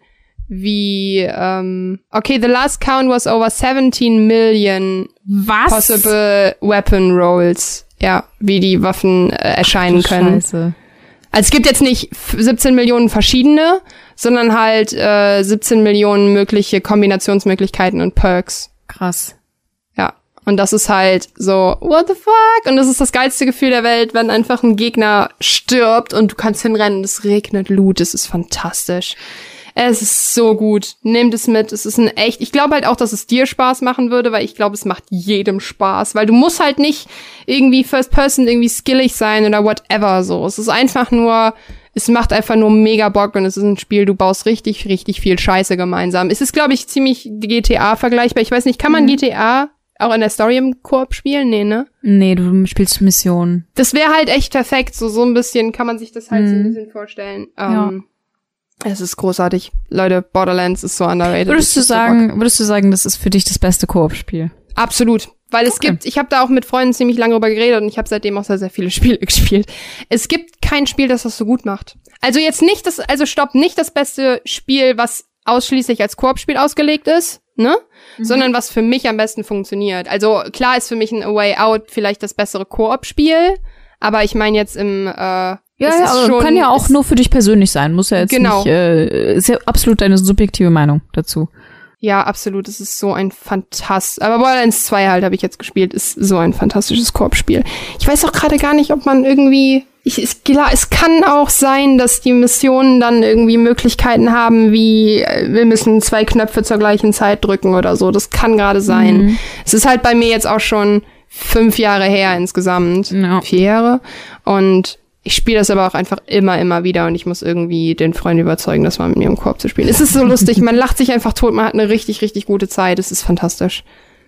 Speaker 2: wie, ähm, okay, the last count was over seventeen million
Speaker 3: Was?
Speaker 2: possible weapon rolls. Ja, wie die Waffen äh, erscheinen
Speaker 3: Ach,
Speaker 2: können.
Speaker 3: Scheiße.
Speaker 2: Also es gibt jetzt nicht siebzehn Millionen verschiedene, sondern halt äh, siebzehn Millionen mögliche Kombinationsmöglichkeiten und Perks.
Speaker 3: Krass.
Speaker 2: Ja, und das ist halt so, what the fuck? Und das ist das geilste Gefühl der Welt, wenn einfach ein Gegner stirbt und du kannst hinrennen, es regnet Loot, es ist fantastisch. Es ist so gut. Nehmt es mit. Es ist ein echt, ich glaube halt auch, dass es dir Spaß machen würde, weil ich glaube, es macht jedem Spaß, weil du musst halt nicht irgendwie First Person irgendwie skillig sein oder whatever so. Es ist einfach nur, es macht einfach nur mega Bock und es ist ein Spiel, du baust richtig, richtig viel Scheiße gemeinsam. Es ist, glaube ich, ziemlich G T A vergleichbar. Ich weiß nicht, kann man mhm. G T A auch in der Story im Koop spielen? Nee, ne?
Speaker 3: Nee, du spielst Missionen.
Speaker 2: Das wäre halt echt perfekt. So, so ein bisschen kann man sich das halt mhm. so ein bisschen vorstellen.
Speaker 3: Ja.
Speaker 2: Um, Es ist großartig. Leute, Borderlands ist so underrated.
Speaker 3: Würdest du sagen, würdest du sagen, das ist für dich das beste Koop-Spiel?
Speaker 2: Absolut. Weil es okay. gibt, ich habe da auch mit Freunden ziemlich lange drüber geredet und ich habe seitdem auch sehr, sehr viele Spiele gespielt. Es gibt kein Spiel, das das so gut macht. Also jetzt nicht das, also stopp, nicht das beste Spiel, was ausschließlich als Koop-Spiel ausgelegt ist, ne? Mhm. Sondern was für mich am besten funktioniert. Also klar ist für mich ein A Way Out vielleicht das bessere Koop-Spiel, aber ich meine jetzt im, äh,
Speaker 3: Ja, ja, aber schon, kann ja auch nur für dich persönlich sein. Muss ja jetzt
Speaker 2: genau.
Speaker 3: nicht, äh, ist ja absolut deine subjektive Meinung dazu.
Speaker 2: Ja, absolut. Es ist so ein fantastisch. Aber Borderlands zwei halt habe ich jetzt gespielt. Ist so ein fantastisches Koop-Spiel. Ich weiß auch gerade gar nicht, ob man irgendwie, ich, ist klar, es kann auch sein, dass die Missionen dann irgendwie Möglichkeiten haben, wie wir müssen zwei Knöpfe zur gleichen Zeit drücken oder so. Das kann gerade sein. Mhm. Es ist halt bei mir jetzt auch schon fünf Jahre her insgesamt.
Speaker 3: Ja.
Speaker 2: Vier Jahre. Und ich spiele das aber auch einfach immer, immer wieder und ich muss irgendwie den Freund überzeugen, das mal mit mir im Koop zu spielen. Es ist so lustig, man lacht sich einfach tot, man hat eine richtig, richtig gute Zeit. Es ist fantastisch.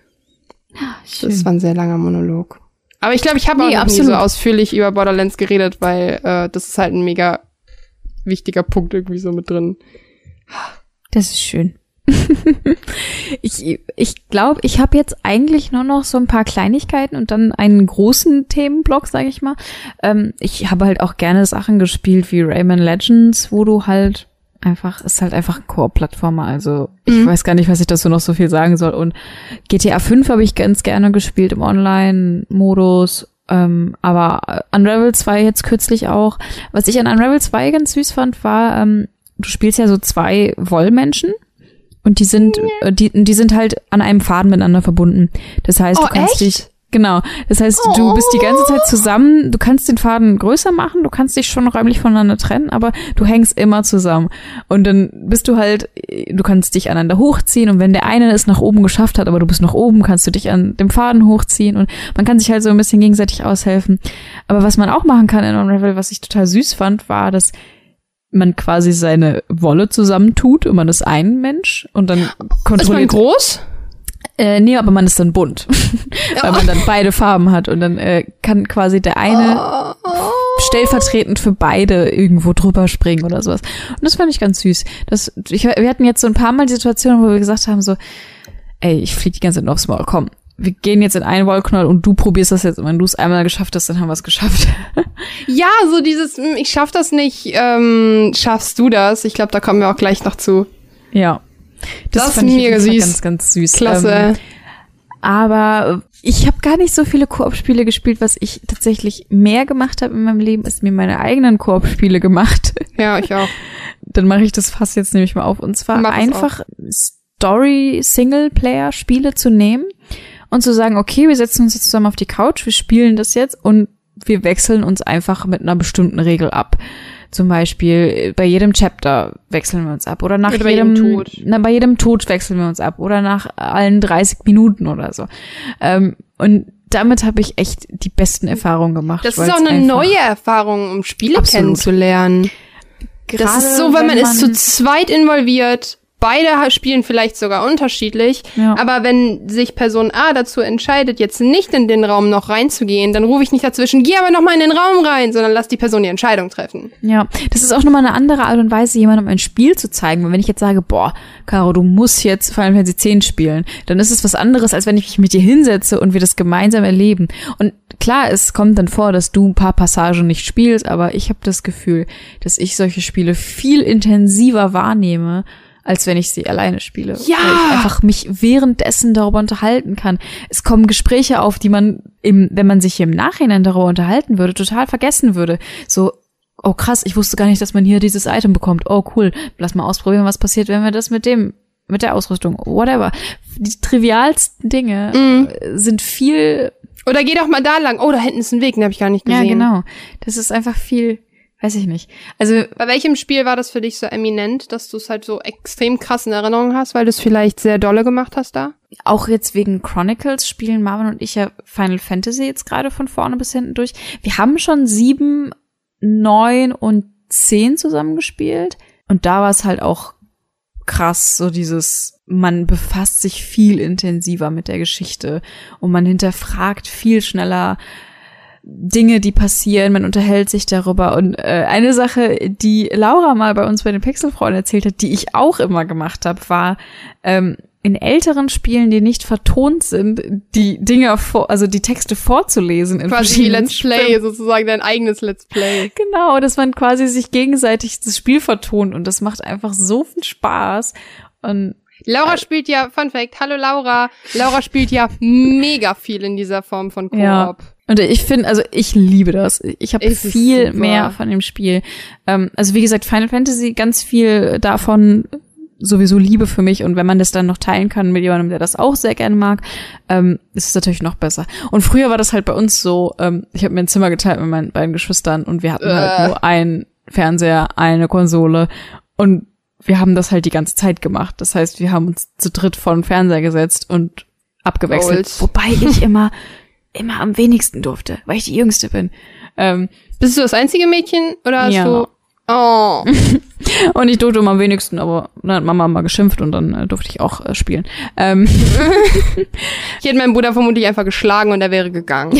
Speaker 3: Schön.
Speaker 2: Das war ein sehr langer Monolog. Aber ich glaube, ich habe auch
Speaker 3: nee,
Speaker 2: noch nie so ausführlich über Borderlands geredet, weil äh, das ist halt ein mega wichtiger Punkt irgendwie so mit drin.
Speaker 3: Das ist schön. ich ich glaube, ich habe jetzt eigentlich nur noch so ein paar Kleinigkeiten und dann einen großen Themenblock, sage ich mal. Ähm, ich habe halt auch gerne Sachen gespielt wie Rayman Legends, wo du halt einfach, ist halt einfach ein Koop-Plattformer. Also ich mhm. weiß gar nicht, was ich dazu noch so viel sagen soll. Und G T A fünf habe ich ganz gerne gespielt im Online-Modus. Ähm, aber Unravel zwei jetzt kürzlich auch. Was ich an Unravel zwei ganz süß fand, war, ähm, du spielst ja so zwei Wollmenschen. Und die sind, die, die sind halt an einem Faden miteinander verbunden. Das heißt,
Speaker 2: oh,
Speaker 3: du kannst
Speaker 2: echt?
Speaker 3: dich, genau. Das heißt, oh. du bist die ganze Zeit zusammen. Du kannst den Faden größer machen. Du kannst dich schon räumlich voneinander trennen, aber du hängst immer zusammen. Und dann bist du halt, du kannst dich aneinander hochziehen. Und wenn der eine es nach oben geschafft hat, aber du bist noch oben, kannst du dich an dem Faden hochziehen. Und man kann sich halt so ein bisschen gegenseitig aushelfen. Aber was man auch machen kann in Unravel, was ich total süß fand, war, dass man quasi seine Wolle zusammentut und man ist ein Mensch und dann kontrolliert.
Speaker 2: Ist man groß?
Speaker 3: Äh, nee, aber man ist dann bunt. Weil man dann beide Farben hat und dann äh, kann quasi der eine stellvertretend für beide irgendwo drüber springen oder sowas. Und das fand ich ganz süß. Das, ich, wir hatten jetzt so ein paar Mal Situationen, wo wir gesagt haben so, ey, ich flieg die ganze Zeit aufs Maul, komm. Wir gehen jetzt in einen Wollknoll und du probierst das jetzt. Und wenn du es einmal geschafft hast, dann haben wir es geschafft.
Speaker 2: Ja, Ja, so dieses, ich schaff das nicht, ähm, schaffst du das? Ich glaube, da kommen wir auch gleich noch zu.
Speaker 3: Ja.
Speaker 2: Das, das
Speaker 3: fand
Speaker 2: ist
Speaker 3: ich
Speaker 2: mega süß.
Speaker 3: Ganz, ganz süß.
Speaker 2: Klasse.
Speaker 3: Ähm, aber ich habe gar nicht so viele Koop-Spiele gespielt. Was ich tatsächlich mehr gemacht habe in meinem Leben, ist mir meine eigenen Koop-Spiele gemacht.
Speaker 2: Ja, ich auch.
Speaker 3: Dann mache ich das Fass jetzt nämlich mal auf. Und zwar einfach Story-Singleplayer-Spiele zu nehmen und zu sagen, okay, wir setzen uns jetzt zusammen auf die Couch, wir spielen das jetzt und wir wechseln uns einfach mit einer bestimmten Regel ab. Zum Beispiel bei jedem Chapter wechseln wir uns ab. Oder nach
Speaker 2: oder
Speaker 3: jedem,
Speaker 2: bei jedem Tod.
Speaker 3: Na, bei jedem Tod wechseln wir uns ab. Oder nach allen dreißig Minuten oder so. Ähm, und damit habe ich echt die besten Erfahrungen gemacht.
Speaker 2: Das ist auch eine neue Erfahrung, um Spiele
Speaker 3: Absolut.
Speaker 2: kennenzulernen.
Speaker 3: Gerade
Speaker 2: das ist so, weil man, man ist zu zweit involviert. Beide spielen vielleicht sogar unterschiedlich,
Speaker 3: ja.
Speaker 2: aber wenn sich Person A dazu entscheidet, jetzt nicht in den Raum noch reinzugehen, dann rufe ich nicht dazwischen, geh aber noch mal in den Raum rein, sondern lass die Person die Entscheidung treffen.
Speaker 3: Ja, das ist auch nochmal eine andere Art und Weise, jemandem ein Spiel zu zeigen. Und wenn ich jetzt sage, boah, Caro, du musst jetzt Final Fantasy zehn spielen, dann ist es was anderes, als wenn ich mich mit dir hinsetze und wir das gemeinsam erleben. Und klar, es kommt dann vor, dass du ein paar Passagen nicht spielst, aber ich habe das Gefühl, dass ich solche Spiele viel intensiver wahrnehme, als wenn ich sie alleine spiele.
Speaker 2: Ja!
Speaker 3: Weil ich einfach mich währenddessen darüber unterhalten kann. Es kommen Gespräche auf, die man, im, wenn man sich im Nachhinein darüber unterhalten würde, total vergessen würde. So, oh krass, ich wusste gar nicht, dass man hier dieses Item bekommt. Oh cool, lass mal ausprobieren, was passiert, wenn wir das mit dem, mit der Ausrüstung, whatever. Die trivialsten Dinge
Speaker 2: Mhm.
Speaker 3: sind viel...
Speaker 2: Oder geh doch mal da lang. Oh, da hinten ist ein Weg, den habe ich gar nicht gesehen.
Speaker 3: Ja, genau. Das ist einfach viel... Weiß ich nicht. Also
Speaker 2: bei welchem Spiel war das für dich so eminent, dass du es halt so extrem krass in Erinnerung hast, weil du es vielleicht sehr dolle gemacht hast da?
Speaker 3: Auch jetzt wegen Chronicles spielen Marvin und ich ja Final Fantasy jetzt gerade von vorne bis hinten durch. Wir haben schon sieben, neun und zehn zusammengespielt. Und da war es halt auch krass, so dieses, man befasst sich viel intensiver mit der Geschichte und man hinterfragt viel schneller Dinge, die passieren, man unterhält sich darüber. Und äh, eine Sache, die Laura mal bei uns bei den Pixelfreunden erzählt hat, die ich auch immer gemacht habe, war ähm, in älteren Spielen, die nicht vertont sind, die Dinge, vor, also die Texte vorzulesen. In
Speaker 2: quasi Let's Play, sozusagen dein eigenes Let's Play.
Speaker 3: Genau, dass man quasi sich gegenseitig das Spiel vertont und das macht einfach so viel Spaß. Und
Speaker 2: Laura äh, spielt ja, Fun Fact, hallo Laura, Laura spielt ja mega viel in dieser Form von Koop.
Speaker 3: Ja. Und ich finde, also ich liebe das. Ich habe viel mehr von dem Spiel. Ähm, also wie gesagt, Final Fantasy, ganz viel davon sowieso Liebe für mich. Und wenn man das dann noch teilen kann mit jemandem, der das auch sehr gerne mag, ähm, ist es natürlich noch besser. Und früher war das halt bei uns so, ähm, ich habe mir ein Zimmer geteilt mit meinen beiden Geschwistern und wir hatten äh. halt nur einen Fernseher, eine Konsole und wir haben das halt die ganze Zeit gemacht. Das heißt, wir haben uns zu dritt vor den Fernseher gesetzt und abgewechselt.
Speaker 2: Gold.
Speaker 3: Wobei ich immer immer am wenigsten durfte, weil ich die Jüngste bin. Ähm,
Speaker 2: Bist du das einzige Mädchen oder hast
Speaker 3: ja.
Speaker 2: du... Oh.
Speaker 3: Und ich durfte immer am wenigsten, aber dann hat Mama mal geschimpft und dann äh, durfte ich auch äh, spielen. Ähm.
Speaker 2: Ich hätte meinen Bruder vermutlich einfach geschlagen und er wäre gegangen.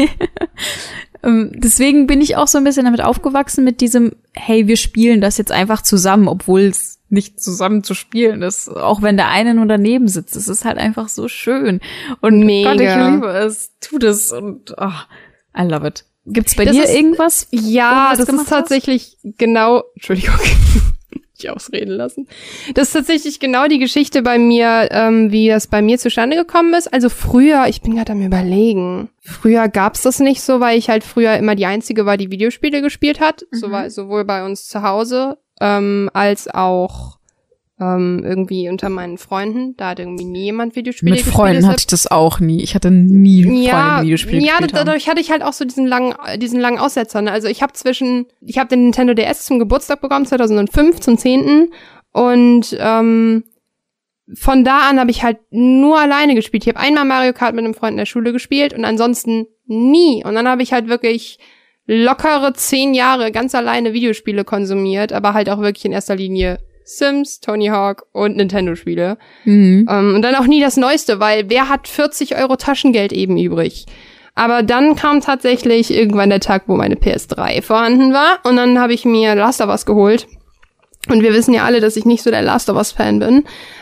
Speaker 3: ähm, deswegen bin ich auch so ein bisschen damit aufgewachsen mit diesem, hey, wir spielen das jetzt einfach zusammen, obwohl es nicht zusammen zu spielen ist, auch wenn der eine nur daneben sitzt. Es ist halt einfach so schön. Und
Speaker 2: mega.
Speaker 3: Gott, ich liebe es. Tu das und oh, I love it. Gibt's bei
Speaker 2: das
Speaker 3: dir
Speaker 2: ist,
Speaker 3: irgendwas?
Speaker 2: Ja, das ist tatsächlich hast? genau, Entschuldigung, ich ausreden lassen. Das ist tatsächlich genau die Geschichte bei mir, ähm, wie das bei mir zustande gekommen ist. Also früher, ich bin gerade am Überlegen, früher gab's das nicht so, weil ich halt früher immer die Einzige war, die Videospiele gespielt hat. Mhm. So war, sowohl bei uns zu Hause, ähm, als auch ähm, irgendwie unter meinen Freunden. Da hat irgendwie nie jemand Videospiele
Speaker 3: Mit
Speaker 2: gespielt.
Speaker 3: Mit Freunden hatte ich das auch nie. Ich hatte nie Freunde,
Speaker 2: ja,
Speaker 3: die Videospiele
Speaker 2: ja,
Speaker 3: gespielt haben.
Speaker 2: dadurch hatte ich halt auch so diesen langen, diesen langen Aussetzer. Ne? Also ich habe zwischen, ich habe den Nintendo D S zum Geburtstag bekommen, zweitausendfünf, zum zehnten Und ähm, von da an habe ich halt nur alleine gespielt. Ich habe einmal Mario Kart mit einem Freund in der Schule gespielt und ansonsten nie. Und dann habe ich halt wirklich lockere zehn Jahre ganz alleine Videospiele konsumiert, aber halt auch wirklich in erster Linie Sims, Tony Hawk und Nintendo-Spiele.
Speaker 3: Mhm.
Speaker 2: Um, und dann auch nie das Neueste, weil wer hat vierzig Euro Taschengeld eben übrig? Aber dann kam tatsächlich irgendwann der Tag, wo meine P S drei vorhanden war und dann habe ich mir Last of Us geholt Und wir wissen ja alle, dass ich nicht so der Last of Us-Fan bin.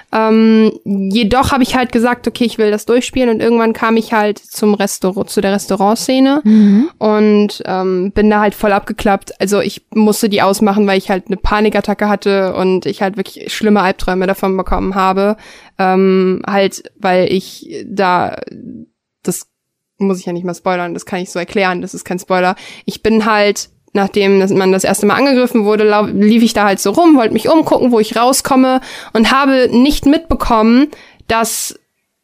Speaker 2: Ähm, jedoch habe ich halt gesagt, okay, ich will das durchspielen. Und irgendwann kam ich halt zum Restaurant, zu der Restaurantszene
Speaker 3: Mhm.
Speaker 2: und ähm, bin da halt voll abgeklappt. Also ich musste die ausmachen, weil ich halt eine Panikattacke hatte und ich halt wirklich schlimme Albträume davon bekommen habe. Ähm, halt, weil ich da, das muss ich ja nicht mal spoilern, das kann ich so erklären, das ist kein Spoiler. Ich bin halt, nachdem man das erste Mal angegriffen wurde, lau- lief ich da halt so rum, wollte mich umgucken, wo ich rauskomme und habe nicht mitbekommen, dass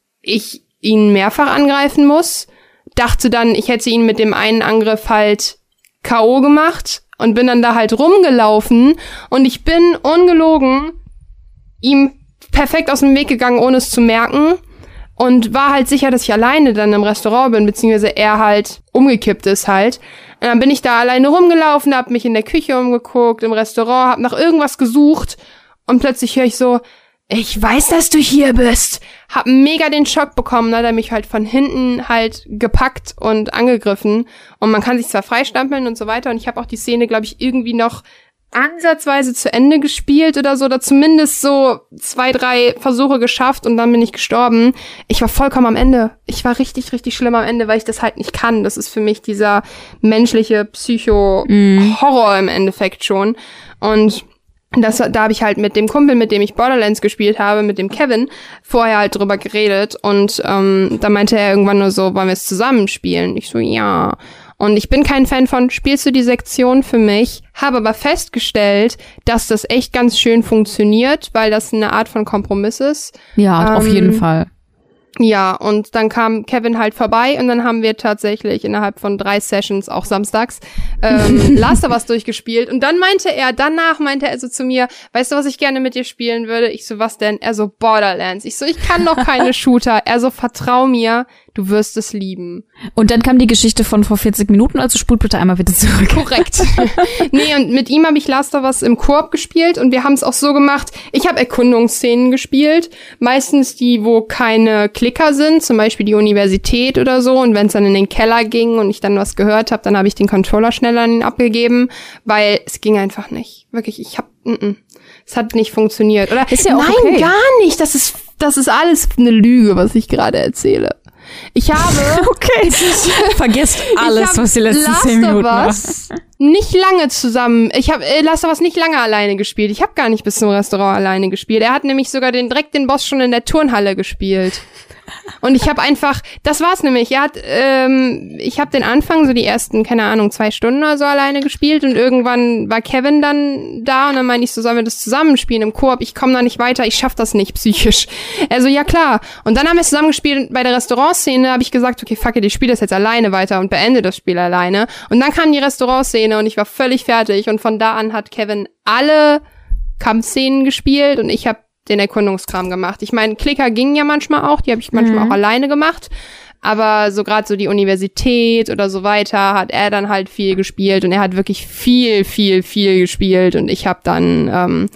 Speaker 2: ich ihn mehrfach angreifen muss. Dachte dann, ich hätte ihn mit dem einen Angriff halt K O gemacht und bin dann da halt rumgelaufen und ich bin ungelogen ihm perfekt aus dem Weg gegangen, ohne es zu merken. Und war halt sicher, dass ich alleine dann im Restaurant bin, beziehungsweise er halt umgekippt ist halt. Und dann bin ich da alleine rumgelaufen, hab mich in der Küche umgeguckt, im Restaurant, hab nach irgendwas gesucht und plötzlich höre ich so, ich weiß, dass du hier bist. Hab mega den Schock bekommen, hat er mich halt von hinten halt gepackt und angegriffen. Und man kann sich zwar freistampeln und so weiter und ich habe auch die Szene, glaube ich, irgendwie noch ansatzweise zu Ende gespielt oder so, oder zumindest so zwei, drei Versuche geschafft und dann bin ich gestorben. Ich war vollkommen am Ende. Ich war richtig, richtig schlimm am Ende, weil ich das halt nicht kann. Das ist für mich dieser menschliche Psycho-Horror im Endeffekt schon. Und das, da habe ich halt mit dem Kumpel, mit dem ich Borderlands gespielt habe, mit dem Kevin, vorher halt drüber geredet und ähm, da meinte er irgendwann nur so, wollen wir es zusammen spielen? Ich so, ja. Und ich bin kein Fan von, spielst du die Sektion für mich? Habe aber festgestellt, dass das echt ganz schön funktioniert, weil das eine Art von Kompromiss ist.
Speaker 3: Ja,
Speaker 2: ähm,
Speaker 3: auf jeden Fall.
Speaker 2: Ja, und dann kam Kevin halt vorbei und dann haben wir tatsächlich innerhalb von drei Sessions, auch samstags, ähm, Last of Us durchgespielt. Und dann meinte er, danach meinte er so zu mir, weißt du, was ich gerne mit dir spielen würde? Ich so, was denn? Er so, Borderlands. Ich so, ich kann noch keine Shooter. Er so, vertrau mir, du wirst es lieben.
Speaker 3: Und dann kam die Geschichte von vor vierzig Minuten, also spult bitte einmal bitte zurück.
Speaker 2: Korrekt. Nee, und mit ihm habe ich Last of Us im Koop gespielt und wir haben es auch so gemacht, ich habe Erkundungsszenen gespielt, meistens die, wo keine Klicker sind, zum Beispiel die Universität oder so, und wenn es dann in den Keller ging und ich dann was gehört habe, dann habe ich den Controller schneller an ihn abgegeben, weil es ging einfach nicht. Wirklich, ich hab, n -n. Es hat nicht funktioniert. Oder
Speaker 3: Ist ja auch
Speaker 2: nein,
Speaker 3: okay.
Speaker 2: gar nicht. Das ist, das ist alles eine Lüge, was ich gerade erzähle. Ich habe
Speaker 3: Okay. Vergesst alles,
Speaker 2: ich hab
Speaker 3: was die letzten
Speaker 2: Last
Speaker 3: zehn
Speaker 2: of
Speaker 3: Minuten war.
Speaker 2: Us nicht lange zusammen. Ich habe äh, Last of Us nicht lange alleine gespielt. Ich habe gar nicht bis zum Restaurant alleine gespielt. Er hat nämlich sogar den direkt den Boss schon in der Turnhalle gespielt. Und ich habe einfach, das war's nämlich. Er hat, ähm, ich habe den Anfang, so die ersten, keine Ahnung, zwei Stunden oder so alleine gespielt und irgendwann war Kevin dann da und dann meinte ich so, sollen wir das zusammenspielen im Koop? Ich komme da nicht weiter, ich schaff das nicht psychisch. Also ja klar. Und dann haben wir zusammen gespielt. Bei der Restaurantszene habe ich gesagt, okay, fuck it, ich spiele das jetzt alleine weiter und beende das Spiel alleine. Und dann kam die Restaurantszene und ich war völlig fertig und von da an hat Kevin alle Kampfszenen gespielt und ich habe den Erkundungskram gemacht. Ich meine, Klicker gingen ja manchmal auch, die habe ich manchmal
Speaker 3: Mhm.
Speaker 2: auch alleine gemacht, aber so gerade so die Universität oder so weiter hat er dann halt viel gespielt und er hat wirklich viel, viel, viel gespielt und ich habe dann ähm,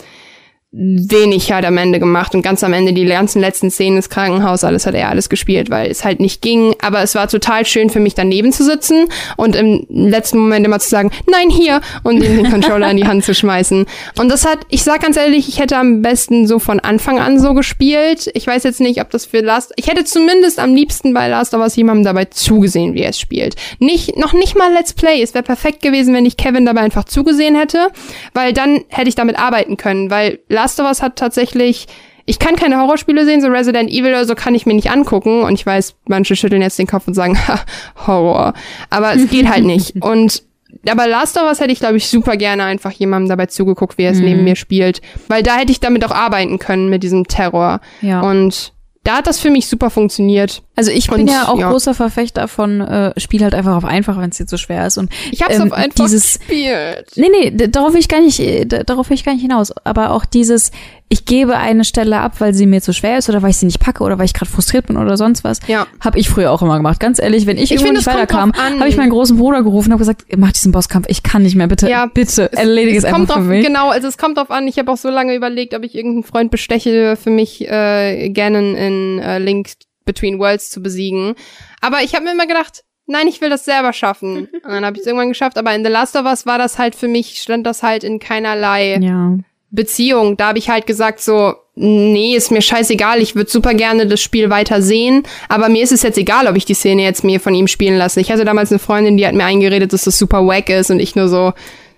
Speaker 2: wenig halt am Ende gemacht und ganz am Ende die ganzen letzten Szenen des Krankenhauses, alles hat er alles gespielt, weil es halt nicht ging, aber es war total schön für mich daneben zu sitzen und im letzten Moment immer zu sagen, nein, hier, und ihm den Controller in die Hand zu schmeißen. Und das hat, ich sag ganz ehrlich, ich hätte am besten so von Anfang an so gespielt. Ich weiß jetzt nicht, ob das für Last, ich hätte zumindest am liebsten bei Last of Us jemandem dabei zugesehen, wie er es spielt. Nicht, noch nicht mal Let's Play. Es wäre perfekt gewesen, wenn ich Kevin dabei einfach zugesehen hätte, weil dann hätte ich damit arbeiten können, weil Last of Us hat tatsächlich, ich kann keine Horrorspiele sehen, so Resident Evil oder so kann ich mir nicht angucken und ich weiß, manche schütteln jetzt den Kopf und sagen, ha, Horror. Aber es geht halt nicht. Und aber Last of Us hätte ich, glaube ich, super gerne einfach jemandem dabei zugeguckt, wie er es
Speaker 3: Mhm.
Speaker 2: neben mir spielt. Weil da hätte ich damit auch arbeiten können, mit diesem Terror.
Speaker 3: Ja.
Speaker 2: Und da hat das für mich super funktioniert.
Speaker 3: Also ich bin
Speaker 2: Und,
Speaker 3: ja auch
Speaker 2: ja.
Speaker 3: großer Verfechter von äh, Spiel halt einfach auf einfach, wenn es dir zu schwer ist. Und
Speaker 2: Ich hab's
Speaker 3: ähm,
Speaker 2: auf einfach
Speaker 3: dieses,
Speaker 2: gespielt.
Speaker 3: Nee, nee, d- darauf will ich gar nicht, äh, d- darauf will ich gar nicht hinaus. Aber auch dieses, ich gebe eine Stelle ab, weil sie mir zu schwer ist oder weil ich sie nicht packe oder weil ich gerade frustriert bin oder sonst was.
Speaker 2: Ja.
Speaker 3: Habe ich früher auch immer gemacht. Ganz ehrlich, wenn ich,
Speaker 2: Ich
Speaker 3: irgendwo
Speaker 2: find,
Speaker 3: nicht
Speaker 2: es kommt
Speaker 3: weiterkam,
Speaker 2: drauf an.
Speaker 3: habe ich meinen großen Bruder gerufen und habe gesagt, mach diesen Bosskampf, ich kann nicht mehr, bitte,
Speaker 2: Ja,
Speaker 3: bitte, erledige es,
Speaker 2: es kommt
Speaker 3: einfach für
Speaker 2: drauf,
Speaker 3: mich.
Speaker 2: Genau, also es kommt drauf an. Ich habe auch so lange überlegt, ob ich irgendeinen Freund besteche, für mich äh, Ganon in äh, Link Between Worlds zu besiegen. Aber ich habe mir immer gedacht, nein, ich will das selber schaffen. Und dann habe ich es irgendwann geschafft. Aber in The Last of Us war das halt für mich, stand das halt in keinerlei
Speaker 3: Ja.
Speaker 2: Beziehung, da habe ich halt gesagt so, nee, ist mir scheißegal, ich würde super gerne das Spiel weiter sehen, aber mir ist es jetzt egal, ob ich die Szene jetzt mir von ihm spielen lasse. Ich hatte damals eine Freundin, die hat mir eingeredet, dass das super wack ist und ich nur so,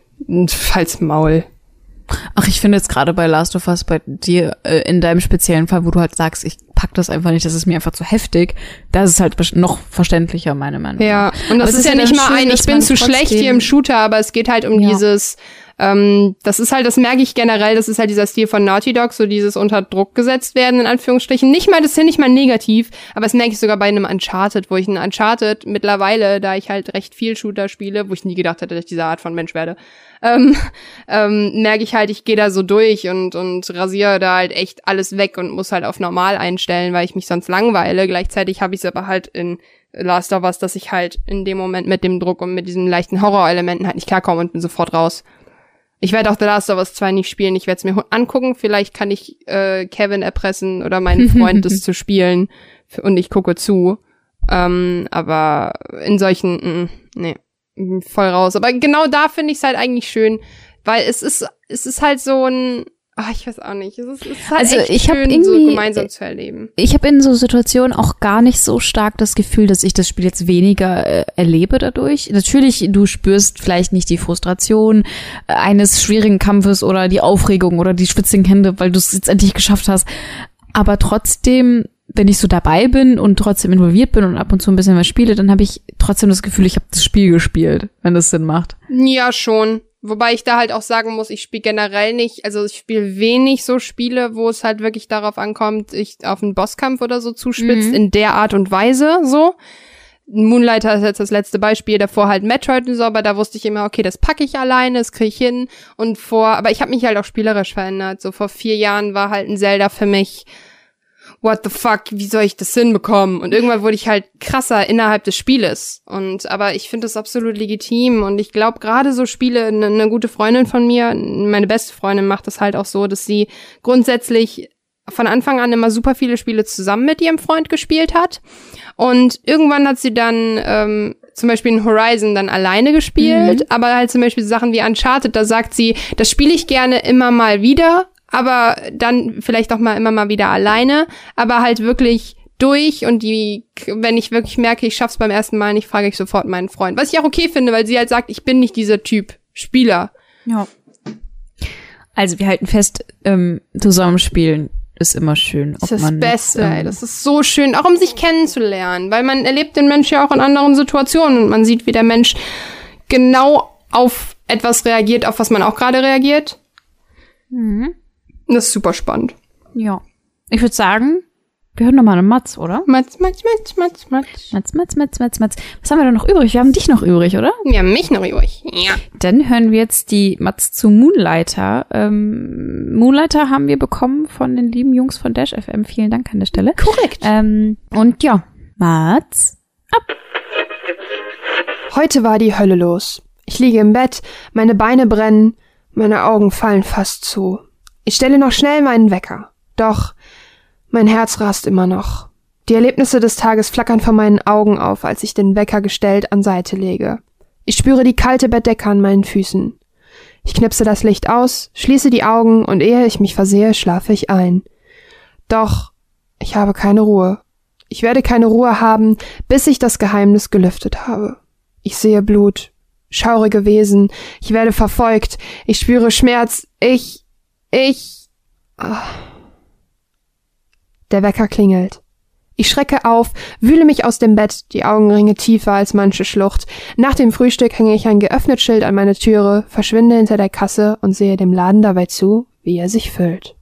Speaker 2: halt's Maul.
Speaker 3: Ach, ich finde jetzt gerade bei Last of Us, bei dir, äh, in deinem speziellen Fall, wo du halt sagst, ich pack das einfach nicht, das ist mir einfach zu heftig, das ist halt noch verständlicher, meine Meinung.
Speaker 2: Ja, und das ist, ist ja nicht mal ein, ich bin zu schlecht hier im Shooter, aber es geht halt um ja. dieses, ähm, das ist halt, das merke ich generell, das ist halt dieser Stil von Naughty Dog, so dieses unter Druck gesetzt werden, in Anführungsstrichen. Nicht mal, das ist ja nicht mal negativ, aber das merke ich sogar bei einem Uncharted, wo ich ein Uncharted mittlerweile, da ich halt recht viel Shooter spiele, wo ich nie gedacht hätte, dass ich diese Art von Mensch werde, ähm, ähm, merke ich halt, ich gehe da so durch und, und rasiere da halt echt alles weg und muss halt auf normal einstellen, weil ich mich sonst langweile. Gleichzeitig habe ich es aber halt in Last of Us, dass ich halt in dem Moment mit dem Druck und mit diesen leichten Horrorelementen halt nicht klarkomme und bin sofort raus. Ich werde auch The Last of Us zwei nicht spielen, ich werde es mir angucken, vielleicht kann ich äh, Kevin erpressen oder meinen Freund das zu spielen und ich gucke zu. Ähm, aber in solchen, mm, nee, voll raus. Aber genau da finde ich es halt eigentlich schön, weil es ist, es ist halt so ein, ach, ich weiß auch nicht, es ist, es ist halt
Speaker 3: also
Speaker 2: echt
Speaker 3: ich
Speaker 2: schön, so gemeinsam zu erleben.
Speaker 3: Ich habe in so Situationen auch gar nicht so stark das Gefühl, dass ich das Spiel jetzt weniger äh, erlebe dadurch. Natürlich, du spürst vielleicht nicht die Frustration äh, eines schwierigen Kampfes oder die Aufregung oder die schwitzigen Hände, weil du es jetzt endlich geschafft hast. Aber trotzdem, wenn ich so dabei bin und trotzdem involviert bin und ab und zu ein bisschen was spiele, dann habe ich trotzdem das Gefühl, ich habe das Spiel gespielt, wenn das Sinn macht.
Speaker 2: Ja, schon. Wobei ich da halt auch sagen muss, ich spiele generell nicht, also ich spiele wenig so Spiele, wo es halt wirklich darauf ankommt, ich auf einen Bosskampf oder so zuspitzt, mhm. in der Art und Weise so. Moonlighter ist jetzt das letzte Beispiel, davor halt Metroid und so, aber da wusste ich immer, okay, das packe ich alleine, das kriege ich hin. Und vor, aber ich habe mich halt auch spielerisch verändert. So vor vier Jahren war halt ein Zelda für mich, what the fuck, wie soll ich das hinbekommen? Und irgendwann wurde ich halt krasser innerhalb des Spieles. Und aber ich finde das absolut legitim. Und ich glaube, gerade so Spiele, eine ne gute Freundin von mir, meine beste Freundin macht das halt auch so, dass sie grundsätzlich von Anfang an immer super viele Spiele zusammen mit ihrem Freund gespielt hat. Und irgendwann hat sie dann ähm, zum Beispiel in Horizon dann alleine gespielt. Mhm. Aber halt zum Beispiel Sachen wie Uncharted, da sagt sie, das spiele ich gerne immer mal wieder, aber dann vielleicht auch mal immer mal wieder alleine, aber halt wirklich durch und die, wenn ich wirklich merke, ich schaff's beim ersten Mal nicht, frage ich sofort meinen Freund. Was ich auch okay finde, weil sie halt sagt, ich bin nicht dieser Typ Spieler.
Speaker 3: Ja. Also wir halten fest, ähm, zusammenspielen ist immer schön.
Speaker 2: Das ist das Beste, jetzt, ähm, ey. Das ist so schön, auch um sich kennenzulernen, weil man erlebt den Mensch ja auch in anderen Situationen und man sieht, wie der Mensch genau auf etwas reagiert, auf was man auch gerade reagiert. Mhm. Das ist super spannend.
Speaker 3: Ja. Ich würde sagen, wir hören noch mal eine Matz, oder?
Speaker 2: Matz, Matz, Matz, Matz, Matz.
Speaker 3: Matz, Matz, Matz, Matz, Matz. Was haben wir da noch übrig? Wir haben dich noch übrig, oder?
Speaker 2: Wir haben mich noch übrig, ja.
Speaker 3: Dann hören wir jetzt die Matz zu Moonlighter. Ähm, Moonlighter haben wir bekommen von den lieben Jungs von Dash F M. Vielen Dank an der Stelle.
Speaker 2: Korrekt.
Speaker 3: Ähm, und ja, Matz, ab.
Speaker 5: Heute war die Hölle los. Ich liege im Bett, meine Beine brennen, meine Augen fallen fast zu. Ich stelle noch schnell meinen Wecker. Doch mein Herz rast immer noch. Die Erlebnisse des Tages flackern vor meinen Augen auf, als ich den Wecker gestellt an Seite lege. Ich spüre die kalte Bettdecke an meinen Füßen. Ich knipse das Licht aus, schließe die Augen und ehe ich mich versehe, schlafe ich ein. Doch ich habe keine Ruhe. Ich werde keine Ruhe haben, bis ich das Geheimnis gelüftet habe. Ich sehe Blut, schaurige Wesen, ich werde verfolgt, ich spüre Schmerz, ich... Ich... Oh. Der Wecker klingelt. Ich schrecke auf, wühle mich aus dem Bett, die Augenringe tiefer als manche Schlucht. Nach dem Frühstück hänge ich ein geöffnet Schild an meine Türe, verschwinde hinter der Kasse und sehe dem Laden dabei zu, wie er sich füllt.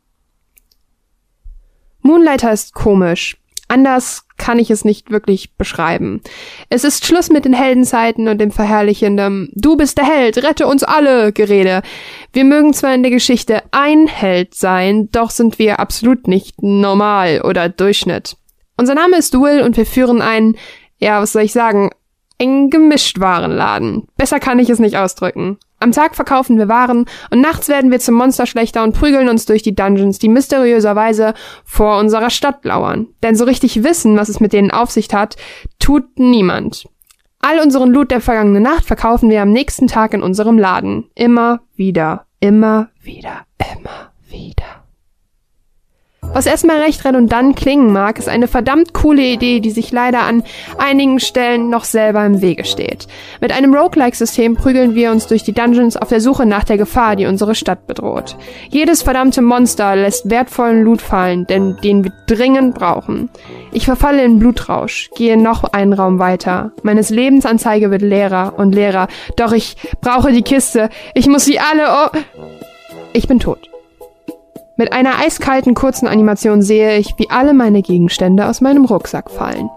Speaker 5: Moonlighter ist komisch. Anders kann ich es nicht wirklich beschreiben. Es ist Schluss mit den Heldenzeiten und dem verherrlichenden »Du bist der Held, rette uns alle« Gerede. Wir mögen zwar in der Geschichte ein Held sein, doch sind wir absolut nicht normal oder Durchschnitt. Unser Name ist Will und wir führen einen, ja, was soll ich sagen, einen Gemischtwarenladen. Besser kann ich es nicht ausdrücken. Am Tag verkaufen wir Waren und nachts werden wir zum Monsterschlechter und prügeln uns durch die Dungeons, die mysteriöserweise vor unserer Stadt lauern. Denn so richtig wissen, was es mit denen auf sich hat, tut niemand. All unseren Loot der vergangenen Nacht verkaufen wir am nächsten Tag in unserem Laden. Immer wieder, immer wieder, immer wieder. Was erstmal recht redundant klingen mag, ist eine verdammt coole Idee, die sich leider an einigen Stellen noch selber im Wege steht. Mit einem Roguelike-System prügeln wir uns durch die Dungeons auf der Suche nach der Gefahr, die unsere Stadt bedroht. Jedes verdammte Monster lässt wertvollen Loot fallen, denn den wir dringend brauchen. Ich verfalle in Blutrausch, gehe noch einen Raum weiter. Meine Lebensanzeige wird leerer und leerer, doch ich brauche die Kiste. Ich muss sie alle... Oh. Ich bin tot. Mit einer eiskalten kurzen Animation sehe ich, wie alle meine Gegenstände aus meinem Rucksack fallen.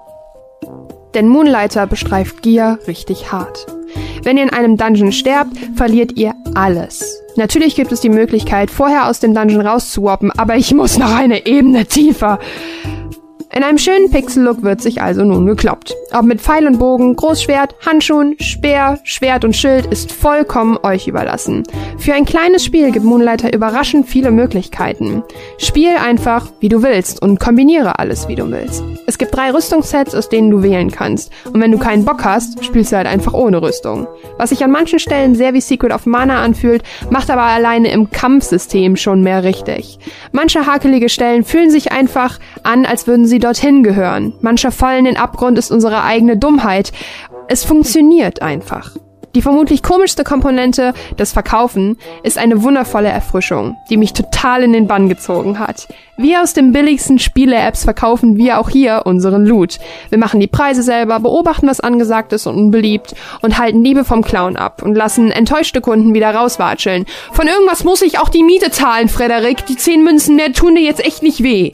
Speaker 5: Denn Moonlighter bestreift Gier richtig hart. Wenn ihr in einem Dungeon sterbt, verliert ihr alles. Natürlich gibt es die Möglichkeit, vorher aus dem Dungeon rauszuwarpen, aber ich muss noch eine Ebene tiefer. In einem schönen Pixel-Look wird sich also nun gekloppt. Ob mit Pfeil und Bogen, Großschwert, Handschuhen, Speer, Schwert und Schild ist vollkommen euch überlassen. Für ein kleines Spiel gibt Moonlighter überraschend viele Möglichkeiten. Spiel einfach, wie du willst und kombiniere alles, wie du willst. Es gibt drei Rüstungssets, aus denen du wählen kannst. Und wenn du keinen Bock hast, spielst du halt einfach ohne Rüstung. Was sich an manchen Stellen sehr wie Secret of Mana anfühlt, macht aber alleine im Kampfsystem schon mehr richtig. Manche hakelige Stellen fühlen sich einfach an, als würden sie dorthin gehören. Mancher Fall in den Abgrund ist unsere eigene Dummheit. Es funktioniert einfach. Die vermutlich komischste Komponente, das Verkaufen, ist eine wundervolle Erfrischung, die mich total in den Bann gezogen hat. Wie aus den billigsten Spiele-Apps verkaufen wir auch hier unseren Loot. Wir machen die Preise selber, beobachten, was angesagt ist und unbeliebt und halten Liebe vom Clown ab und lassen enttäuschte Kunden wieder rauswatscheln. Von irgendwas muss ich auch die Miete zahlen, Frederik. Die zehn Münzen mehr tun dir jetzt echt nicht weh.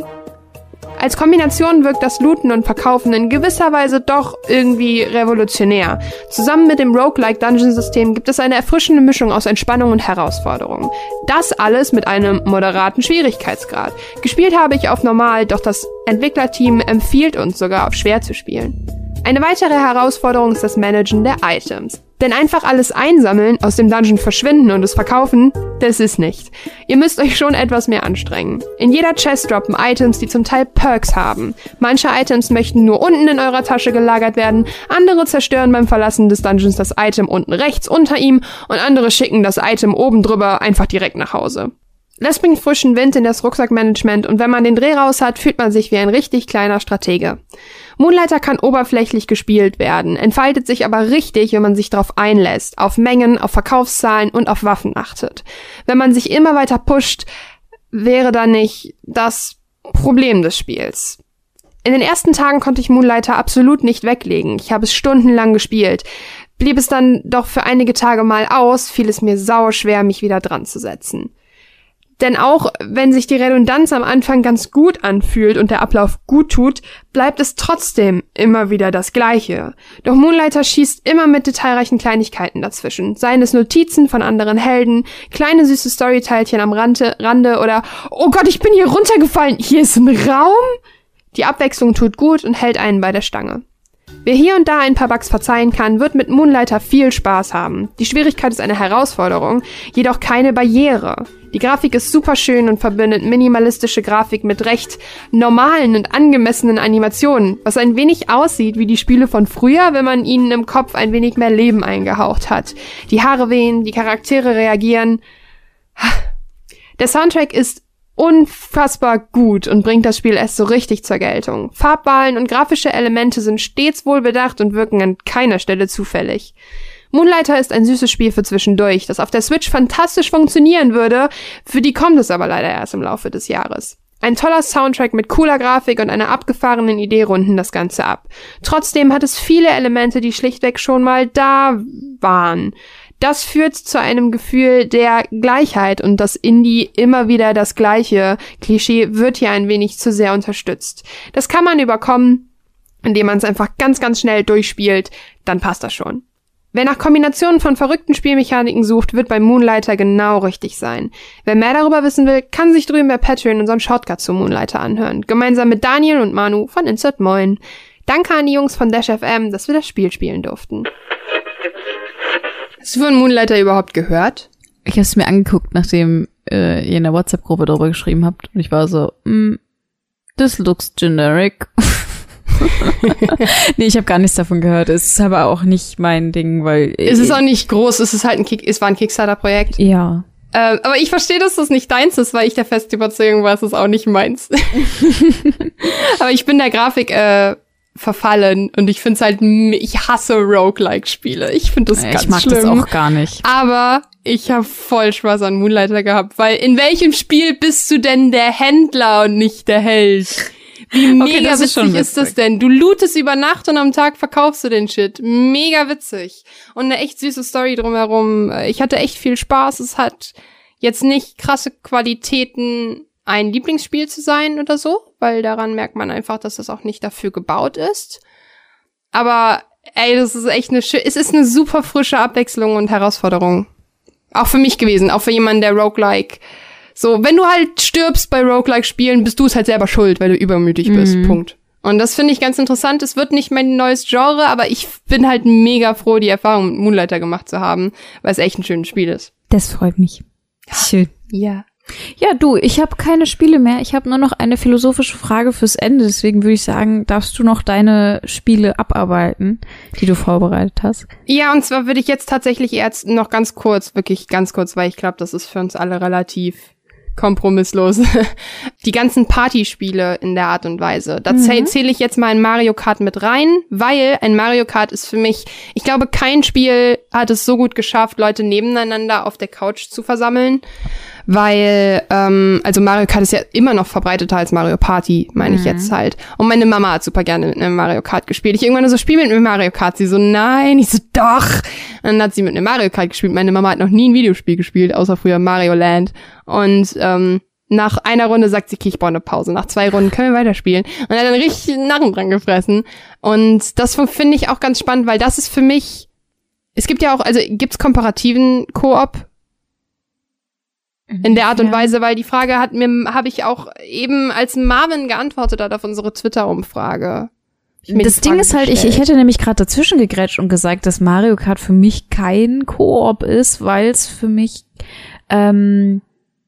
Speaker 5: Als Kombination wirkt das Looten und Verkaufen in gewisser Weise doch irgendwie revolutionär. Zusammen mit dem Roguelike-Dungeon-System gibt es eine erfrischende Mischung aus Entspannung und Herausforderung. Das alles mit einem moderaten Schwierigkeitsgrad. Gespielt habe ich auf normal, doch das Entwicklerteam empfiehlt uns sogar auf schwer zu spielen. Eine weitere Herausforderung ist das Managen der Items. Denn einfach alles einsammeln, aus dem Dungeon verschwinden und es verkaufen, das ist nicht. Ihr müsst euch schon etwas mehr anstrengen. In jeder Chest droppen Items, die zum Teil Perks haben. Manche Items möchten nur unten in eurer Tasche gelagert werden, andere zerstören beim Verlassen des Dungeons das Item unten rechts unter ihm und andere schicken das Item oben drüber einfach direkt nach Hause. Das bringt frischen Wind in das Rucksackmanagement und wenn man den Dreh raus hat, fühlt man sich wie ein richtig kleiner Stratege. Moonlighter kann oberflächlich gespielt werden, entfaltet sich aber richtig, wenn man sich darauf einlässt, auf Mengen, auf Verkaufszahlen und auf Waffen achtet. Wenn man sich immer weiter pusht, wäre da nicht das Problem des Spiels. In den ersten Tagen konnte ich Moonlighter absolut nicht weglegen. Ich habe es stundenlang gespielt. Blieb es dann doch für einige Tage mal aus, fiel es mir sauschwer, mich wieder dran zu setzen. Denn auch wenn sich die Redundanz am Anfang ganz gut anfühlt und der Ablauf gut tut, bleibt es trotzdem immer wieder das Gleiche. Doch Moonlighter schießt immer mit detailreichen Kleinigkeiten dazwischen. Seien es Notizen von anderen Helden, kleine süße Storyteilchen am Rande, Rande oder »Oh Gott, ich bin hier runtergefallen, hier ist ein Raum?« Die Abwechslung tut gut und hält einen bei der Stange. Wer hier und da ein paar Bugs verzeihen kann, wird mit Moonlighter viel Spaß haben. Die Schwierigkeit ist eine Herausforderung, jedoch keine Barriere. Die Grafik ist super schön und verbindet minimalistische Grafik mit recht normalen und angemessenen Animationen, was ein wenig aussieht wie die Spiele von früher, wenn man ihnen im Kopf ein wenig mehr Leben eingehaucht hat. Die Haare wehen, die Charaktere reagieren. Der Soundtrack ist unfassbar gut und bringt das Spiel erst so richtig zur Geltung. Farbwahlen und grafische Elemente sind stets wohlbedacht und wirken an keiner Stelle zufällig. Moonlighter ist ein süßes Spiel für zwischendurch, das auf der Switch fantastisch funktionieren würde, für die kommt es aber leider erst im Laufe des Jahres. Ein toller Soundtrack mit cooler Grafik und einer abgefahrenen Idee runden das Ganze ab. Trotzdem hat es viele Elemente, die schlichtweg schon mal da waren. Das führt zu einem Gefühl der Gleichheit und das Indie immer wieder das gleiche Klischee wird hier ein wenig zu sehr unterstützt. Das kann man überkommen, indem man es einfach ganz, ganz schnell durchspielt, dann passt das schon. Wer nach Kombinationen von verrückten Spielmechaniken sucht, wird bei Moonlighter genau richtig sein. Wer mehr darüber wissen will, kann sich drüben bei Patreon unseren Shortcut zu Moonlighter anhören. Gemeinsam mit Daniel und Manu von Insert Moin. Danke an die Jungs von Dash F M, dass wir das Spiel spielen durften. Hast du von Moonlighter überhaupt gehört?
Speaker 3: Ich habe es mir angeguckt, nachdem äh, ihr in der WhatsApp-Gruppe darüber geschrieben habt. Und ich war so, mm, this looks generic. Nee, ich habe gar nichts davon gehört. Es ist aber auch nicht mein Ding, weil...
Speaker 5: Es ist auch nicht groß, es ist halt ein Kick, es war ein Kickstarter-Projekt.
Speaker 3: Ja.
Speaker 2: Äh, aber ich verstehe, dass das nicht deins ist, weil ich der festen Überzeugung war, es ist auch nicht meins. Aber ich bin der Grafik äh, verfallen und ich finde es halt, ich hasse Roguelike-Spiele. Ich finde das
Speaker 3: ich
Speaker 2: ganz
Speaker 3: mag
Speaker 2: schlimm.
Speaker 3: das auch gar nicht.
Speaker 2: Aber ich habe voll Spaß an Moonlighter gehabt, weil in welchem Spiel bist du denn der Händler und nicht der Held? Wie mega
Speaker 3: Okay, das ist
Speaker 2: witzig
Speaker 3: schon
Speaker 2: ist das
Speaker 3: witzig.
Speaker 2: denn? Du lootest über Nacht und am Tag verkaufst du den Shit. Mega witzig. Und eine echt süße Story drumherum. Ich hatte echt viel Spaß. Es hat jetzt nicht krasse Qualitäten, ein Lieblingsspiel zu sein oder so, weil daran merkt man einfach, dass das auch nicht dafür gebaut ist. Aber ey, das ist echt eine schö- es ist eine super frische Abwechslung und Herausforderung. Auch für mich gewesen, auch für jemanden, der Roguelike so, wenn du halt stirbst bei Roguelike-Spielen, bist du es halt selber schuld, weil du übermütig bist.
Speaker 3: Mhm.
Speaker 2: Punkt. Und das finde ich ganz interessant. Es wird nicht mein neues Genre, aber ich bin halt mega froh, die Erfahrung mit Moonlighter gemacht zu haben, weil es echt ein schönes Spiel ist.
Speaker 3: Das freut mich. Schön.
Speaker 2: Ja.
Speaker 3: Ja, du, ich habe keine Spiele mehr. Ich habe nur noch eine philosophische Frage fürs Ende. Deswegen würde ich sagen, darfst du noch deine Spiele abarbeiten, die du vorbereitet hast?
Speaker 2: Ja, und zwar würde ich jetzt tatsächlich erst noch ganz kurz, wirklich ganz kurz, weil ich glaube, das ist für uns alle relativ kompromisslos. Die ganzen Partyspiele in der Art und Weise. Da zäh- zähle ich jetzt mal ein Mario Kart mit rein, weil ein Mario Kart ist für mich, ich glaube, kein Spiel hat es so gut geschafft, Leute nebeneinander auf der Couch zu versammeln. Weil, ähm, also Mario Kart ist ja immer noch verbreiteter als Mario Party, meine ich jetzt halt. Und meine Mama hat super gerne mit einem Mario Kart gespielt. Ich irgendwann so, spiel mit einem Mario Kart. Sie so, nein. Ich so, doch. Und dann hat sie mit einem Mario Kart gespielt. Meine Mama hat noch nie ein Videospiel gespielt, außer früher Mario Land. Und ähm, nach einer Runde sagt sie, okay, ich brauche eine Pause. Nach zwei Runden können wir weiterspielen. Und hat dann richtig einen Narren dran gefressen. Und das finde ich auch ganz spannend, weil das ist für mich, es gibt ja auch, also gibt's komparativen Koop in der Art und Weise, weil die Frage hat mir, habe ich auch eben als Marvin geantwortet hat auf unsere Twitter-Umfrage.
Speaker 3: Das Ding ist halt, ich, ich hätte nämlich gerade dazwischen gegrätscht und gesagt, dass Mario Kart für mich kein Koop ist, weil es für mich ähm,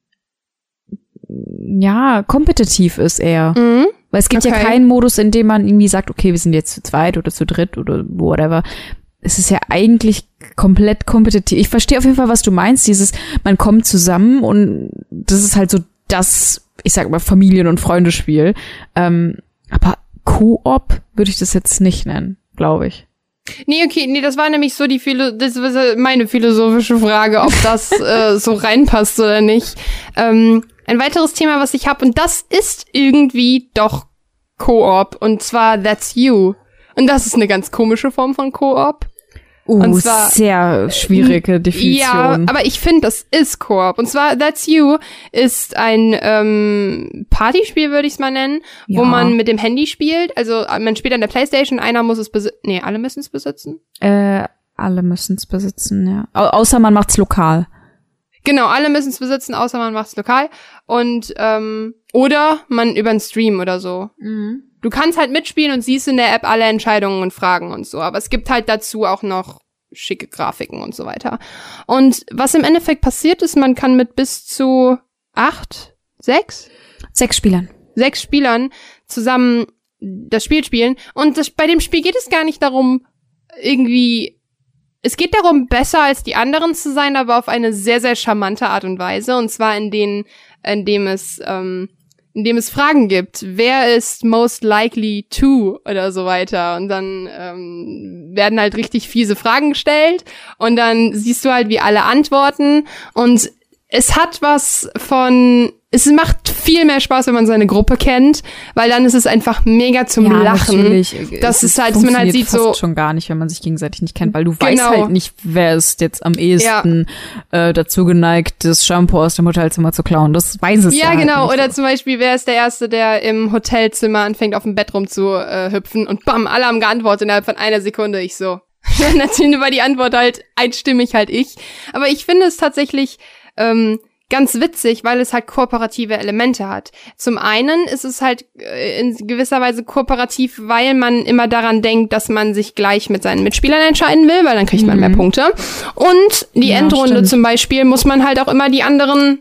Speaker 3: ja kompetitiv ist eher.
Speaker 2: Mhm.
Speaker 3: Weil es gibt
Speaker 2: Okay.
Speaker 3: ja keinen Modus, in dem man irgendwie sagt, okay, wir sind jetzt zu zweit oder zu dritt oder whatever. Es ist ja eigentlich komplett kompetitiv. Ich verstehe auf jeden Fall, was du meinst. Dieses, man kommt zusammen und das ist halt so das, ich sag mal, Familien- und Freundespiel. Ähm, aber Koop würde ich das jetzt nicht nennen, glaube ich.
Speaker 2: Nee, okay, nee, das war nämlich so die Philo- das war meine philosophische Frage, ob das äh, so reinpasst oder nicht. Ähm, ein weiteres Thema, was ich habe, und das ist irgendwie doch Koop, und zwar That's You. Und das ist eine ganz komische Form von Koop.
Speaker 3: Uh,
Speaker 2: Und zwar-
Speaker 3: sehr schwierige Definition.
Speaker 2: Ja, aber ich finde, das ist Koop. Und zwar That's You ist ein ähm, Partyspiel, würde ich es mal nennen,
Speaker 3: Ja.
Speaker 2: wo man mit dem Handy spielt. Also man spielt an der Playstation, einer muss es besitzen. Nee, alle müssen es besitzen.
Speaker 3: Äh, alle müssen es besitzen, ja. Au- außer man macht's lokal.
Speaker 2: Genau, alle müssen es besitzen, außer man macht es lokal. Und ähm, oder man über einen Stream oder so. Du kannst halt mitspielen und siehst in der App alle Entscheidungen und Fragen und so. Aber es gibt halt dazu auch noch schicke Grafiken und so weiter. Und was im Endeffekt passiert ist, man kann mit bis zu acht, sechs,
Speaker 3: Sechs Spielern.
Speaker 2: sechs Spielern zusammen das Spiel spielen. Und das, bei dem Spiel geht es gar nicht darum, irgendwie, es geht darum, besser als die anderen zu sein, aber auf eine sehr, sehr charmante Art und Weise. Und zwar in denen, in dem es, ähm, in dem es Fragen gibt. Wer ist most likely to oder so weiter. Und dann ähm, werden halt richtig fiese Fragen gestellt. Und dann siehst du halt, wie alle antworten. Und es hat was von, es macht viel mehr Spaß, wenn man seine Gruppe kennt, weil dann ist es einfach mega zum
Speaker 3: ja,
Speaker 2: Lachen.
Speaker 3: Natürlich.
Speaker 2: Das
Speaker 3: Es
Speaker 2: ist halt, dass man halt
Speaker 3: funktioniert
Speaker 2: sieht
Speaker 3: fast
Speaker 2: so,
Speaker 3: schon gar nicht, wenn man sich gegenseitig nicht kennt, weil du
Speaker 2: Genau.
Speaker 3: weißt halt nicht, wer ist jetzt am ehesten äh, dazu geneigt, das Shampoo aus dem Hotelzimmer zu klauen. Das weiß es ja
Speaker 2: ja, genau.
Speaker 3: halt nicht.
Speaker 2: Oder zum Beispiel, wer ist der Erste, der im Hotelzimmer anfängt, auf dem Bett rumzuhüpfen äh, hüpfen und bam, alle haben geantwortet innerhalb von einer Sekunde. Ich so. Dann erzählen über die Antwort halt einstimmig halt ich. Aber ich finde es tatsächlich ähm, ganz witzig, weil es halt kooperative Elemente hat. Zum einen ist es halt äh, in gewisser Weise kooperativ, weil man immer daran denkt, dass man sich gleich mit seinen Mitspielern entscheiden will, weil dann kriegt man mehr Punkte. Und die
Speaker 3: Ja,
Speaker 2: Endrunde
Speaker 3: stimmt.
Speaker 2: zum Beispiel muss man halt auch immer die anderen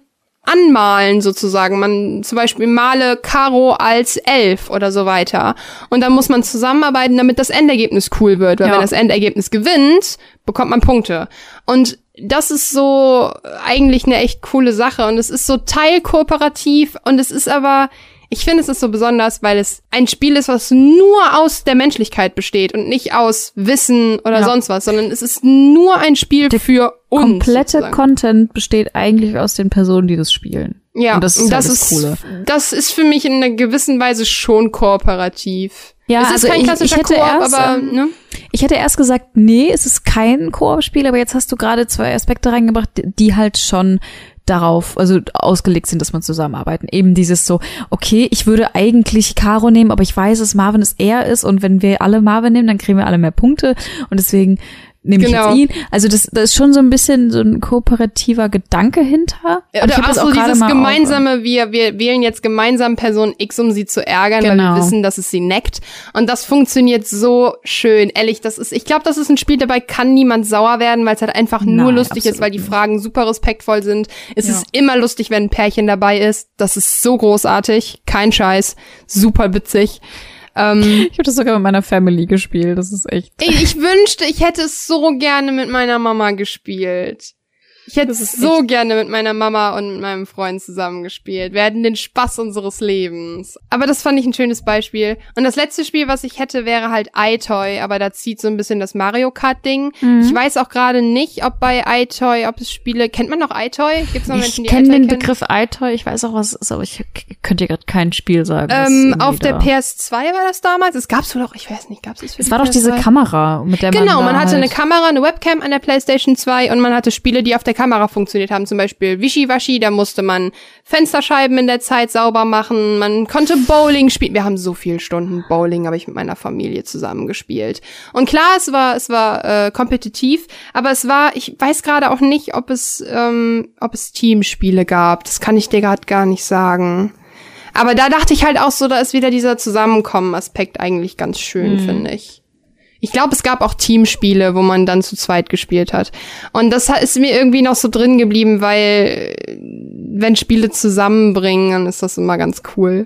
Speaker 2: anmalen sozusagen. Man zum Beispiel male Karo als Elf oder so weiter. Und dann muss man zusammenarbeiten, damit das Endergebnis cool wird. Weil
Speaker 3: Ja.
Speaker 2: wenn das Endergebnis gewinnt, bekommt man Punkte. Und das ist so eigentlich eine echt coole Sache. Und es ist so teilkooperativ und es ist aber... Ich finde, es ist so besonders, weil es ein Spiel ist, was nur aus der Menschlichkeit besteht und nicht aus Wissen oder
Speaker 3: Ja.
Speaker 2: sonst was, sondern es ist nur ein Spiel
Speaker 3: Der
Speaker 2: für uns.
Speaker 3: Komplette
Speaker 2: sozusagen.
Speaker 3: Content besteht eigentlich aus den Personen, die das spielen.
Speaker 2: Ja,
Speaker 3: und das ist,
Speaker 2: das,
Speaker 3: halt das
Speaker 2: ist
Speaker 3: Coole.
Speaker 2: das ist für mich in einer gewissen Weise schon kooperativ.
Speaker 3: Ja,
Speaker 2: es ist
Speaker 3: also
Speaker 2: kein
Speaker 3: ich-
Speaker 2: klassischer
Speaker 3: ich hätte
Speaker 2: Koop,
Speaker 3: erst,
Speaker 2: aber
Speaker 3: ähm,
Speaker 2: ne?
Speaker 3: Ich hätte erst gesagt, nee, es ist kein Koop-Spiel, aber jetzt hast du gerade zwei Aspekte reingebracht, die halt schon darauf, also ausgelegt sind, dass man zusammenarbeiten. Eben dieses so, okay, ich würde eigentlich Caro nehmen, aber ich weiß, dass Marvin es er ist und wenn wir alle Marvin nehmen, dann kriegen wir alle mehr Punkte und deswegen nehme ich
Speaker 2: Genau.
Speaker 3: jetzt ihn. Also das, das ist schon so ein bisschen so ein kooperativer Gedanke hinter. Aber ich
Speaker 2: Oder
Speaker 3: hab
Speaker 2: auch
Speaker 3: das
Speaker 2: so
Speaker 3: gerade
Speaker 2: dieses
Speaker 3: mal
Speaker 2: gemeinsame, wir, wir wählen jetzt gemeinsam Person X, um sie zu ärgern, weil
Speaker 3: Genau.
Speaker 2: wir wissen, dass es sie neckt. Und das funktioniert so schön. Ehrlich, das ist, ich glaube, das ist ein Spiel, dabei kann niemand sauer werden, weil es halt einfach nur
Speaker 3: Nein,
Speaker 2: lustig ist, weil die
Speaker 3: absolut
Speaker 2: Fragen super respektvoll sind. Es
Speaker 3: Ja.
Speaker 2: ist immer lustig, wenn ein Pärchen dabei ist. Das ist so großartig. Kein Scheiß. Super witzig. Ähm,
Speaker 3: Ich habe das sogar mit meiner Family gespielt. Das ist echt.
Speaker 2: Ey, ich wünschte, ich hätte es so gerne mit meiner Mama gespielt. Ich hätte es so gerne mit meiner Mama und mit meinem Freund zusammen gespielt. Wir hätten den Spaß unseres Lebens. Aber das fand ich ein schönes Beispiel. Und das letzte Spiel, was ich hätte, wäre halt iToy. Aber da zieht so ein bisschen das Mario Kart-Ding.
Speaker 3: Mhm.
Speaker 2: Ich weiß auch gerade nicht, ob bei iToy, ob es Spiele... Kennt man noch iToy? Gibt's noch Menschen,
Speaker 3: Ich
Speaker 2: die
Speaker 3: kenne
Speaker 2: iToy
Speaker 3: den
Speaker 2: kennen?
Speaker 3: Begriff iToy, ich weiß auch, was es ist, aber ich k- könnte dir gerade kein Spiel sagen. was
Speaker 2: Ähm,
Speaker 3: irgendwie
Speaker 2: auf der
Speaker 3: da-
Speaker 2: P S zwei war das damals. Es gab's wohl auch, ich weiß nicht, gab's es für
Speaker 3: Es
Speaker 2: die
Speaker 3: war doch
Speaker 2: P S
Speaker 3: diese
Speaker 2: zwei?
Speaker 3: Kamera, mit der man
Speaker 2: Genau,
Speaker 3: da
Speaker 2: man hatte
Speaker 3: halt
Speaker 2: eine Kamera, eine Webcam an der PlayStation zwei und man hatte Spiele, die auf der Kamera funktioniert haben. Zum Beispiel Wischiwaschi, da musste man Fensterscheiben in der Zeit sauber machen. Man konnte Bowling spielen. Wir haben so viele Stunden Bowling, habe ich mit meiner Familie zusammen gespielt. Und klar, es war es war äh, kompetitiv, aber es war, ich weiß gerade auch nicht, ob es ähm, ob es Teamspiele gab. Das kann ich dir gerade gar nicht sagen. Aber da dachte ich halt auch so, da ist wieder dieser Zusammenkommen-Aspekt eigentlich ganz schön,
Speaker 3: Mhm.
Speaker 2: finde ich. Ich glaube, es gab auch Teamspiele, wo man dann zu zweit gespielt hat. Und das ist mir irgendwie noch so drin geblieben, weil äh, wenn Spiele zusammenbringen, dann ist das immer ganz cool.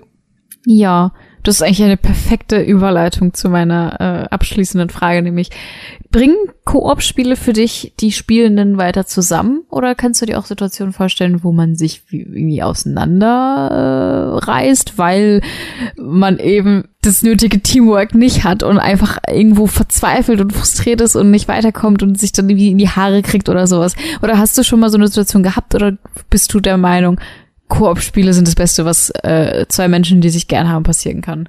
Speaker 3: Ja, das ist eigentlich eine perfekte Überleitung zu meiner äh, abschließenden Frage, nämlich bringen Koop-Spiele für dich die Spielenden weiter zusammen oder kannst du dir auch Situationen vorstellen, wo man sich wie- irgendwie auseinander äh, reißt, weil man eben das nötige Teamwork nicht hat und einfach irgendwo verzweifelt und frustriert ist und nicht weiterkommt und sich dann irgendwie in die Haare kriegt oder sowas? Oder hast du schon mal so eine Situation gehabt oder bist du der Meinung, Koop-Spiele sind das Beste, was äh, zwei Menschen, die sich gern haben, passieren kann?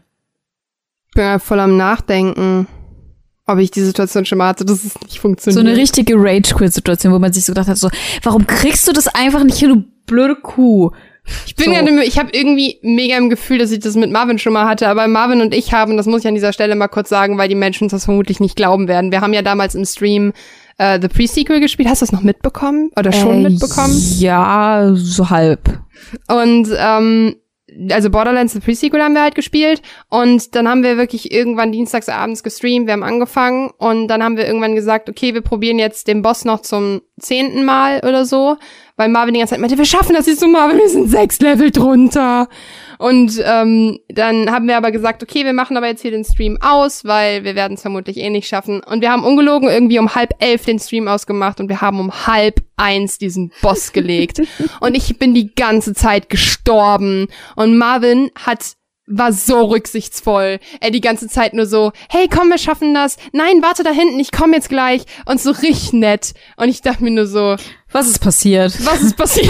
Speaker 2: Ich bin halt voll am Nachdenken, ob ich die Situation schon mal hatte, dass es nicht funktioniert.
Speaker 3: So eine richtige Rage-Quit-Situation, wo man sich so gedacht hat, so, warum kriegst du das einfach nicht hin, du blöde Kuh?
Speaker 2: Ich bin
Speaker 3: So.
Speaker 2: gerade, ich habe irgendwie mega im Gefühl, dass ich das mit Marvin schon mal hatte, aber Marvin und ich haben, das muss ich an dieser Stelle mal kurz sagen, weil die Menschen das vermutlich nicht glauben werden. Wir haben ja damals im Stream äh, The Pre-Sequel gespielt. Hast du das noch mitbekommen? Oder schon
Speaker 3: Äh,
Speaker 2: mitbekommen?
Speaker 3: Ja, so halb.
Speaker 2: Und ähm, also Borderlands The Pre-Sequel haben wir halt gespielt und dann haben wir wirklich irgendwann dienstags abends gestreamt, wir haben angefangen und dann haben wir irgendwann gesagt, okay, wir probieren jetzt den Boss noch zum zehnten Mal oder so, weil Marvin die ganze Zeit meinte, wir schaffen das jetzt so, Marvin, wir sind sechs Level drunter. Und ähm, dann haben wir aber gesagt, okay, wir machen aber jetzt hier den Stream aus, weil wir werden es vermutlich eh nicht schaffen. Und wir haben ungelogen irgendwie um halb elf den Stream ausgemacht und wir haben um halb eins diesen Boss gelegt. Und ich bin die ganze Zeit gestorben. Und Marvin hat war so rücksichtsvoll. Er die ganze Zeit nur so, hey, komm, wir schaffen das. Nein, warte da hinten, ich komme jetzt gleich. Und so richtig nett. Und ich dachte mir nur so,
Speaker 3: Was ist passiert?
Speaker 2: was ist passiert?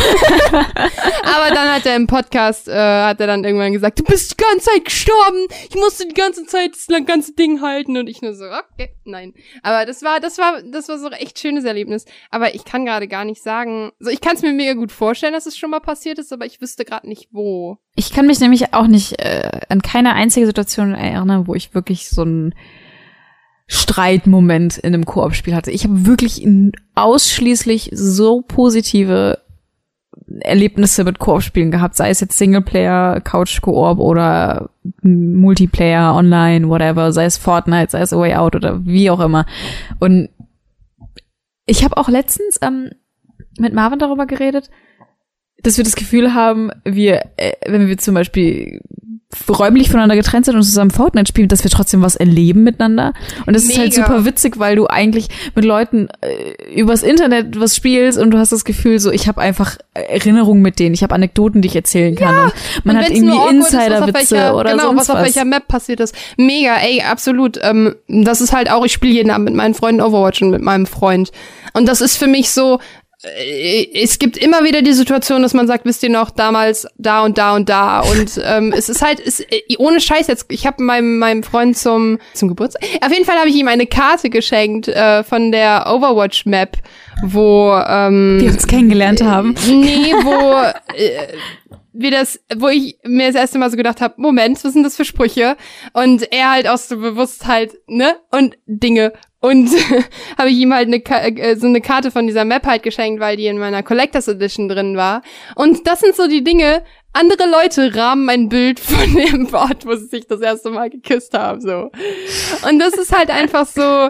Speaker 2: Aber dann hat er im Podcast, äh, hat er dann irgendwann gesagt, du bist die ganze Zeit gestorben. Ich musste die ganze Zeit das ganze Ding halten. Und ich nur so, okay, nein. Aber das war, das war, das war so ein echt schönes Erlebnis. Aber ich kann gerade gar nicht sagen, so, ich kann es mir mega gut vorstellen, dass es schon mal passiert ist, aber ich wüsste gerade nicht, wo.
Speaker 3: Ich kann mich nämlich auch nicht äh, an keine einzige Situation erinnern, wo ich wirklich so einen Streitmoment in einem Koop-Spiel hatte. Ich habe wirklich in ausschließlich so positive Erlebnisse mit Koop-Spielen gehabt, sei es jetzt Singleplayer, Couch-Koop oder Multiplayer, Online, whatever, sei es Fortnite, sei es A Way Out oder wie auch immer. Und ich habe auch letztens ähm, mit Marvin darüber geredet, dass wir das Gefühl haben, wir, äh, wenn wir zum Beispiel räumlich voneinander getrennt sind und zusammen Fortnite spielen, dass wir trotzdem was erleben miteinander. Und das Mega. Ist halt super witzig, weil du eigentlich mit Leuten äh, übers Internet was spielst und du hast das Gefühl, so ich habe einfach Erinnerungen mit denen, ich habe Anekdoten, die ich erzählen kann.
Speaker 5: Ja.
Speaker 3: Und man und hat irgendwie Insiderwitze oder
Speaker 5: genau,
Speaker 3: sonst
Speaker 5: was auf
Speaker 3: was.
Speaker 5: welcher Map passiert ist. Mega, ey, absolut. Ähm, das ist halt auch, ich spiele jeden Abend mit meinen Freunden Overwatch und mit meinem Freund. Und das ist für mich so, es gibt immer wieder die Situation, dass man sagt, wisst ihr noch, damals da und da und da und ähm, es ist halt, es, ohne Scheiß jetzt, ich habe meinem meinem Freund zum zum Geburtstag, auf jeden Fall habe ich ihm eine Karte geschenkt äh, von der Overwatch-Map, wo ähm,
Speaker 3: wir uns kennengelernt haben.
Speaker 5: Nee, wo äh, wie das, wo ich mir das erste Mal so gedacht habe, Moment, was sind das für Sprüche? Und er halt auch so bewusst halt, ne? Und Dinge. Und habe ich ihm halt eine Ka- äh, so eine Karte von dieser Map halt geschenkt, weil die in meiner Collectors Edition drin war. Und das sind so die Dinge, andere Leute rahmen ein Bild von dem Ort, wo sie sich das erste Mal geküsst haben, so. Und das ist halt einfach so,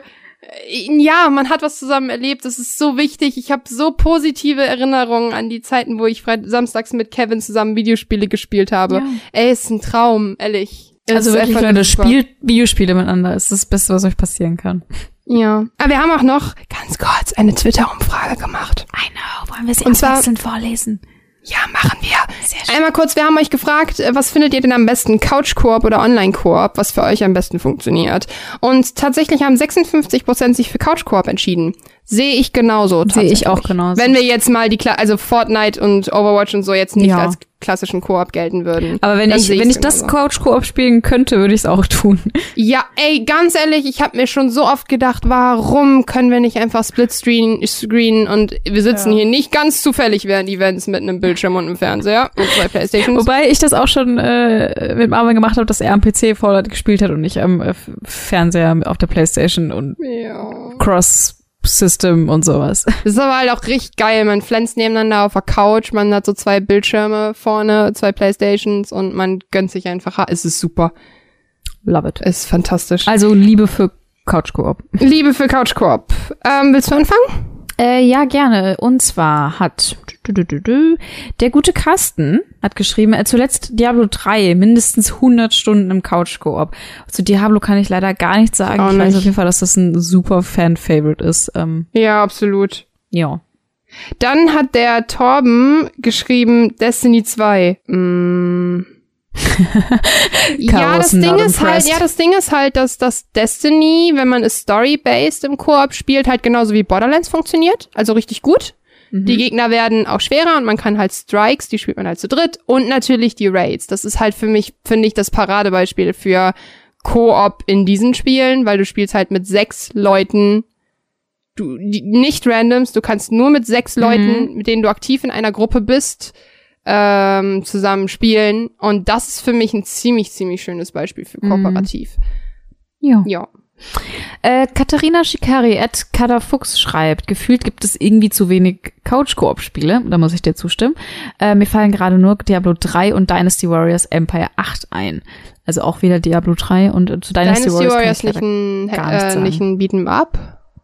Speaker 5: ja, man hat was zusammen erlebt, das ist so wichtig. Ich habe so positive Erinnerungen an die Zeiten, wo ich freit- samstags mit Kevin zusammen Videospiele gespielt habe. Ja. Ey, ist ein Traum, ehrlich.
Speaker 3: Also ist wirklich, Leute, spielt Videospiele miteinander. Ist das Beste, was euch passieren kann.
Speaker 5: Ja. Aber wir haben auch noch, ganz kurz, eine Twitter-Umfrage gemacht.
Speaker 3: I know. Wollen wir sie
Speaker 5: abwechselnd
Speaker 3: vorlesen?
Speaker 5: Ja, machen wir. Einmal kurz, wir haben euch gefragt, was findet ihr denn am besten? Couch-Koop oder Online-Koop? Was für euch am besten funktioniert? Und tatsächlich haben sechsundfünfzig Prozent sich für Couch-Koop entschieden. Sehe ich genauso.
Speaker 3: Sehe ich auch genauso.
Speaker 5: Wenn wir jetzt mal die, Kla- also Fortnite und Overwatch und so jetzt nicht ja. als klassischen Koop gelten würden.
Speaker 3: Aber wenn ich, wenn ich das Couch-Koop spielen könnte, würde ich es auch tun.
Speaker 5: Ja, ey, ganz ehrlich, ich habe mir schon so oft gedacht, warum können wir nicht einfach Split-Screen screen und wir sitzen ja. hier nicht ganz zufällig während Events mit einem Bildschirm und einem Fernseher und zwei Playstations.
Speaker 3: Wobei ich das auch schon äh, mit Marvin gemacht habe, dass er am P C Fallout gespielt hat und nicht am äh, Fernseher auf der Playstation und
Speaker 5: ja.
Speaker 3: Cross System und sowas.
Speaker 5: Das ist aber halt auch richtig geil. Man pflanzt nebeneinander auf der Couch, man hat so zwei Bildschirme vorne, zwei Playstations und man gönnt sich einfach. Es ist super.
Speaker 3: Love it.
Speaker 5: Es ist fantastisch.
Speaker 3: Also Liebe für Couch-Koop.
Speaker 5: Liebe für Couch-Koop. Ähm, willst du anfangen?
Speaker 3: Äh, ja, gerne. Und zwar hat der gute Carsten hat geschrieben, er zuletzt Diablo drei, mindestens hundert Stunden im Couch-Koop. Zu Diablo kann ich leider gar nichts sagen.
Speaker 5: Auch
Speaker 3: ich
Speaker 5: nicht.
Speaker 3: weiß auf jeden Fall, dass das ein super Fan-Favorite ist. Ähm,
Speaker 5: ja, absolut.
Speaker 3: Ja.
Speaker 5: Dann hat der Torben geschrieben Destiny zwei. Mm. ja, das Ding ist halt, ja, das Ding ist halt, dass das Destiny, wenn man es story-based im Koop spielt, halt genauso wie Borderlands funktioniert. Also richtig gut. Mhm. Die Gegner werden auch schwerer und man kann halt Strikes, die spielt man halt zu dritt. Und natürlich die Raids. Das ist halt für mich, finde ich, das Paradebeispiel für Koop in diesen Spielen, weil du spielst halt mit sechs Leuten, du, die, nicht randoms, du kannst nur mit sechs mhm. Leuten, mit denen du aktiv in einer Gruppe bist, ähm, zusammen spielen. Und das ist für mich ein ziemlich, ziemlich schönes Beispiel für kooperativ.
Speaker 3: Ja.
Speaker 5: Ja.
Speaker 3: Äh, Katharina Schikari at Kadafuchs schreibt, gefühlt gibt es irgendwie zu wenig Couch-Koop-Spiele. Da muss ich dir zustimmen. Äh, mir fallen gerade nur Diablo drei und Dynasty Warriors Empire acht ein. Also auch wieder Diablo drei und äh, zu Dynasty,
Speaker 5: Dynasty
Speaker 3: Warriors,
Speaker 5: Warriors nicht ein, äh, nicht ein Beat'em Up?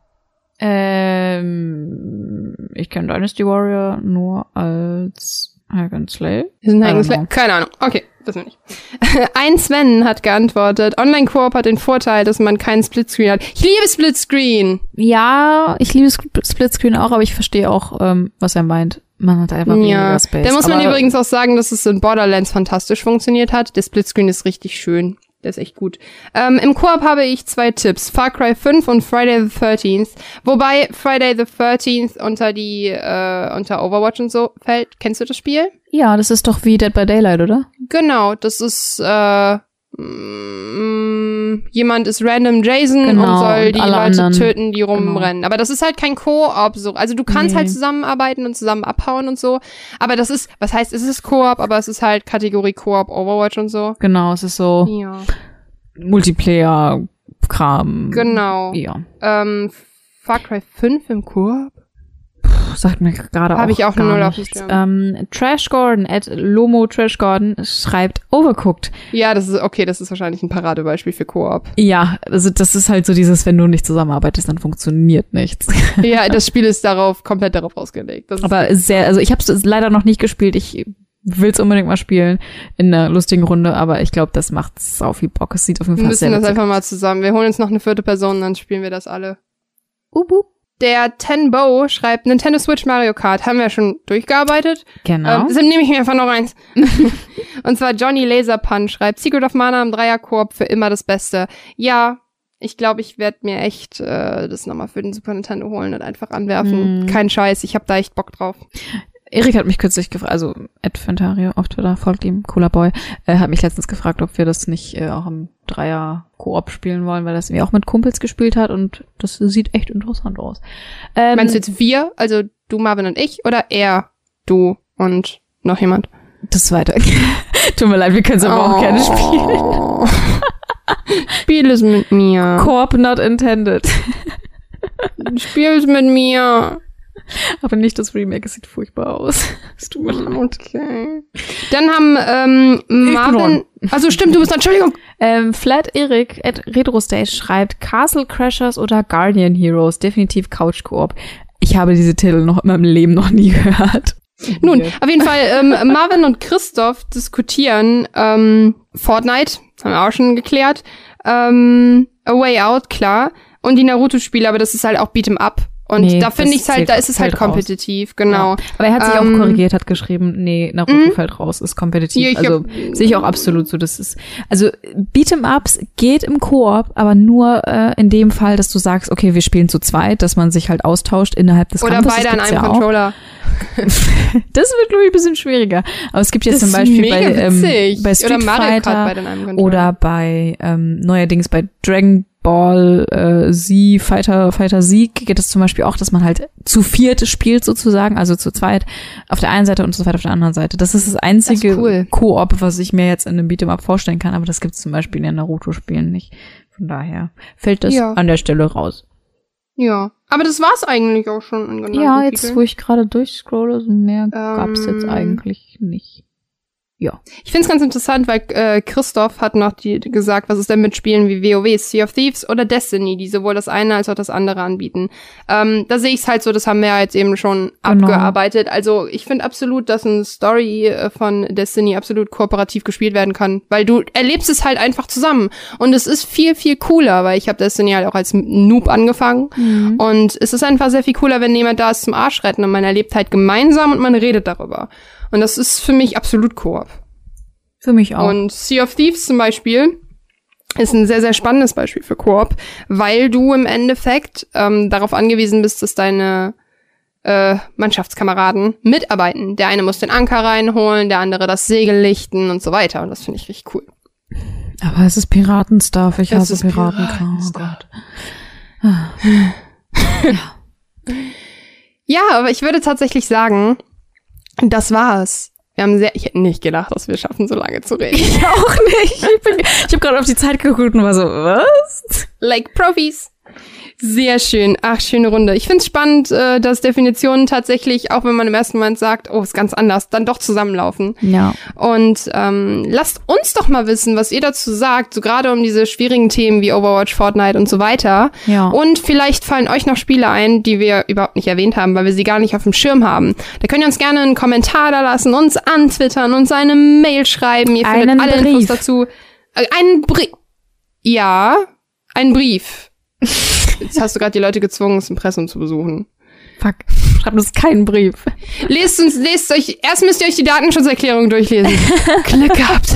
Speaker 3: Ähm, ich kenne Dynasty Warrior nur als Hack and Slay.
Speaker 5: Ist ein Hack and Slay? Keine Ahnung. Okay, wissen wir nicht. Ein Sven hat geantwortet, Online-Koop hat den Vorteil, dass man keinen Splitscreen hat. Ich liebe Splitscreen!
Speaker 3: Ja, ich liebe Splitscreen auch, aber ich verstehe auch, ähm, was er meint. Man hat einfach weniger
Speaker 5: ja.
Speaker 3: Space.
Speaker 5: Da muss man
Speaker 3: aber
Speaker 5: übrigens auch sagen, dass es in Borderlands fantastisch funktioniert hat. Der Splitscreen ist richtig schön. Der ist echt gut. Ähm, im Koop habe ich zwei Tipps. Far Cry fünf und Friday the thirteenth. Wobei Friday the thirteenth unter die, äh, unter Overwatch und so fällt. Kennst du das Spiel?
Speaker 3: Ja, das ist doch wie Dead by Daylight, oder?
Speaker 5: Genau, das ist, äh, mm, jemand ist random Jason
Speaker 3: genau,
Speaker 5: und soll
Speaker 3: und
Speaker 5: die Leute
Speaker 3: anderen.
Speaker 5: töten, die rumrennen.
Speaker 3: Genau.
Speaker 5: Aber das ist halt kein Koop so. Also du kannst
Speaker 3: nee.
Speaker 5: halt zusammenarbeiten und zusammen abhauen und so. Aber das ist, was heißt, es ist Koop, aber es ist halt Kategorie Koop, Overwatch und so.
Speaker 3: Genau, es ist so
Speaker 5: Ja.
Speaker 3: Multiplayer-Kram.
Speaker 5: Genau.
Speaker 3: Ja.
Speaker 5: Ähm, Far Cry fünf im Koop?
Speaker 3: sagt mir gerade auch
Speaker 5: Hab ich auch
Speaker 3: gar
Speaker 5: null auf dem
Speaker 3: nichts.
Speaker 5: Schirm.
Speaker 3: Ähm, Trash Gordon at Lomo Trash Gordon schreibt Overcooked.
Speaker 2: Ja, das ist okay, das ist wahrscheinlich ein Paradebeispiel für Koop.
Speaker 3: Ja, also das ist halt so dieses, wenn du nicht zusammenarbeitest, dann funktioniert nichts.
Speaker 2: Ja, das Spiel ist darauf komplett darauf ausgelegt. Das ist
Speaker 3: Aber sehr, also ich habe es leider noch nicht gespielt. Ich will es unbedingt mal spielen in einer lustigen Runde, aber ich glaube, das macht sau viel Bock. Es sieht auf jeden
Speaker 2: wir
Speaker 3: Fall
Speaker 2: müssen
Speaker 3: sehr
Speaker 2: das
Speaker 3: witzig
Speaker 2: einfach mal zusammen. Wir holen uns noch eine vierte Person und dann spielen wir das alle.
Speaker 3: Ubu.
Speaker 2: Der Tenbo schreibt, Nintendo Switch Mario Kart. Haben wir schon durchgearbeitet.
Speaker 3: Genau.
Speaker 2: Ähm, deshalb nehme ich mir einfach noch eins. Und zwar Johnny Laser Punch schreibt, Secret of Mana im Dreier-Koop für immer das Beste. Ja, ich glaube, ich werde mir echt äh, das nochmal für den Super Nintendo holen und einfach anwerfen.
Speaker 3: Mm.
Speaker 2: Kein Scheiß, ich habe da echt Bock drauf.
Speaker 3: Erik hat mich kürzlich gefragt, also Ed Fentario auf Twitter, folgt ihm, cooler Boy, äh, hat mich letztens gefragt, ob wir das nicht äh, auch im Dreier-Koop spielen wollen, weil das irgendwie auch mit Kumpels gespielt hat und das sieht echt interessant aus. Ähm,
Speaker 2: Meinst du jetzt wir, also du, Marvin und ich, oder er, du und noch jemand?
Speaker 3: Das zweite. Tut mir leid, wir können es aber auch gerne spielen.
Speaker 2: Spiel es mit mir.
Speaker 3: Coop not intended.
Speaker 2: Spiel es mit mir.
Speaker 3: Aber nicht das Remake, es sieht furchtbar aus. Es tut mir leid.
Speaker 2: Okay. Dann haben ähm, Marvin... Also stimmt, du bist... Entschuldigung.
Speaker 3: Ähm, Flat Eric at RetroStage schreibt Castle Crashers oder Guardian Heroes. Definitiv Couch Coop. Ich habe diese Titel noch in meinem Leben noch nie gehört.
Speaker 2: Nun, auf jeden Fall, ähm, Marvin und Christoph diskutieren ähm, Fortnite, haben wir auch schon geklärt, ähm, A Way Out, klar, und die Naruto-Spiele, aber das ist halt auch Beat'em Up. Und
Speaker 3: Nee,
Speaker 2: da finde
Speaker 3: das
Speaker 2: ich halt,
Speaker 3: zählt-
Speaker 2: da ist es halt
Speaker 3: fällt raus.
Speaker 2: kompetitiv, genau.
Speaker 3: Ja. Aber er hat sich
Speaker 2: Ähm,
Speaker 3: auch korrigiert, hat geschrieben, nee, Naruto
Speaker 2: Mhm.
Speaker 3: fällt raus, ist kompetitiv.
Speaker 2: Ja, ich
Speaker 3: also
Speaker 2: hab-
Speaker 3: sehe ich auch absolut so. Das ist, also Beat'em-Ups geht im Koop, aber nur äh, in dem Fall, dass du sagst, okay, wir spielen zu zweit, dass man sich halt austauscht innerhalb des
Speaker 2: Oder
Speaker 3: Kampfes.
Speaker 2: beide
Speaker 3: Das
Speaker 2: an
Speaker 3: gibt's
Speaker 2: einem
Speaker 3: ja auch.
Speaker 2: Controller.
Speaker 3: Das wird, glaube ich, ein bisschen schwieriger. Aber es gibt jetzt
Speaker 2: Das
Speaker 3: zum
Speaker 2: ist
Speaker 3: Beispiel
Speaker 2: mega
Speaker 3: bei, ähm,
Speaker 2: witzig.
Speaker 3: bei
Speaker 2: Oder
Speaker 3: Street
Speaker 2: Mario Kart
Speaker 3: Fighter
Speaker 2: beide an einem Controller.
Speaker 3: oder bei ähm, neuerdings bei Dragon Ball äh, Z, Fighter, Fighter Z geht es zum Beispiel auch, dass man halt zu viert spielt sozusagen, also zu zweit auf der einen Seite und zu zweit auf der anderen Seite. Das ist das einzige
Speaker 2: Das ist cool.
Speaker 3: Koop, was ich mir jetzt in einem Beat'em Up vorstellen kann, aber das gibt es zum Beispiel in den Naruto-Spielen nicht. Von daher fällt das
Speaker 2: Ja.
Speaker 3: an der Stelle raus.
Speaker 2: Ja. Aber das war's eigentlich auch schon. In genannten
Speaker 3: Ja, jetzt
Speaker 2: Titeln.
Speaker 3: wo ich gerade durchscrolle, so mehr gab's jetzt
Speaker 2: Ähm.
Speaker 3: eigentlich nicht. Ja.
Speaker 2: Ich find's ganz interessant, weil äh, Christoph hat noch die, gesagt, was ist denn mit Spielen wie WoW, Sea of Thieves oder Destiny, die sowohl das eine als auch das andere anbieten. Ähm, da sehe ich's halt so, das haben wir ja jetzt eben schon
Speaker 3: Genau.
Speaker 2: abgearbeitet. Also ich finde absolut, dass eine Story äh, von Destiny absolut kooperativ gespielt werden kann, weil du erlebst es halt einfach zusammen. Und es ist viel, viel cooler, weil ich habe Destiny halt auch als Noob angefangen.
Speaker 3: Mhm.
Speaker 2: Und es ist einfach sehr viel cooler, wenn jemand da ist zum Arsch retten und man erlebt halt gemeinsam und man redet darüber. Und das ist für mich absolut Koop.
Speaker 3: Für mich auch.
Speaker 2: Und Sea of Thieves zum Beispiel ist ein sehr, sehr spannendes Beispiel für Koop, weil du im Endeffekt ähm, darauf angewiesen bist, dass deine äh, Mannschaftskameraden mitarbeiten. Der eine muss den Anker reinholen, der andere das Segel lichten und so weiter. Und das finde ich richtig cool.
Speaker 3: Aber es ist Piratenstuff. Ich
Speaker 2: Es
Speaker 3: hasse
Speaker 2: ist
Speaker 3: Piratenkram. Oh
Speaker 2: Piratenstuff.
Speaker 3: Gott.
Speaker 2: Ja, aber ich würde tatsächlich sagen, das war's. Wir haben sehr, ich hätte nicht gedacht, dass wir schaffen, so lange zu reden.
Speaker 3: Ich auch nicht. Ich, bin- ich habe gerade auf die Zeit geguckt und war so, was?
Speaker 2: Like Profis. Sehr schön. Ach, schöne Runde. Ich find's spannend, äh, dass Definitionen tatsächlich, auch wenn man im ersten Moment sagt, oh, ist ganz anders, dann doch zusammenlaufen.
Speaker 3: Ja.
Speaker 2: Und ähm, lasst uns doch mal wissen, was ihr dazu sagt, so gerade um diese schwierigen Themen wie Overwatch, Fortnite und so weiter.
Speaker 3: Ja.
Speaker 2: Und vielleicht fallen euch noch Spiele ein, die wir überhaupt nicht erwähnt haben, weil wir sie gar nicht auf dem Schirm haben. Da könnt ihr uns gerne einen Kommentar da lassen, uns antwittern, uns eine Mail schreiben. Ihr findet
Speaker 3: Einen
Speaker 2: alle
Speaker 3: Brief.
Speaker 2: Infos dazu. Äh, einen Brief. Ja, einen Brief. Jetzt hast du gerade die Leute gezwungen, das Impressum zu besuchen.
Speaker 3: Fuck. Schreibt uns keinen Brief.
Speaker 2: Lest uns, lest euch, erst müsst ihr euch die Datenschutzerklärung durchlesen. Glück gehabt.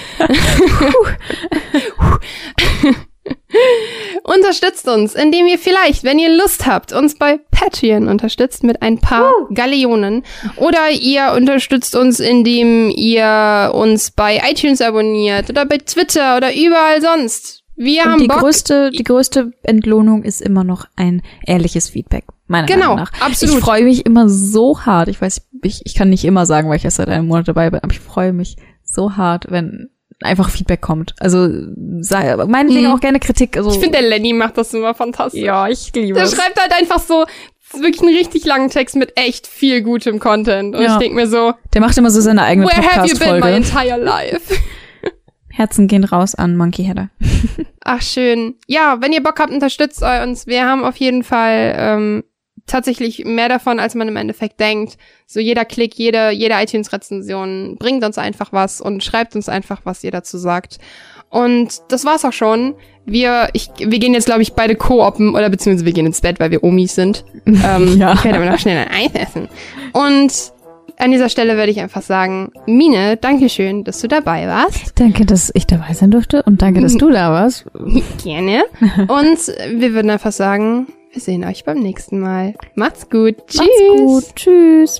Speaker 2: Unterstützt uns, indem ihr vielleicht, wenn ihr Lust habt, uns bei Patreon unterstützt mit ein paar Galeonen. Oder ihr unterstützt uns, indem ihr uns bei iTunes abonniert oder bei Twitter oder überall sonst. Wir
Speaker 3: Und
Speaker 2: haben
Speaker 3: die
Speaker 2: Bock.
Speaker 3: größte, die größte Entlohnung ist immer noch ein ehrliches Feedback. Meiner
Speaker 2: Genau,
Speaker 3: Meinung nach.
Speaker 2: absolut.
Speaker 3: Ich freue mich immer so hart. Ich weiß, ich, ich kann nicht immer sagen, weil ich erst seit einem Monat dabei bin, aber ich freue mich so hart, wenn einfach Feedback kommt. Also, sei, meinetwegen
Speaker 2: Mhm.
Speaker 3: auch gerne Kritik. Also,
Speaker 2: Ich finde, der Lenny macht das immer fantastisch.
Speaker 3: ja, ich liebe
Speaker 2: Der
Speaker 3: es.
Speaker 2: schreibt halt einfach so Das ist wirklich ein richtig langer Text mit echt viel gutem Content. Und
Speaker 3: Ja.
Speaker 2: ich denke mir so,
Speaker 3: Der macht immer so seine eigene
Speaker 2: where have you been my
Speaker 3: Podcast-Folge.
Speaker 2: entire life?
Speaker 3: Herzen gehen raus an Monkey Header.
Speaker 2: Ach, schön. Ja, wenn ihr Bock habt, unterstützt uns. Wir haben auf jeden Fall ähm, tatsächlich mehr davon, als man im Endeffekt denkt. So jeder Klick, jede, jede iTunes-Rezension bringt uns einfach was und schreibt uns einfach, was ihr dazu sagt. Und das war's auch schon. Wir, ich, wir gehen jetzt, glaube ich, beide Koopen oder beziehungsweise wir gehen ins Bett, weil wir Omis sind. ähm,
Speaker 3: Ja.
Speaker 2: Ich werde aber noch schnell ein Eis essen. Und an dieser Stelle würde ich einfach sagen, Mine, Dankeschön, dass du dabei warst.
Speaker 3: Danke, dass ich dabei sein durfte und danke, dass du da warst.
Speaker 2: Gerne. Und wir würden einfach sagen, wir sehen euch beim nächsten Mal. Macht's gut. Tschüss.
Speaker 3: Macht's gut. Tschüss.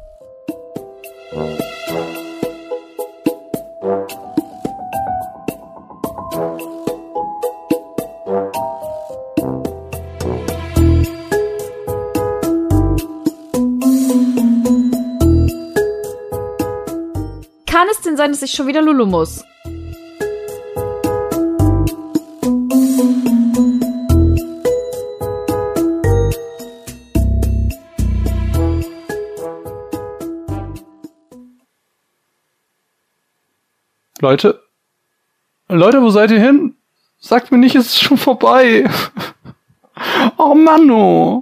Speaker 4: Kann es denn sein, dass ich schon wieder Lulu muss?
Speaker 1: Leute, Leute, wo seid ihr hin? Sagt mir nicht, es ist schon vorbei. Oh Mann, oh.